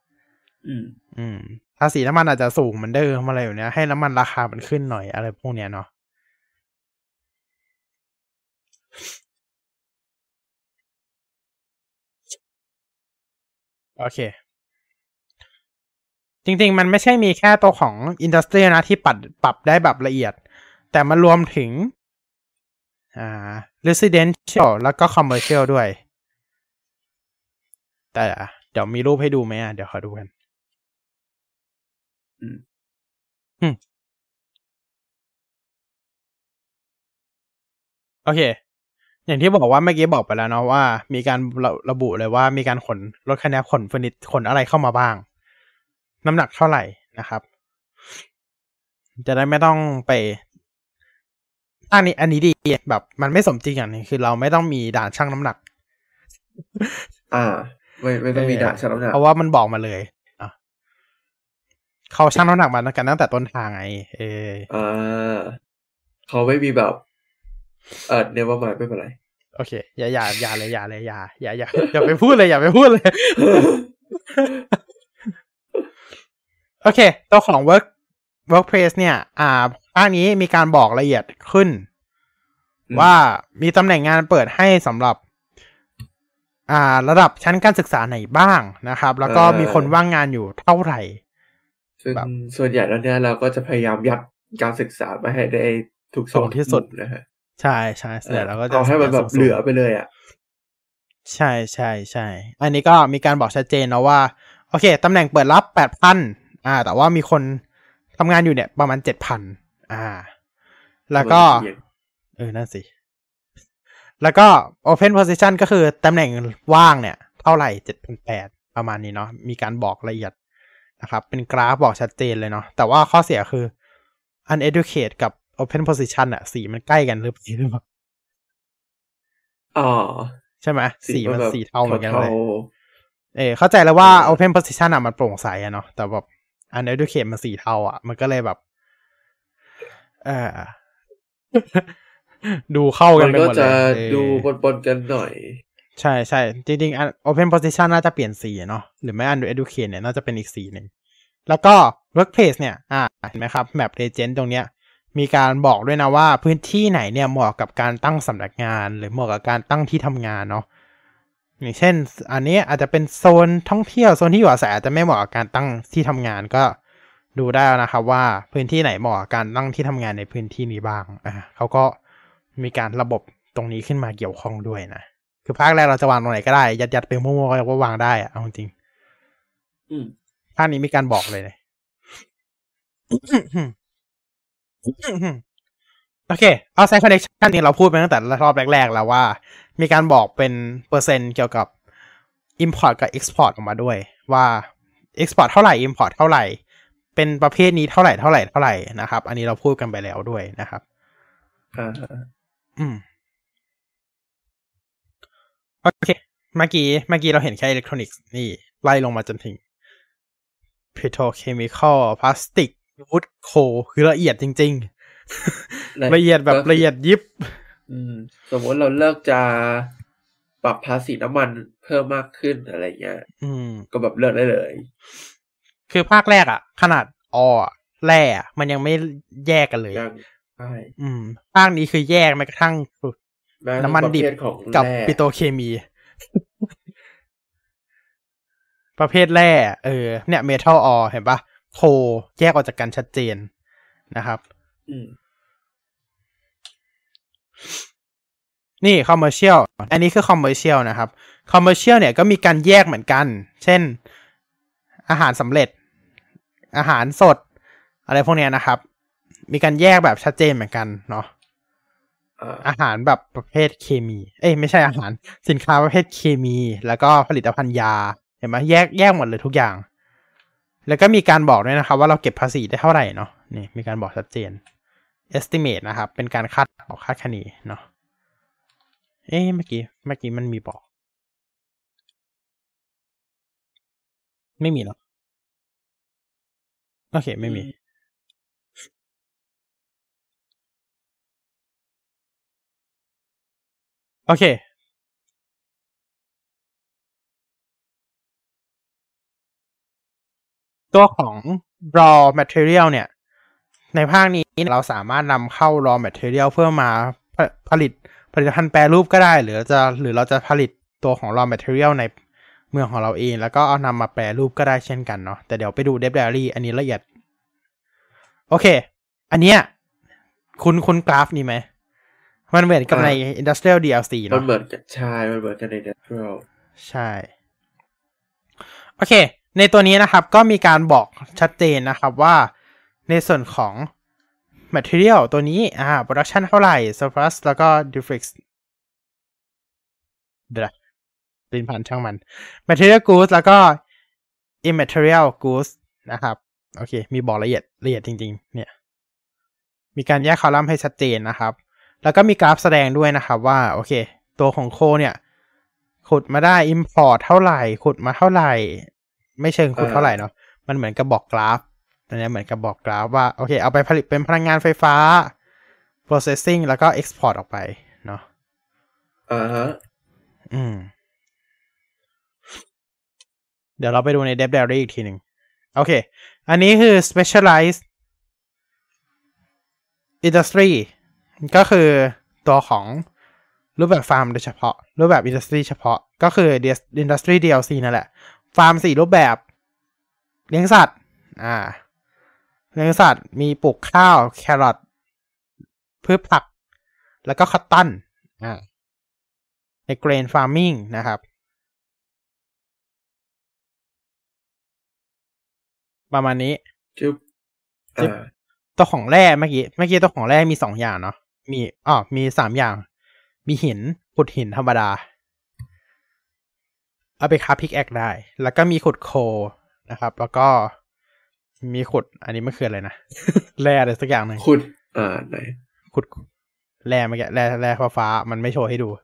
ภาษีน้ำมันอาจจะสูงเหมือนเดิมอะไรแบบเนี้ยให้น้ำมันราคามันขึ้นหน่อยอะไรพวกเนี้ยเนาะโอเคจริงๆมันไม่ใช่มีแค่ตัวของอินดัสทรีนะที่ปรับได้แบบละเอียดแต่มันรวมถึงresidential แล้วก็ commercial ด้วยแต่เดี๋ยวมีรูปให้ดูไหมเดี๋ยวขอดูกันโอเคอย่างที่บอกว่าเมื่อกี้บอกไปแล้วเนาะว่ามีการระบุเลยว่ามีการขนรถคันนี้ขนเฟอร์นิเจอร์ขนอะไรเข้ามาบ้างน้ำหนักเท่าไหร่นะครับจะได้ไม่ต้องไปอันนี้ดีแบบมันไม่สมจริงอย่างนึงคือเราไม่ต้องมีด่านชั่งน้ำหนักไม่ต้องมีด่านชั่งน้ำหนักเพราะว่ามันบอกมาเลยเขาชั่งน้ำหนักมากันตั้งแต่ต้นทางไงเขาไม่มีแบบเนี่ยว่าไม่เป็นไรโอเคอย่าเลยอย่าไปพูดเลยโอเคตัวของ workplace เนี่ยภาคนี้มีการบอกละเอียดขึ้นว่ามีตำแหน่งงานเปิดให้สำหรับระดับชั้นการศึกษาไหนบ้างนะครับแล้วก็มีคนว่างงานอยู่เท่าไหร่ซึ่งส่วนใหญ่แล้วเนี่ยเราก็จะพยายามยัดการศึกษามาให้ได้ทุกส่วนที่สุดนะฮะใช่แล้วก็จะเอาให้มันแบบเหลือไปเลยใช่อันนี้ก็มีการบอกชัดเจนนะว่าโอเคตำแหน่งเปิดรับ 8,000 แต่ว่ามีคนทำงานอยู่เนี่ยประมาณ 7,000 แล้วก็นั่นสิแล้วก็ open position ก็คือตำแหน่งว่างเนี่ยเท่าไหร่ 7,800 ประมาณนี้เนาะมีการบอกละเอียดนะครับเป็นกราฟบอกชัดเจนเลยเนาะแต่ว่าข้อเสียคือ uneducated กับ open position สีมันใกล้กันหรือเปล่าใช่ไหมสีมันสีเทาเหมือนกันเลยเข้าใจแล้วว่า open position มันโปร่งใสเนาะแต่แบบ uneducated มันสีเทามันก็เลยแบบดูเข้ากันไปหมดเลยมันก็จะดูปนๆกันหน่อยใช่จริงๆ open position น่าจะเปลี่ยนสีเนาะหรือไม่ uneducated เนี่ยน่าจะเป็นอีกสีนึงแล้วก็ workplace เนี่ยเห็นไหมครับ map legend ตรงเนี้ยมีการบอกด้วยนะว่าพื้นที่ไหนเนี่ยเหมาะกับการตั้งสำนักงานหรือเหมาะกับการตั้งที่ทำงานเนาะอย่างเช่นอันนี้อาจจะเป็นโซนท่องเที่ยวโซนที่อยู่อาศัยอาจจะไม่เหมาะกับการตั้งที่ทำงานก็ดูได้นะครับว่าพื้นที่ไหนเหมาะกับการตั้งที่ทำงานในพื้นที่นี้บ้างเขาก็มีการระบบตรงนี้ขึ้นมาเกี่ยวข้องด้วยนะคือภาคแรกเราจะวางตรงไหนก็ได้ยัดไปมั่วๆก็วางได้เอาจริงภาคนี้มีการบอกเลยโอเคเอาไซคอนเนคชั่นนี้เราพูดไปตั้งแต่รอบแรกๆแล้วว่ามีการบอกเป็นเปอร์เซ็นต์เกี่ยวกับ import กับ export ออกมาด้วยว่า export เท่าไหร่ import เท่าไหร่เป็นประเภทนี้เท่าไหร่นะครับอันนี้เราพูดกันไปแล้วด้วยนะครับโอเคเมื่อกี้เราเห็นแค่อิเล็กทรอนิกส์นี่ไล่ลงมาจนถึง petrochemical พลาสติกวูดโคคือละเอียดจริงๆละเอียดแบบละเอียดยิบสมมติเราเลิกจะปรับภาษีน้ำมันเพิ่มมากขึ้นอะไรเงี้ยก็แบบเลิกได้เลยคือภาคแรกอ่ะขนาดแร่มันยังไม่แยกกันเลยใช่ภาคนี้คือแยกแม้กระทั่งน้ำมันดิบกับปิโตรเคมีประเภทแร่เนี่ยเมทัลออร์เห็นปะโคแยกออกจากกันชัดเจนนะครับนี่คอมเมอร์เชียลอันนี้คือคอมเมอร์เชียลนะครับคอมเมอร์เชียลเนี่ยก็มีการแยกเหมือนกันเช่นอาหารสำเร็จอาหารสดอะไรพวกนี้นะครับมีการแยกแบบชัดเจนเหมือนกันเนาะอาหารแบบประเภทเคมีไม่ใช่อาหารสินค้าประเภทเคมีแล้วก็ผลิตภัณฑ์ยาเห็นไหมแยกหมดเลยทุกอย่างแล้วก็มีการบอกด้วยนะครับว่าเราเก็บภาษีได้เท่าไหร่เนาะนี่มีการบอกชัดเจน estimate นะครับเป็นการคาดคะเนเนาะเมื่อกี้มันมีบอกไม่มีหรอโอเคไม่มีโอเคตัวของ raw material เนี่ยในภาคนี้เราสามารถนำเข้า raw material เพื่อมาผลิตผลิตภัณฑ์แปรรูปก็ได้หรือเราจะผลิตตัวของ raw material ในเมืองของเราเองแล้วก็เอานำมาแปรรูปก็ได้เช่นกันเนาะแต่เดี๋ยวไปดู Dev Diary อันนี้ละเอียดโอเคอันเนี้ยคุณกราฟนี้ไหมมันเหมือนกับใน Industrial DLC เนาะมันเหมือนกันใช่มันเหมือนกันใน Industrial ใช่โอเคในตัวนี้นะครับก็มีการบอกชัดเจนนะครับว่าในส่วนของ material ตัวนี้production เท่าไหร่ surplus แล้วก็ defects ลิ้นพันช่างมัน material goods แล้วก็ immaterial goods นะครับโอเคมีบอกละเอียดจริงๆเนี่ยมีการแยกคอลัมน์ให้ชัดเจนนะครับแล้วก็มีกราฟแสดงด้วยนะครับว่าโอเคตัวของโคเนี่ยขุดมาได้ import เท่าไหร่ขุดมาเท่าไหร่ไม่เชิงขุดเท่าไหร่เนาะมันเหมือนกับบอกกราฟอันนี้เหมือนกับบอกกราฟว่าโอเคเอาไปผลิตเป็นพลังงานไฟฟ้า processing แล้วก็ export ออกไปเนาะเดี๋ยวเราไปดูใน Dev Diary อีกทีหนึ่งโอเคอันนี้คือ specialized industry ก็คือตัวของรูปแบบฟาร์มโดยเฉพาะรูปแบบ industry เฉพาะก็คือ industry DLC นั่นแหละฟาร์ม4รูปแบบเลี้ยงสัตว์เลี้ยงสัตว์มีปลูกข้าวแครอทพืชผักแล้วก็คัตตันใน grain farming นะครับประมาณนี้ตัวของแร่เมื่อกี้ตัวของแร่มี2อย่างเนาะมี3อย่างมีหินขุดหินธรรมดาเอาไปคราฟพิกแอคได้แล้วก็มีขุดโคนะครับแล้วก็มีขุดอันนี้ไม่คืออะไรนะแร่อะไรสักอย่างหนึ่งขุดไหนขุดแร่เมื่อกี้แร่ฟ้ามันไม่โชว์ให้ดู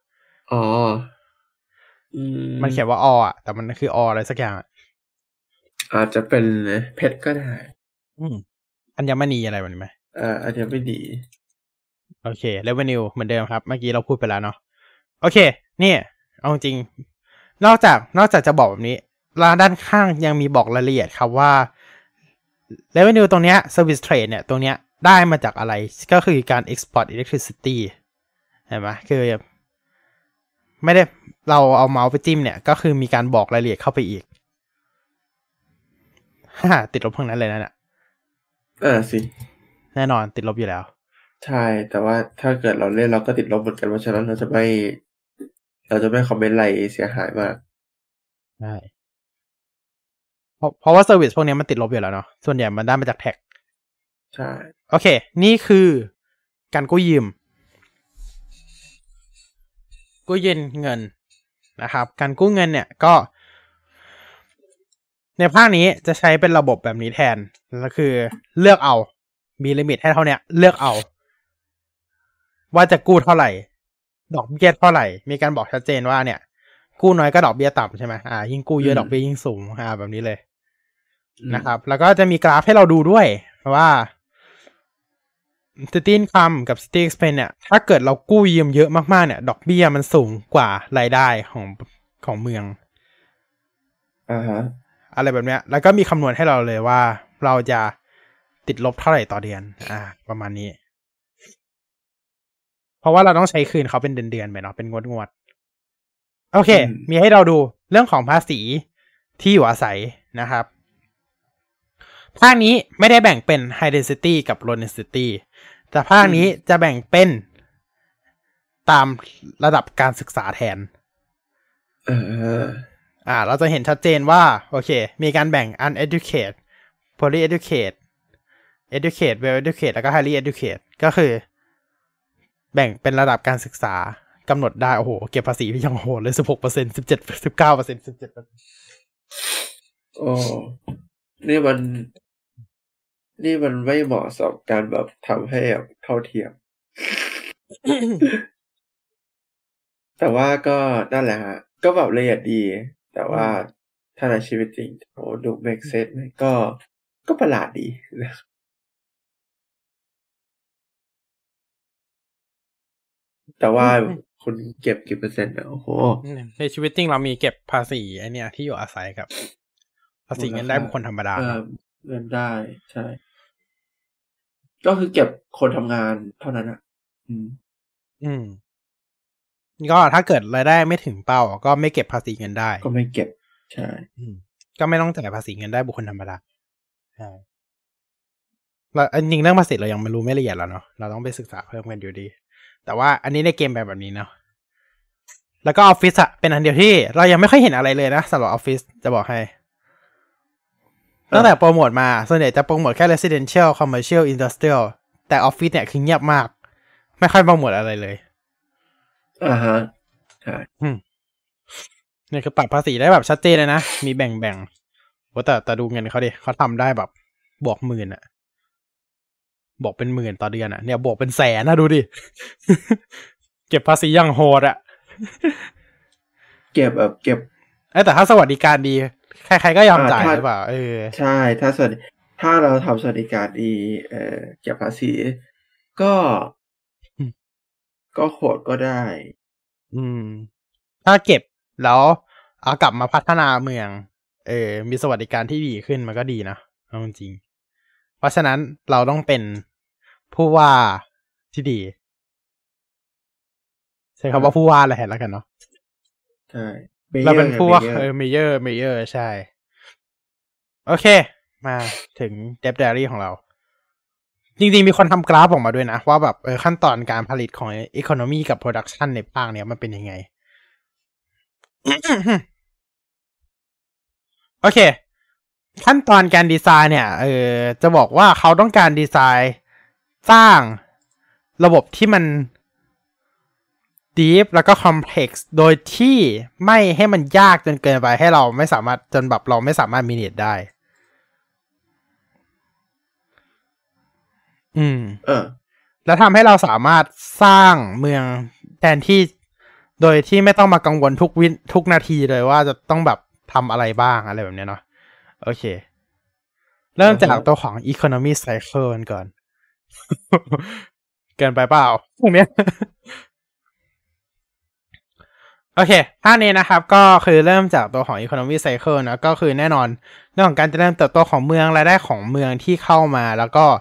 มันเขียนว่าแต่มันคืออะไรสักอย่างอาจจะเป็นเพชรก็ได้อัญมณีอะไรแบบนี้ไหมอัญมณีโอเค revenue เหมือนเดิมครับเมื่อกี้เราพูดไปแล้วเนาะโอเคนี่เอาจริงนอกจากจะบอกแบบนี้ด้านข้างยังมีบอกรายละเอียดครับว่า revenue ตรงเนี้ย service trade เนี่ยตรงเนี้ยได้มาจากอะไรก็คือการ export electricity เห็นไหมคือไม่ได้เราเอาเมาส์ไปจิ้มเนี่ยก็คือมีการบอกรายละเอียดเข้าไปอีกติดลบทั้งนั้นเลยนะเนี่ยสิแน่นอนติดลบอยู่แล้วใช่แต่ว่าถ้าเกิดเราเล่นเราก็ติดลบเหมือนกันเพราะฉะนั้นเราจะไม่คอมเมนต์อะไรเสียหายมากใช่เพราะว่าเซอร์วิสพวกนี้มันติดลบอยู่แล้วเนาะส่วนใหญ่มันได้มาจากแท็กใช่โอเคนี่คือการกู้ยืมเงินนะครับการกู้เงินเนี่ยก็ในภาคนี้จะใช้เป็นระบบแบบนี้แทนก็คือเลือกเอามีลิมิตให้เท่านี้เลือกเอาว่าจะกู้เท่าไหร่ดอกเบี้ยเท่าไหร่มีการบอกชัดเจนว่าเนี่ยกู้น้อยก็ดอกเบี้ยต่ำใช่ไหมยิ่งกู้เยอะดอกเบี้ยยิ่งสูงแบบนี้เลยนะครับแล้วก็จะมีกราฟให้เราดูด้วยว่า City Income กับ City Expense เนี่ยถ้าเกิดเรากู้ยืมเยอะมากๆเนี่ยดอกเบี้ยมันสูงกว่ารายได้ของเมืองอะไรแบบเนี้ยแล้วก็มีคำนวณให้เราเลยว่าเราจะติดลบเท่าไหร่ต่อเดือนประมาณนี้เพราะว่าเราต้องใช้คืนเขาเป็นเดือนๆไปเนาะเป็นงวดโอเคมีให้เราดูเรื่องของภาษีที่อยู่อาศัยนะครับภาคนี้ไม่ได้แบ่งเป็น High Density กับ Low Density แต่ภาคนี้จะแบ่งเป็นตามระดับการศึกษาแทนเราจะเห็นชัดเจนว่าโอเคมีการแบ่ง uneducated poorly educated educated well educated แล้วก็ highly educated ก็คือแบ่งเป็นระดับการศึกษากำหนดได้โอ้โหเก็บภาษียังโหดเลย 16% 17% 19% 17% โอ้นี่มันไม่เหมาะสมการแบบทำให้แบบเท่าเทียม แต่ว่าก็นั่นแหละฮะก็แบบละเอียดดีแต่ว่าถ้าในชีวิตจริงโอ้ดู make sense ไหมก็ประหลาดดีนะแต่ว่าคุณเก็บกี่เปอร์เซ็นต์โอ้โหในชีวิตจริงเรามีเก็บภาษีไอเนี้ยที่อยู่อาศัยกับภาษีเงินได้บุคคลธรรมดาเงินได้ใช่ก็คือเก็บคนทำงานเท่านั้นอ่ะก็ถ้าเกิดรายได้ไม่ถึงเป้าก็ไม่เก็บภาษีเงินได้ก็ไม่เก็บใช่ก็ไม่ต้องจ่ายภาษีเงินได้บุคคลธรรมดาใช่แล้วจริงเรื่องภาษีเรายังไม่รู้ไม่ละเอียดแล้วเนาะเราต้องไปศึกษาเพิ่มกันอยู่ดีแต่ว่าอันนี้ในเกมแบบนี้เนาะแล้วก็ออฟฟิศอะเป็นอันเดียวที่เรายังไม่ค่อยเห็นอะไรเลยนะสำหรับออฟฟิศจะบอกให้ตั้งแต่โปรโมทมาส่วนใหญ่จะโปรโมทแค่ residential commercial industrial แต่ออฟฟิศเนี่ยคือเงียบมากไม่ค่อยโปรโมทอะไรเลยฮะใช่เนี่ยคือปรับภาษีได้แบบชัดเจนเลยนะมีแบ่งโอ้แต่ดูเงินเขาดิเขาทำได้แบบบวกหมื่นอะบอกเป็นหมื่นต่อเดือนอะเนี่ยบวกเป็นแสนนะดูดิเก็บภาษีอย่างโหดอะเก็บแต่ถ้าสวัสดิการดีใครๆก็ยอมจ่ายหรือเปล่าใช่ถ้าเราทำสวัสดิการดีเก็บภาษีก็โหดก็ได้ถ้าเก็บแล้วเอากลับมาพัฒนาเมืองมีสวัสดิการที่ดีขึ้นมันก็ดีนะเอาจริงเพราะฉะนั้นเราต้องเป็นผู้ว่าที่ดีใช่คำว่าผู้ว่าอะไรแล้วกันเนาะใช่เราเป็นผู้ว่าเมเยอร์ใช่โอเคมาถึง Dev Diary ของเราจริงๆมีคนทำกราฟออกมาด้วยนะว่าแบบขั้นตอนการผลิตของ Economy กับ Production ในภาคเนี้ยมันเป็นยังไง โอเคขั้นตอนการดีไซน์เนี่ยจะบอกว่าเขาต้องการดีไซน์สร้างระบบที่มัน deep แล้วก็ complex โดยที่ไม่ให้มันยากจนเกินไปให้เราไม่สามารถจนแบบเราไม่สามารถ manage ได้แล้วทำให้เราสามารถสร้างเมืองแทนที่โดยที่ไม่ต้องมากังวลทุกนาทีเลยว่าจะต้องแบบทำอะไรบ้างอะไรแบบนี้เนาะโอเคเริ่มจากตัวของ economy cycle ก่อน เกินไปเปล่าพวกเนี้ย โอเคภาคนี้นะครับก็คือเริ่มจากตัวของ economy cycle นะก็คือแน่นอนเรื่องของการเจริญเติบโตของเมืองรายได้ของเมืองที่เข้ามาแล้วก็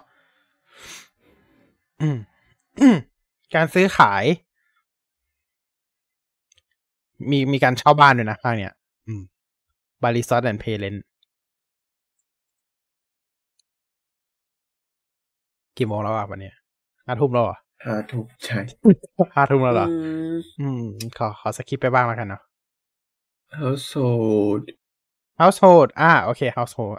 การซื้อขายมีการเช่าบ้านด้วยนะภาคเนี้ยBali Resort and Pay Rent กี่โมงแล้วอ่ะวันนี้5 ทุ่มแล้วเหรอ 5 ทุ่มใช่ 5 ทุ่มแล้วเหรอขอสคิปไปบ้างแล้วกันเนาะ Household โอเค Household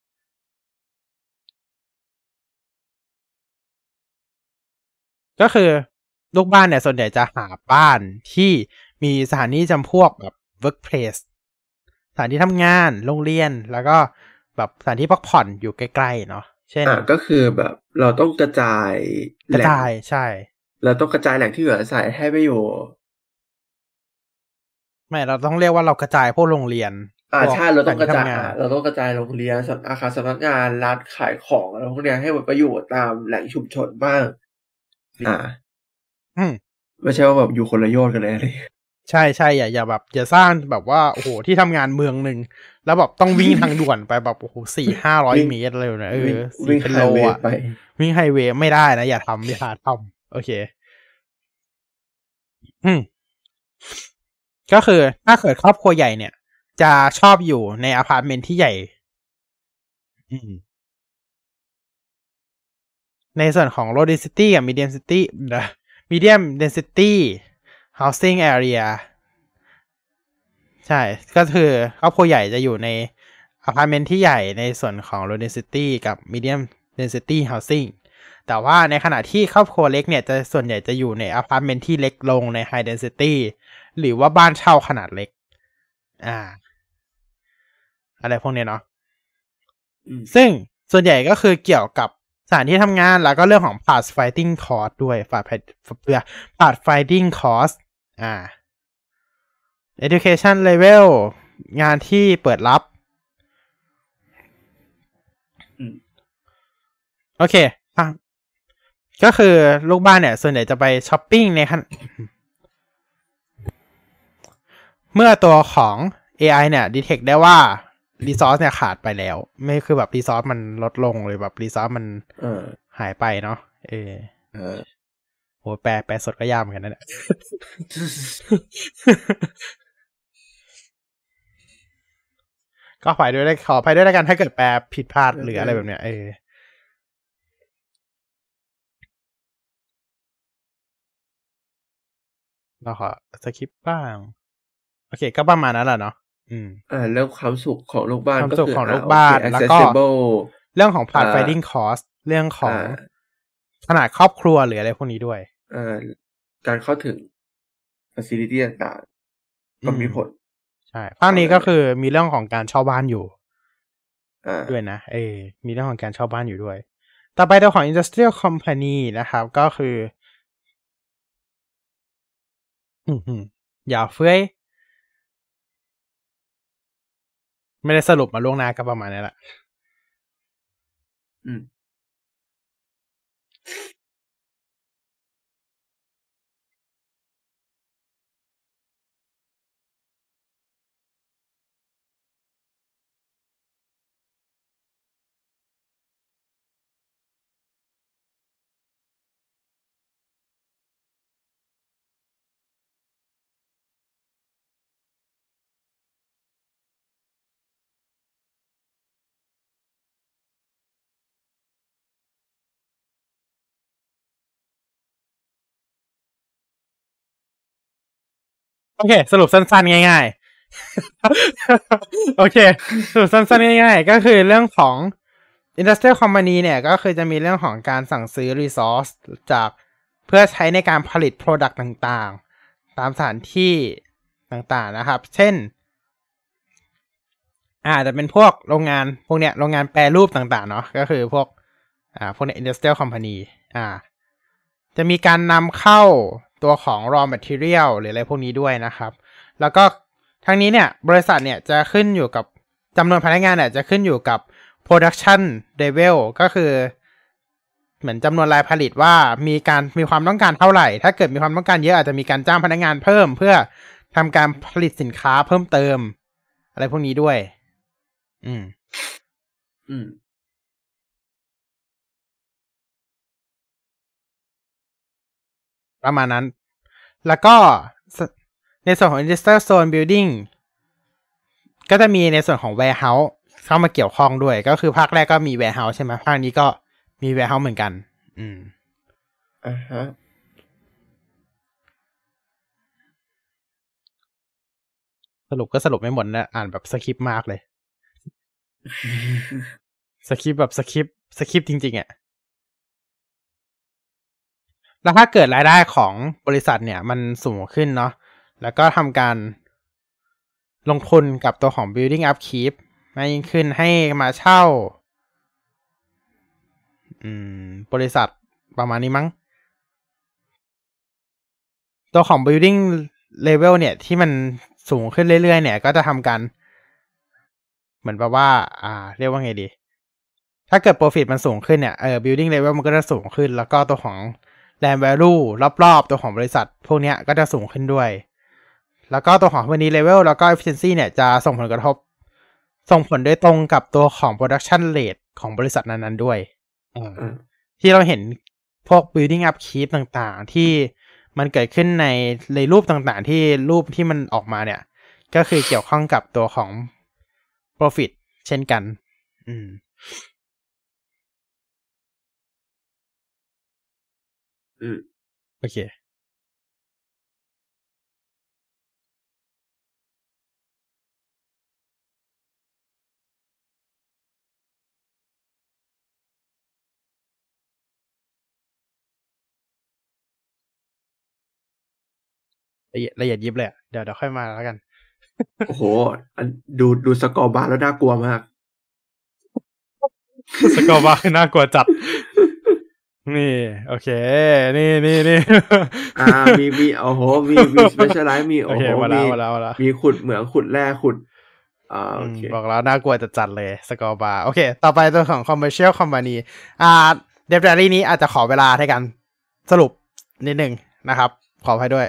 ก็คือลูกบ้านเนี่ยส่วนใหญ่จะหาบ้านที่มีสถานที่จำพวกแบบ workplace สถานที่ทำงานโรงเรียนแล้วก็แบบสถานที่พักผ่อนอยู่ใกล้ๆเนาะเช่นก็คือแบบเราต้องกระจายใช่เราต้องกระจายแหล่งที่อยู่อาศัยให้ไปอยู่ไม่เราต้องเรียกว่าเรากระจายพวกโรงเรียนใช่เราต้องกระจายเราต้องกระจายโรงเรียนอาคารสำนักงานร้านขายของอะไรพวกนี้ให้มันไปอยู่ตามแหล่งชุมชนบ้างไม่ใช่ว่าแบบอยู่คนละโยชน์กันเลยใช่ใช่อย่าแบบอย่าสร้างแบบว่าโอ้โหที่ทำงานเมืองหนึ่งแล้วแบบต้องวิ่งทางด่วนไปแบบโอ้โห400-500 เมตรเลยนะวิ่งเป็นโลอ่ะวิ่งไฮเวย์ไม่ได้นะอย่าทำโอเคก็คือถ้าเกิดครอบครัวใหญ่เนี่ยจะชอบอยู่ในอพาร์ตเมนต์ที่ใหญ่ในส่วนของ low density กับ medium density housing area ใช่ก็คือครอบครัวใหญ่จะอยู่ในอพาร์ตเมนต์ที่ใหญ่ในส่วนของ low density กับ medium density housing แต่ว่าในขณะที่ครอบครัวเล็กเนี่ยจะส่วนใหญ่จะอยู่ในอพาร์ตเมนต์ที่เล็กลงใน high density หรือว่าบ้านเช่าขนาดเล็กอะไรพวกนี้เนาะซึ่งส่วนใหญ่ก็คือเกี่ยวกับสถานที่ทำงานแล้วก็เรื่องของ path finding cost ด้วย path finding cost education level งานที่เปิดรับโอเคก็คือลูกบ้านเนี่ยส่วนใหญ่จะไปช้อปปิ้งในเมื่อตัวของ AI เนี่ย detect ได้ว่า resource เนี่ยขาดไปแล้วไม่คือแบบ resource มันลดลงหรือแบบ resource มันหายไปเนาะโหแปลสดก็ยากเหมือนกันนะเนี่ยก็ขออภัยด้วยแล้วกันถ้าเกิดแปลผิดพลาดหรืออะไรแบบเนี้ยเราขอสคริปต์บ้างโอเคก็ประมาณนั้นแหละเนาะเรื่องความสุขของลูกบ้านก็คือของลูกบ้านแล้วก็เรื่องของ path finding cost เรื่องของขนาดครอบครัวหรืออะไรพวกนี้ด้วยการเข้าถึง facility ต่างๆก็มีผลใช่ภาคนี้ก็คือมีเรื่องของการเช่าบ้านอยู่ด้วยนะมีเรื่องของการเช่าบ้านอยู่ด้วยต่อไปตัวของ industrial company นะครับก็คืออย่าเฟ้ยไม่ได้สรุปมาล่วงหน้าก็ประมาณนี้แหละโอเคสรุปสั้นๆง่ายๆโอเคสรุปสั้นๆง่ายๆก็คือเรื่องของ industrial company เนี่ยก็คือจะมีเรื่องของการสั่งซื้อ resource จากเพื่อใช้ในการผลิต product ต่างๆตามสถานที่ต่างๆนะครับเช่นจะเป็นพวกโรงงานพวกเนี้ยโรงงานแปรรูปต่างๆเนาะก็คือพวกพวกเนี้ย industrial company จะมีการนำเข้าตัวของ raw material หรืออะไรพวกนี้ด้วยนะครับแล้วก็ทั้งนี้เนี่ยบริษัทเนี่ยจะขึ้นอยู่กับจำนวนพนักงานเนี่ยจะขึ้นอยู่กับ production level ก็คือเหมือนจำนวนรายผลิตว่ามีความต้องการเท่าไหร่ถ้าเกิดมีความต้องการเยอะอาจจะมีการจ้างพนักงานเพิ่มเพื่อทำการผลิตสินค้าเพิ่มเติมอะไรพวกนี้ด้วยประมาณนั้นแล้วก็ในส่วนของ Industrial Zone Building ก็จะมีในส่วนของ Warehouse เข้ามาเกี่ยวข้องด้วยก็คือภาคแรกก็มี Warehouse ใช่ไหมภาคนี้ก็มี Warehouse เหมือนกันสรุปไม่หมดนะอ่านแบบสคริปต์มากเลยสคริปต์แบบสคริปต์จริงๆแล้วถ้าเกิดรายได้ของบริษัทเนี่ยมันสูงขึ้นเนาะแล้วก็ทำการลงทุนกับตัวของ building upkeep มากยิ่งขึ้นให้มาเช่าบริษัทประมาณนี้มั้งตัวของ building level เนี่ยที่มันสูงขึ้นเรื่อยๆเนี่ยก็จะทำการเหมือนแบบว่าเรียกว่าไงดีถ้าเกิด profit มันสูงขึ้นเนี่ยbuilding level มันก็จะสูงขึ้นแล้วก็ตัวของ land value รอบๆตัวของบริษัทพวกเนี้ยก็จะสูงขึ้นด้วยแล้วก็ตัวของ company level แล้วก็ efficiency เนี่ยจะส่งผลโดยตรงกับตัวของ production rate ของบริษัทนั้นๆด้วยที่เราเห็นพวก building up keep ต่างๆที่มันเกิดขึ้นในรูปต่างๆที่รูปที่มันออกมาเนี่ยก็คือเกี่ยวข้องกับตัวของ profit เช่นกันโอเคละเอียดยิบเลยเดี๋ยวค่อยมาแล้วกันโอ้โหดูสกอร์บาร์แล้วน่ากลัวมากสกอร์บาร์คือน่ากลัวจัดนี่โอเคนี่มีโอ้โหมีสเปเชียลไลท์มีโอ้โหมีขุดเหมืองขุดแร่ขุดโอเคบอกแล้วน่ากลัวจัดเลยสกอร์บาร์โอเคต่อไปตัวของ commercial companyเดฟแดรี่นี้อาจจะขอเวลาในการสรุปนิดนึงนะครับขออภัยด้วย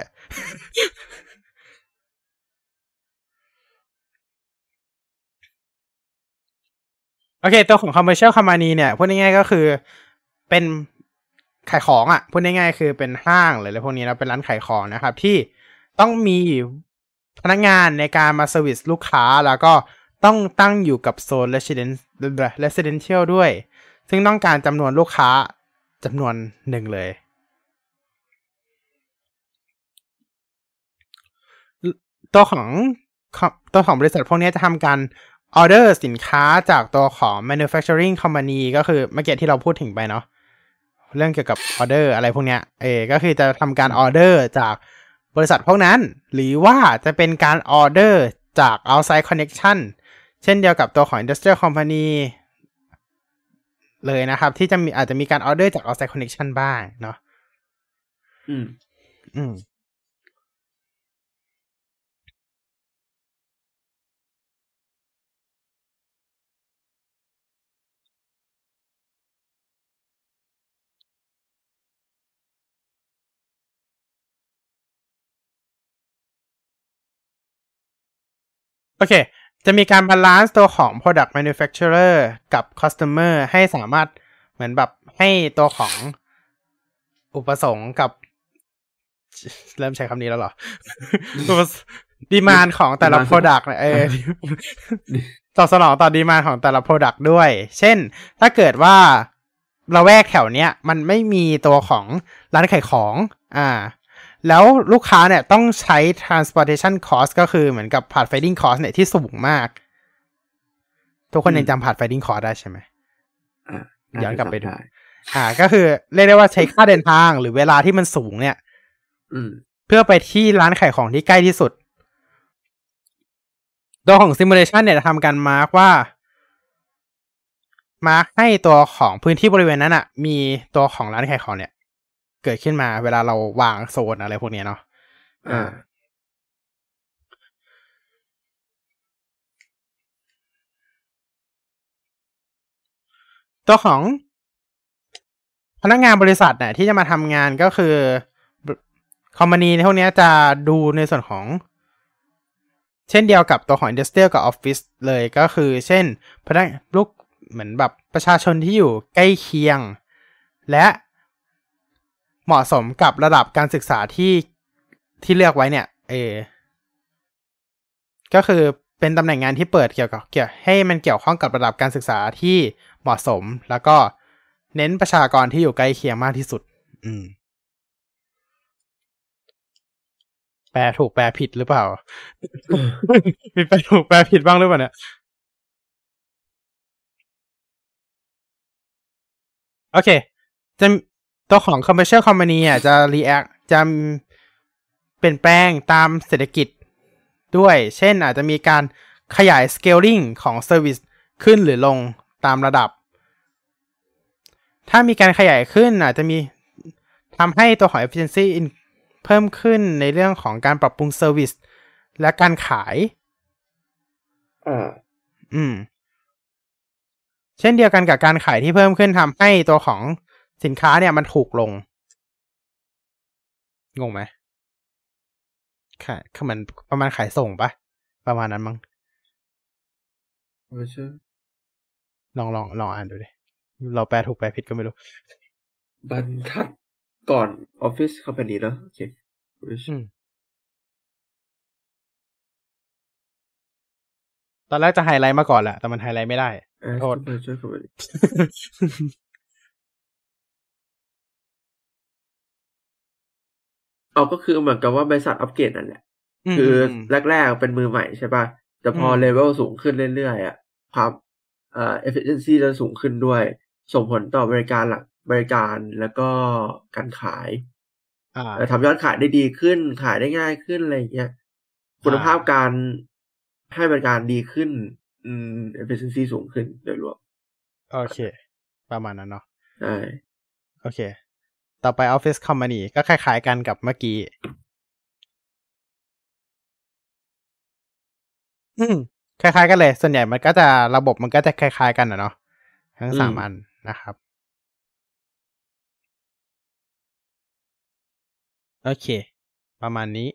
โอเคตัวของ commercial company เนี่ยพูดง่ายๆก็คือเป็นขายของพูดง่ายๆคือเป็นห้างหรืออะไรพวกนี้นะเป็นร้านขายของนะครับที่ต้องมีพนักงานในการมาเซอร์วิสลูกค้าแล้วก็ต้องตั้งอยู่กับโซน residential ด้วยซึ่งต้องการจำนวนลูกค้าจำนวนหนึ่งเลยตัวของบริษัทพวกนี้จะทำการออเดอร์สินค้าจากตัวของ manufacturing company ก็คือเมื่อกี้ที่เราพูดถึงไปเนาะเรื่องเกี่ยวกับออเดอร์อะไรพวกเนี้ยก็คือจะทำการออเดอร์จากบริษัทพวกนั้นหรือว่าจะเป็นการออเดอร์จาก outside connection เช่นเดียวกับตัวของ industrial company เลยนะครับที่อาจจะมีการออเดอร์จาก outside connection บ้างเนาะโอเคจะมีการบาลานซ์ตัวของ product manufacturer กับ customer ให้สามารถเหมือนแบบให้ตัวของอุปสงค์กับเริ่มใช้คำนี้แล้วเหรอดีมานด์ของแต่ละ product ตอบสนองต่อดีมานด์ของแต่ละ product ด้วยเช่นถ้าเกิดว่าละแวกแถวเนี้ยมันไม่มีตัวของร้านขายของแล้วลูกค้าเนี่ยต้องใช้ transportation cost ก็คือเหมือนกับ pathfinding cost เนี่ยที่สูงมากทุกคนยังจำ pathfinding cost ได้ใช่ไหมย้อนกลับไปดูก็คือเรียกได้ว่าใช้ค่าเดินทางหรือเวลาที่มันสูงเนี่ยเพื่อไปที่ร้านขายของที่ใกล้ที่สุดตัวของ simulation เนี่ยจะทำการมาร์กให้ตัวของพื้นที่บริเวณนั้นมีตัวของร้านขายของเนี่ยเกิดขึ้นมาเวลาเราวางโซนอะไรพวกนี้เนาะตัวของพนักงานบริษัทเนี่ยที่จะมาทำงานก็คือคอมพานีในพวกนี้จะดูในส่วนของเช่นเดียวกับตัวของ Industrial กับ Office เลยก็คือเช่นพนักลูกเหมือนแบบประชาชนที่อยู่ใกล้เคียงและเหมาะสมกับระดับการศึกษาที่เลือกไว้เนี่ยก็คือเป็นตำแหน่งงานที่เปิดเกี่ยวให้มันเกี่ยวข้องกับระดับการศึกษาที่เหมาะสมแล้วก็เน้นประชากรที่อยู่ใกล้เคียงมากที่สุดแปลถูกแปลผิดหรือเปล่า มีแปลถูกแปลผิดบ้างหรือเปล่าเนี่ยโอเคจะตัวของ commercial company จะ react จะเปลี่ยนแปลงตามเศรษฐกิจด้วยเช่นอาจจะมีการขยาย scaling ของ service ขึ้นหรือลงตามระดับถ้ามีการขยายขึ้นอาจจะมีทำให้ตัวของ efficiency เพิ่มขึ้นในเรื่องของการปรับปรุงเซอร์วิสและการขายเช่นเดียวกันกับการขายที่เพิ่มขึ้นทำให้ตัวของสินค้าเนี่ยมันถูกลงงงไหมค่ะคือมันประมาณขายส่งปะประมาณนั้นมั้งไม่ใช่ลองอ่านดูดิเราแปลถูกแปลผิดก็ไม่รู้บรรทัดก่อน Office Company เนอะโอเคตอนแรกจะไฮไลท์มาก่อนแหละแต่มันไฮไลท์ไม่ได้โทษก็คือเหมือนกับว่าบริษัทอัปเกรดนั่นแหละคือแรกๆเป็นมือใหม่ใช่ป่ะแต่พอเลเวลสูงขึ้นเรื่อยๆอ่ะความefficiency จะสูงขึ้นด้วยส่งผลต่อบริการแล้วก็การขายทำยอดขายได้ดีขึ้นขายได้ง่ายขึ้นอะไรอย่างเงี้ยคุณภาพการให้บริการดีขึ้นefficiency สูงขึ้นโดยรวมโอเคประมาณนั้นเนาะใช่โอเคต่อไป Office Company ก็คล้ายๆกันกับเมื่อกี้คล้ายๆกันเลยส่วนใหญ่มันก็จะระบบมันก็จะคล้ายๆกันเนาะทั้ง3อันนะครับโอเคประมาณนี้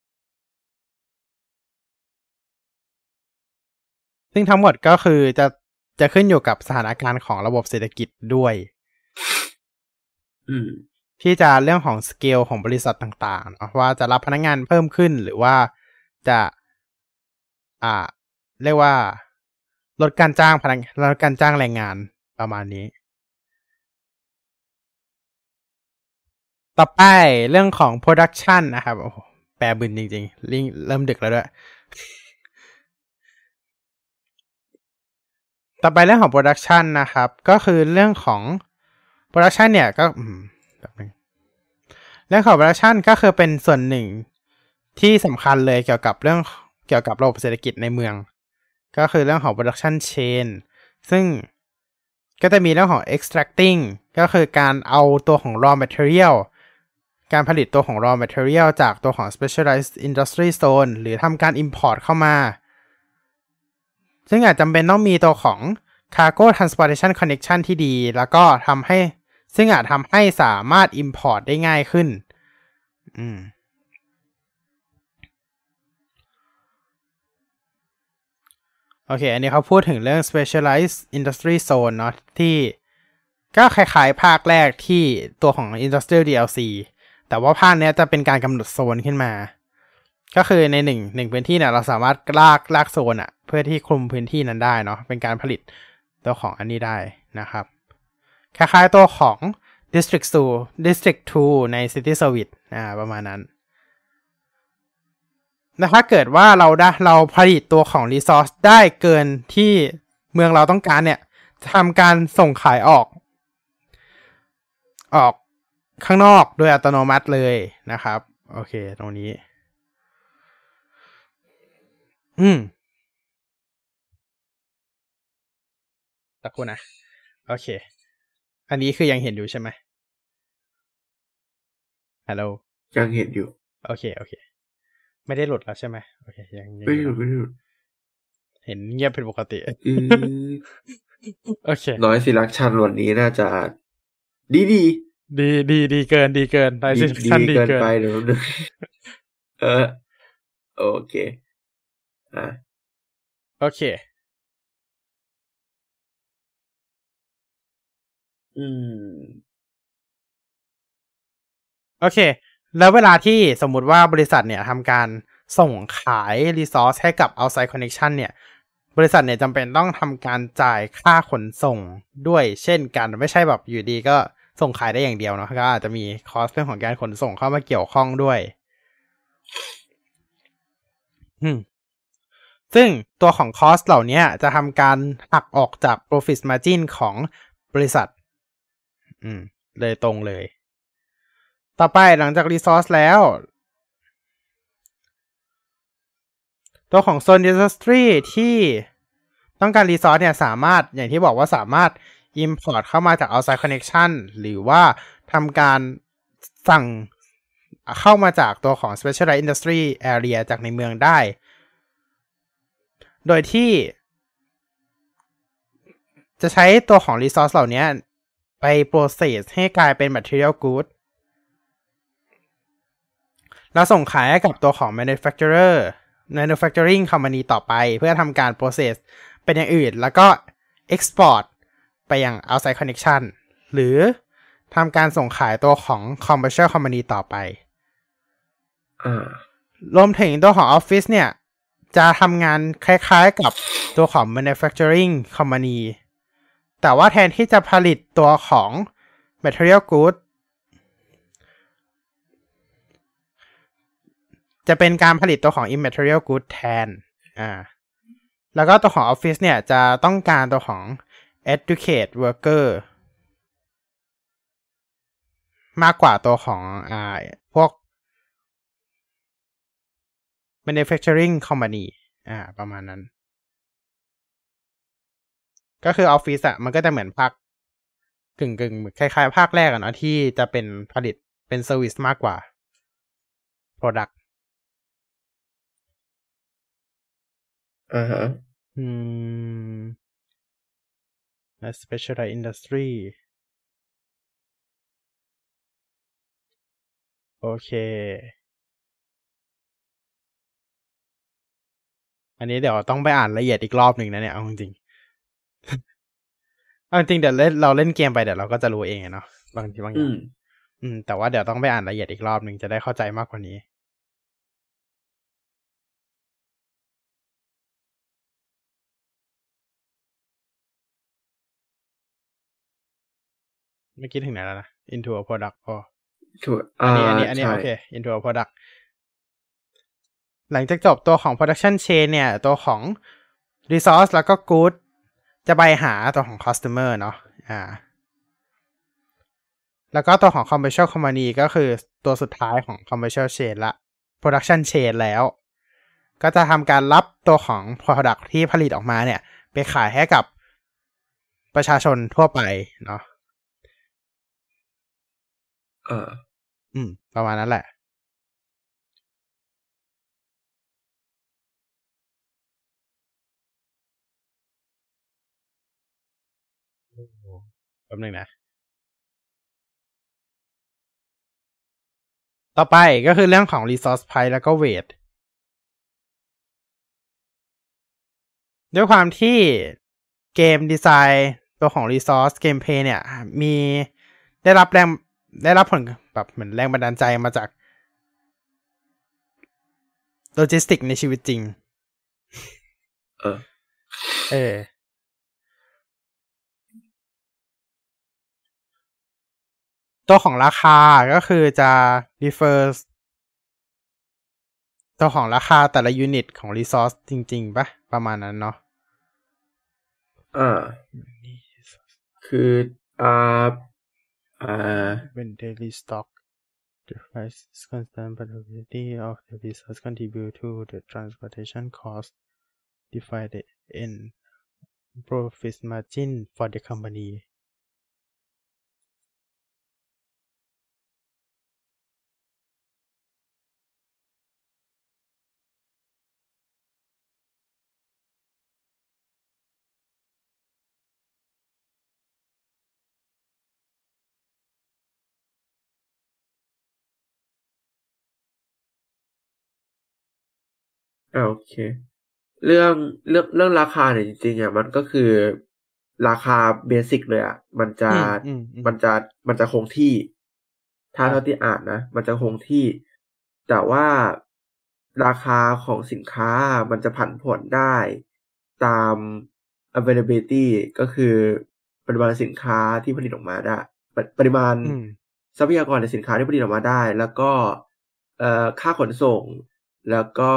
ซึ่งทั้งหมดก็คือจะขึ้นอยู่กับสถานการณ์ของระบบเศรษฐกิจด้วยที่จะเรื่องของสเกลของบริษัทต่างๆเนาะว่าจะรับพนักงานเพิ่มขึ้นหรือว่าจะเรียกว่าลดการจ้างแรงงานประมาณนี้ต่อไปเรื่องของ production นะครับโอ้แปลบึนจริงๆเริ่มดึกแล้วด้วยต่อไปเรื่องของ production นะครับก็คือเรื่องของ production เนี่ยก็เรื่องของ production ก็คือเป็นส่วนหนึ่งที่สำคัญเลยเกี่ยวกับระบบเศรษฐกิจในเมืองก็คือเรื่องของ production chain ซึ่งก็จะมีเรื่องของ extracting ก็คือการเอาตัวของ raw material การผลิตตัวของ raw material จากตัวของ specialized industry zone หรือทำการ import เข้ามาซึ่งอาจจำเป็นต้องมีตัวของ cargo transportation connection ที่ดีแล้วก็ซึ่งอาจทำให้สามารถ import ได้ง่ายขึ้นโอเคอันนี้เขาพูดถึงเรื่อง specialized industry zone เนาะที่ก็คล้ายๆภาคแรกที่ตัวของ industrial DLC แต่ว่าภาคนี้จะเป็นการกำหนดโซนขึ้นมาก็คือในหนึ่งพื้นที่เนี่ยเราสามารถลากโซนเพื่อที่คลุมพื้นที่นั้นได้เนาะเป็นการผลิตตัวของอันนี้ได้นะครับคล้ายๆตัวของ District 2 ใน City Service ประมาณนั้นแต่ถ้าเกิดว่าเราผลิตตัวของ resource ได้เกินที่เมืองเราต้องการเนี่ยทำการส่งขายออกข้างนอกโดยอัตโนมัติเลยนะครับโอเคตรงนี้สักครู่นะโอเคอันนี้คือยังเห็นอยู่ใช่ไหมฮัลโหลยังเห็นอยู่โอเคไม่ได้หลุดแล้วใช่ไหมโอเคยังไม่หลุดเห็นเงียบเป็นปกติโอเคน้อยสิลักชันวันนี้น่าจะดีเกินน้อยสิลักชันดีเกินไปเดี๋ยวนึงโอเคโอเคโอเคแล้วเวลาที่สมมุติว่าบริษัทเนี่ยทำการส่งขาย resource ให้กับ outside connection เนี่ยบริษัทเนี่ยจำเป็นต้องทำการจ่ายค่าขนส่งด้วยเช่นกันไม่ใช่แบบอยู่ดีก็ส่งขายได้อย่างเดียวเนาะก็อาจจะมีคอสเรื่องของการขนส่งเข้ามาเกี่ยวข้องด้วยซึ่งตัวของคอสเหล่านี้จะทำการหักออกจาก profit margin ของบริษัทเลยตรงเลยต่อไปหลังจาก resource แล้วตัวของ zone industry ที่ต้องการ resource เนี่ยสามารถอย่างที่บอกว่าสามารถ import เข้ามาจาก outside connection หรือว่าทำการสั่งเข้ามาจากตัวของ specialized industry area จากในเมืองได้โดยที่จะใช้ตัวของ resource เหล่านี้ไป process ให้กลายเป็น material good แล้วส่งขายให้กับตัวของ manufacturing company ต่อไปเพื่อทำการ process เป็นอย่างอื่นแล้วก็ export ไปยัง outside connection หรือทำการส่งขายตัวของ commercial company ต่อไปรวมถึงตัวของ office เนี่ยจะทำงานคล้ายๆกับตัวของ manufacturing company แต่ว่าแทนที่จะผลิตตัวของ material good จะเป็นการผลิตตัวของ immaterial good แทนแล้วก็ตัวของ office เนี่ยจะต้องการตัวของ educate worker มากกว่าตัวของพวก manufacturing company ประมาณนั้นก็คือออฟฟิศมันก็จะเหมือนภาคกึ่งคล้ายๆภาคแรกเนาะที่จะเป็นผลิตเป็นเซอร์วิสมากกว่า product specialized industry โอเคอันนี้เดี๋ยวต้องไปอ่านละเอียดอีกรอบหนึ่งนะเนี่ยเอาจริงเอาจริงเดี๋ยวเราเล่นเกมไปเดี๋ยวเราก็จะรู้เองเนาะบางอย่างแต่ว่าเดี๋ยวต้องไปอ่านละเอียดอีกรอบหนึ่งจะได้เข้าใจมากกว่านี้เมื่อกี้ถึงไหนแล้วนะ into a product พออันนี้โอเค into a product หลังจากจบตัวของ production chain เนี่ยตัวของ resource แล้วก็ good จะไปหาตัวของ customer เนาะแล้วก็ตัวของ commercial company ก็คือตัวสุดท้ายของ commercial chain ละ production chain แล้วก็จะทำการรับตัวของ product ที่ผลิตออกมาเนี่ยไปขายให้กับประชาชนทั่วไปเนาะประมาณนั้นแหละแป๊บนึงนะต่อไปก็คือเรื่องของ resource price แล้วก็ weight ด้วยความที่เกมดีไซน์ตัวของ resource gameplay เนี่ยได้รับผลแบบเหมือนแรงบันดาลใจมาจากโลจิสติกในชีวิตจริงตัวของราคาก็คือจะ refer ตัวของราคาแต่ละยูนิตของ resource จริงๆปะประมาณนั้นเนาะคือ when daily stock the price is constant but the availability of the resource contribute to the transportation cost divided in profit margin for the company โอเคเรื่องราคาเนี่ยจริงๆมันก็คือราคาเบสิกเลยมันจะคงที่ถ้าเท่าที่อ่านนะมันจะคงที่แต่ว่าราคาของสินค้ามันจะผันผวนได้ตาม availability ก็คือปริมาณสินค้าที่ผลิตออกมาได้ปริมาณทรัพยากรในสินค้าที่ผลิตออกมาได้แล้วก็ค่าขนส่งแล้วก็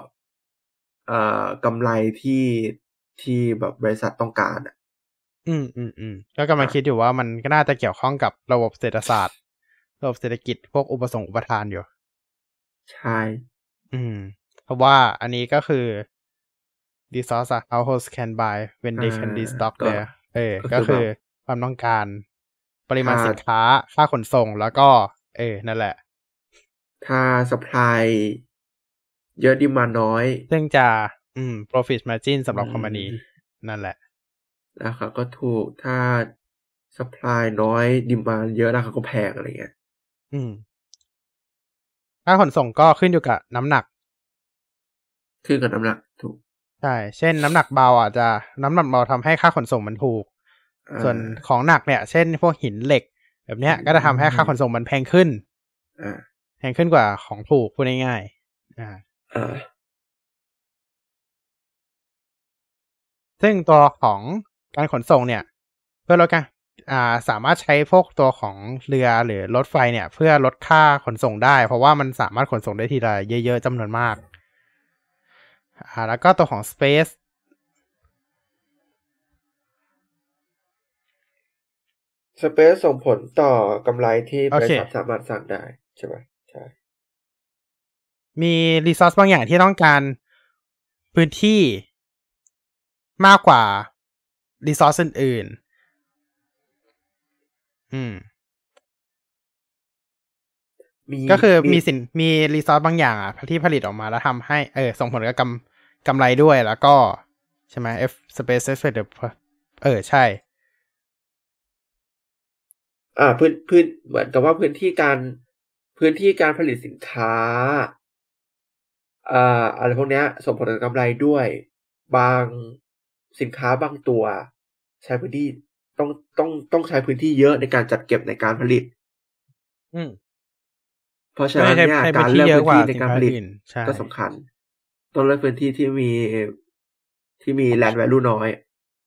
กำไรที่แบบบริษัทต้องการก็กำลังคิดอยู่ว่ามันก็น่าจะเกี่ยวข้องกับระบบเศรษฐศาสตร์ระบบเศรษฐกิจพวกอุปทานอยู่ใช่เพราะว่าอันนี้ก็คือ resource households can buy when they can restock there ก็คือความต้องการปริมาณสินค้าค่าขนส่งแล้วก็นั่นแหละถ้า supply เยอะ demand น้อยซึ่งจะprofit margin สำหรับคอมพานีนั่นแหละราคาก็ถูกถ้า supply น้อย demand เยอะราคาก็แพงอะไรเงี้ยค่าขนส่งก็ขึ้นอยู่กับน้ำหนักขึ้นกับน้ำหนักถูกใช่เช่นน้ำหนักเบาอาจจะน้ำหนักเบาทำให้ค่าขนส่งมันถูกส่วนของหนักเนี่ยเช่นพวกหินเหล็กแบบเนี้ยก็จะทำให้ค่าขนส่งมันแพงขึ้นแพงขึ้นกว่าของถูกพูดง่ายๆซึ่งตัวของการขนส่งเนี่ยเพื่อลดการสามารถใช้พวกตัวของเรือหรือรถไฟเนี่ยเพื่อลดค่าขนส่งได้เพราะว่ามันสามารถขนส่งได้ทีละเยอะๆจำนวนมากแล้วก็ตัวของ Space ส่งผลต่อกำไรที่บริษัทสามารถสร้างได้ใช่ไหมใช่มีรีซอสบางอย่างที่ต้องการพื้นที่มากกว่ารีซอสอื่นๆก็คือมีรีซอสบางอย่างที่ผลิตออกมาแล้วทำให้ส่งผลกับกำไรด้วยแล้วก็ใช่ไหม Space Effect ใช่พื้นเหมือนกับว่าพื้นที่การผลิตสินค้าอะไรพวกนี้ส่งผลกับกำไรด้วยบางสินค้าบางตัวใช้พื้นที่ต้องใช้พื้นที่เยอะในการจัดเก็บในการผลิตเพราะฉะนั้นเนี่ยการเลือกพื้นที่ในการผลิตก็สำคัญต้องเลือกพื้นที่ที่มี land value น้อย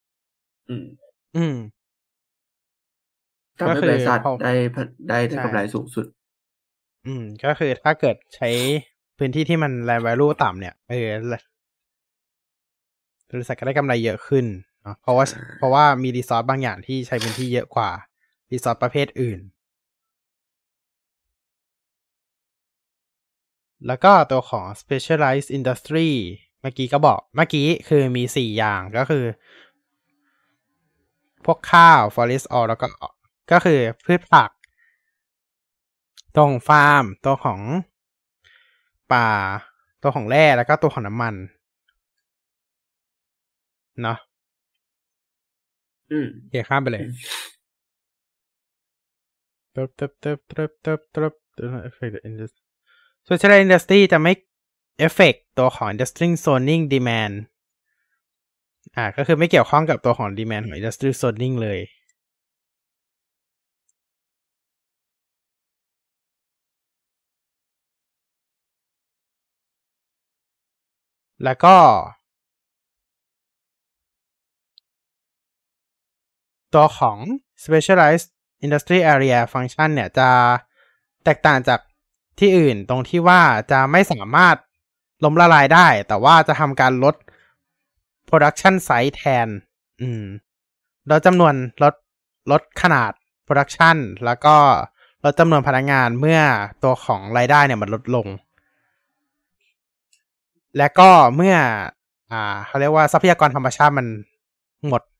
ทำให้บริษัทได้กำไรสูงสุดก็คือถ้าเกิดใช้พื้นที่ที่มัน land value ต่ำเนี่ยบริษัทก็ได้กำไรเยอะขึ้นเนาะเพราะว่ามีรีซอสบางอย่างที่ใช้พื้นที่เยอะกว่ารีซอสประเภทอื่นแล้วก็ตัวของ specialized industry เมื่อกี้คือมี4อย่างก็คือพวกข้าว forest oil แล้วก็คือพืชผักตัวของฟาร์มตัวของป่าตัวของแร่แล้วก็ตัวของน้ำมันเนาะเดี๋ยวข้ามไปเลยSocial Industry จะไม่เอฟเฟกต์ตัวของ Industry Zoning Demand ก็คือไม่เกี่ยวข้องกับตัวของ Demand ของ Industry Zoning เลยแล้วก็ตัวของ Specialized Industry Area Function เนี่ยจะแตกต่างจากที่อื่นตรงที่ว่าจะไม่สามารถล้มละลายได้แต่ว่าจะทำการลด production size แทนลดจำนวนลดขนาด production แล้วก็ลดจำนวนพนักงานเมื่อตัวของรายได้เนี่ยมันลดลงและก็เมื่อเขาเรียกว่าทรัพยากรธรรมชาติมันหมด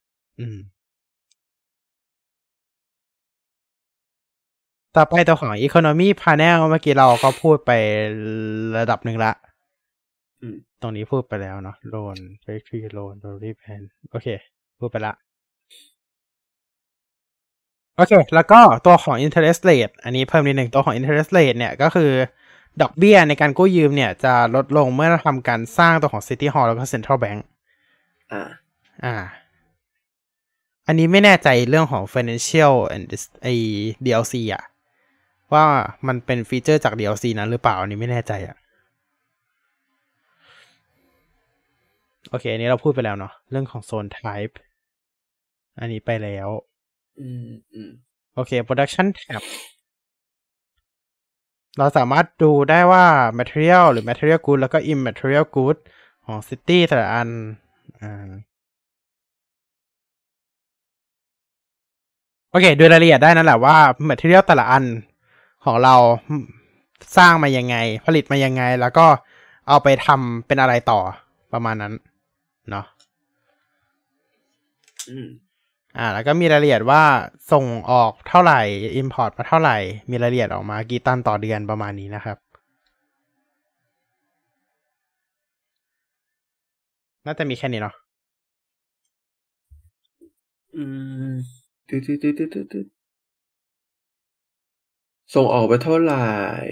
ต่อไปตัวของ Economy Panel เมื่อกี้เราก็พูดไประดับหนึ่งละตรงนี้พูดไปแล้วเนาะ Loan Factory Loan Delivery Plan โอเคพูดไปละโอเคแล้วก็ตัวของ interest rate อันนี้เพิ่มนิดหนึ่งตัวของ interest rate เนี่ยก็คือดอกเบี้ยในการกู้ยืมเนี่ยจะลดลงเมื่อทำการสร้างตัวของ City Hall แล้วก็ Central Bank อันนี้ไม่แน่ใจเรื่องของ Financial and DLC ว่ามันเป็นฟีเจอร์จาก DLC นั้นหรือเปล่าอันนี้ไม่แน่ใจโอเคอันนี้เราพูดไปแล้วเนาะเรื่องของ Zone Type อันนี้ไปแล้วโอเค Production Tab เราสามารถดูได้ว่า Material หรือ Material Good แล้วก็ Immaterial Good ของ City แต่ละอันโอเคดูรายละเอียดได้นั่นแหละว่า Material แต่ละอันของเราสร้างมายังไงผลิตมายังไงแล้วก็เอาไปทำเป็นอะไรต่อประมาณนั้นเนาะแล้วก็มีรายละเอียดว่าส่งออกเท่าไหร่ import มาเท่าไหร่มีรายละเอียดออกมากี่ตันต่อเดือนประมาณนี้นะครับน่าจะมีแค่นี้เนาะส่งออกไปเท่าไหร่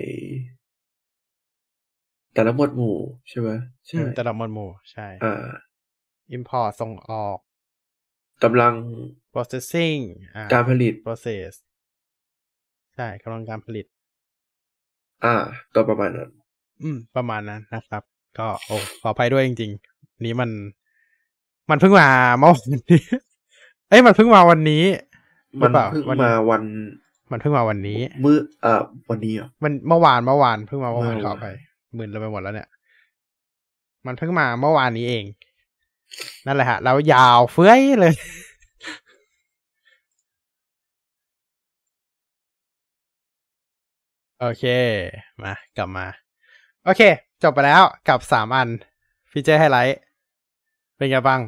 แต่ละหมวดหมู่ใช่ไหมใช่แต่ละหมวดหมู่ใช่ import ส่งออกกำลัง processing การผลิต process ใช่กำลังการผลิตก็ประมาณนั้นประมาณนั้นนะครับ ก็ขออภัยด้วยจริงๆนี้มันเพิ่งมาเมื่อวันนี้มันเพิ่งมาวันนี้มันเพิ่งมาวันมันเพิ่งมาวันนี้วันนี้เหรอมันเมื่อวานเพิ่งมาเมื่อวานขอไปมึนเราไปหมดแล้วเนี่ยมันเพิ่งมาเมื่อวานนี้เองนั่นแหละฮะแล้วยาวเฟ้ยเลยโอเคมากลับมาโอเคจบไปแล้วกับ3อันฟีเจอร์ไฮไลท์เป็นไงบ้าง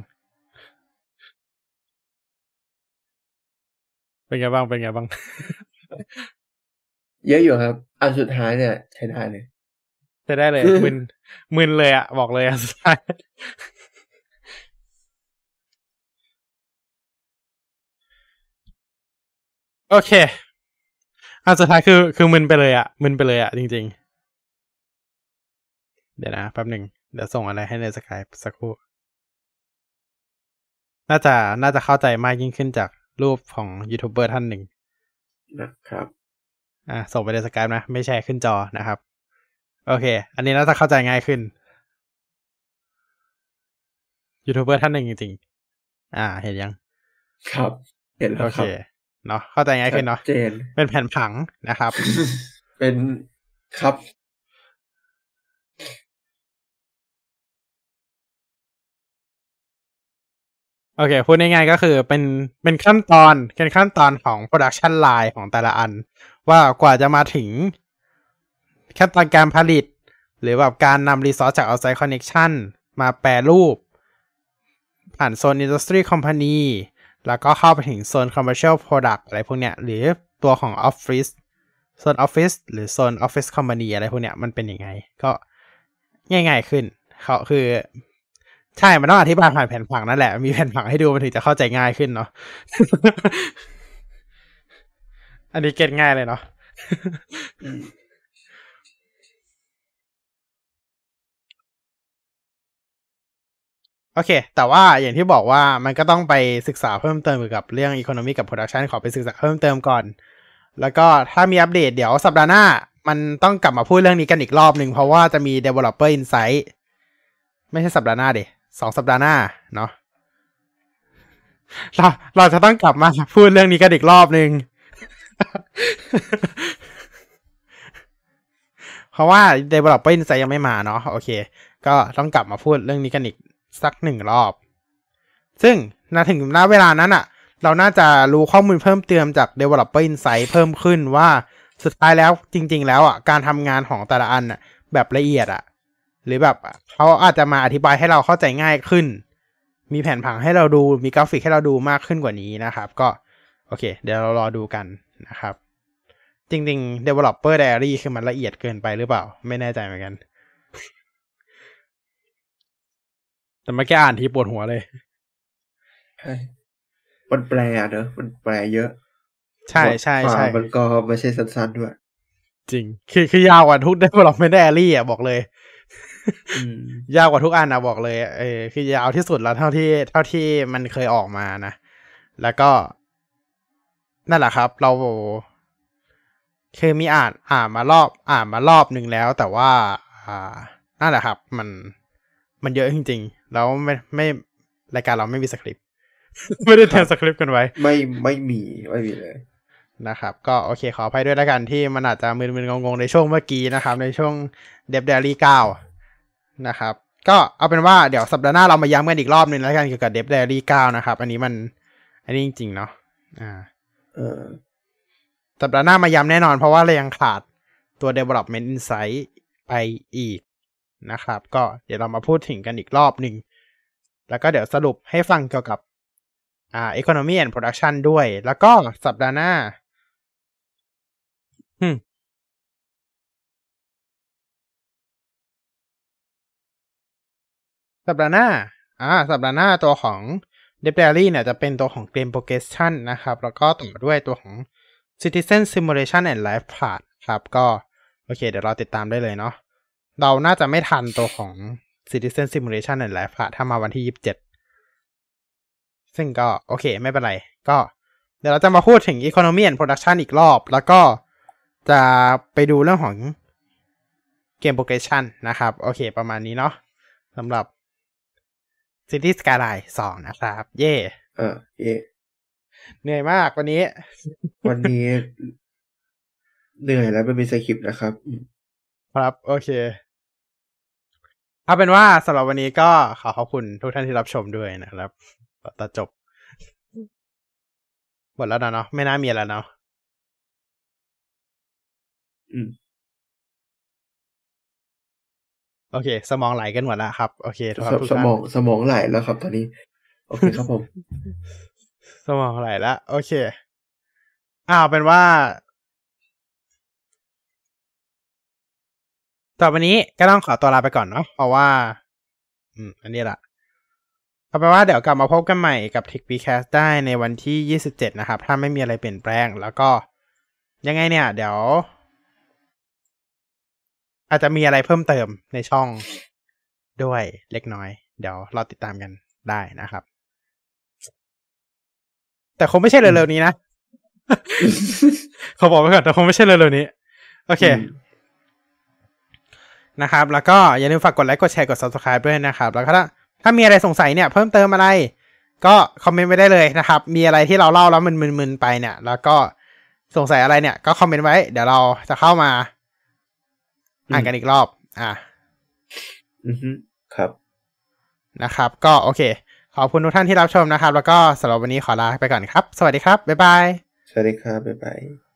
เป็นไงบ้างเยอะอยู่ครับอันสุดท้ายเนี่ยใช้ได้เลยใช้ได้เลยมึนเลยอ่ะบอกเลยอันสุดท้ายโอเคอันสุดท้ายคือมึนไปเลยอ่ะจริงๆเดี๋ยวนะแป๊บหนึ่งเดี๋ยวส่งอะไรให้ในสกายสักครู่น่าจะเข้าใจมากยิ่งขึ้นจากรูปของยูทูบเบอร์ท่านหนึ่งนะครับส่งไปในสกายนะไม่แชร์ขึ้นจอนะครับโอเคอันนี้น่าจะเข้าใจง่ายขึ้นยูทูบเบอร์ท่านหนึ่งจริงๆเห็นยังครับเห็นแล้วครับโอเคเนาะเข้าใจง่ายขึ้นเนาะเป็นแผ่นผังนะครับเป็นครับโอเคพูดง่ายๆก็คือเป็นขั้นตอนของ production line ของแต่ละอันว่ากว่าจะมาถึงขั้นตอนการผลิตหรือแบบการนำ resource จาก outside connection มาแปรรูปผ่านโซน industry company แล้วก็เข้าไปถึงโซน commercial product อะไรพวกเนี้ยหรือตัวของ office โซน office หรือโซน office company อะไรพวกเนี้ยมันเป็นยังไงก็ง่ายๆขึ้นเขาคือใช่มันต้องอธิบายผ่านแผ่นผังนั่นแหละมีแผ่นผังให้ดูมันถึงจะเข้าใจง่ายขึ้นเนาะ อันนี้เก็ตง่ายเลยเนาะโอเคแต่ว่าอย่างที่บอกว่ามันก็ต้องไปศึกษาเพิ่มเติมเกี่ยวกับเรื่อง economy กับ production ขอไปศึกษาเพิ่มเติมก่อนแล้วก็ถ้ามีอัปเดตเดี๋ยวสัปดาห์หน้ามันต้องกลับมาพูดเรื่องนี้กันอีกรอบนึงเพราะว่าจะมี developer insight ไม่ใช่สัปดาห์หน้าดิ2 สัปดาห์หน้าเนาะเราจะต้องกลับมาพูดเรื่องนี้กันอีกรอบนึง เพราะว่า developer insight ยังไม่มาเนาะโอเคก็ต้องกลับมาพูดเรื่องนี้กันอีกสัก1 รอบซึ่งถึงเวลานั้นอะเราน่าจะรู้ข้อมูลเพิ่มเติมจาก developer insight เพิ่มขึ้นว่าสุดท้ายแล้วจริงๆแล้วอะการทำงานของแต่ละอันอะแบบละเอียดอะหรือแบบเขาอาจจะมาอธิบายให้เราเข้าใจง่ายขึ้นมีแผนผังให้เราดูมีกราฟิกให้เราดูมากขึ้นกว่านี้นะครับก็โอเคเดี๋ยวเรารอดูกันนะครับจริงๆ developer diary คือมันละเอียดเกินไปหรือเปล่าไม่แน่ใจเหมือนกันแต่เมื่อกี้อ่านทีปวดหัวเลยใช่มันแปลเนอะมันแปลเยอะใช่มันก็ไม่ใช่สั้นๆด้วยจริงคือยาวกว่าทุก development diary อ่ะบอกเลยยาวกว่าทุกอันนะบอกเลยคือยาวที่สุดแล้วเท่าที่มันเคยออกมานะแล้วก็นั่นแหละครับเราคือมีอ่านมารอบนึงแล้วแต่ว่านั่นแหละครับมันเยอะจริงๆแล้วไม่รายการเราไม่มีสคริปต์ไม่ได้เตรียมสคริปต์กันไว้ไม่มีเลยนะครับก็โอเคขออภัยด้วยแล้วกันที่มันอาจจะมึนๆงงๆในช่วงเมื่อกี้นะครับในช่วง Dev Diary 9นะครับก็เอาเป็นว่าเดี๋ยวสัปดาห์หน้าเรามาย้ำกันอีกรอบนึงแล้วกันเกี่ยวกับ Dev Diary 9นะครับอันนี้จริงๆเนาะสัปดาห์หน้ามาย้ำแน่นอนเพราะว่าเรายังขาดตัว development insight ไปอีกนะครับก็เดี๋ยวเรามาพูดถึงกันอีกรอบหนึ่งแล้วก็เดี๋ยวสรุปให้ฟังเกี่ยวกับeconomy and production ด้วยแล้วก็สัปดาห์หน้าสัปดาห์หน้าสัปดาห์หน้าตัวของ Dev Diary เนี่ยจะเป็นตัวของ Game Progression นะครับแล้วก็ต่อด้วยตัวของ Citizen Simulation and Life Path ครับก็โอเคเดี๋ยวเราติดตามได้เลยเนาะเราน่าจะไม่ทันตัวของ Citizen Simulation and Life Path ถ้ามาวันที่27ซึ่งก็โอเคไม่เป็นไรก็เดี๋ยวเราจะมาพูดถึง Economy and Production อีกรอบแล้วก็จะไปดูเรื่องของ Game Progression นะครับโอเคประมาณนี้เนาะสำหรับ City Skyline 2 นะครับเย่เย่เหนื่อยมากวันนี้เหนื่อยแล้วไม่มีสคริปต์นะครับครับโอเคเอาเป็นว่าสำหรับวันนี้ก็ขอบคุณทุกท่านที่รับชมด้วยนะครับต่อจบหมดแล้วเนาะไม่น่ามีแล้วเนาะโอเคสมองไหลกันหมดแล้วครับโอเคสมองไหลแล้วครับตอนนี้โอเคครับผมสมองไหลแล้วโอเคเป็นว่าต่อไปนี้ก็ต้องขอตัวลาไปก่อนเนาะเพราะว่าอันนี้ละเอาเป็นว่าเดี๋ยวกลับมาพบกันใหม่กับ TechBcast ได้ในวันที่27นะครับถ้าไม่มีอะไรเปลี่ยนแปลงแล้วก็ยังไงเนี่ยเดี๋ยวอาจจะมีอะไรเพิ่มเติมในช่องด้วยเล็กน้อยเดี๋ยวเราติดตามกันได้นะครับแต่คงไม่ใช่เร็วๆนี้นะเขาบอกไว้ก่อนแต่คงไม่ใช่เร็วๆนี้โอเคนะครับแล้วก็อย่าลืมฝากกดไลค์กดแชร์กด Subscribe ด้วยนะครับแล้วก็ถ้ามีอะไรสงสัยเนี่ยเพิ่มเติมอะไรก็คอมเมนต์ไว้ได้เลยนะครับมีอะไรที่เราเล่าแล้วมันมึนๆไปเนี่ยแล้วก็สงสัยอะไรเนี่ยก็คอมเมนต์ไว้เดี๋ยวเราจะเข้ามาอ่านกันอีกรอบครับนะครับก็โอเคขอบคุณทุกท่านที่รับชมนะครับแล้วก็สำหรับวันนี้ขอลาไปก่อนครับสวัสดีครับบ๊ายบายสวัสดีครับบ๊ายบาย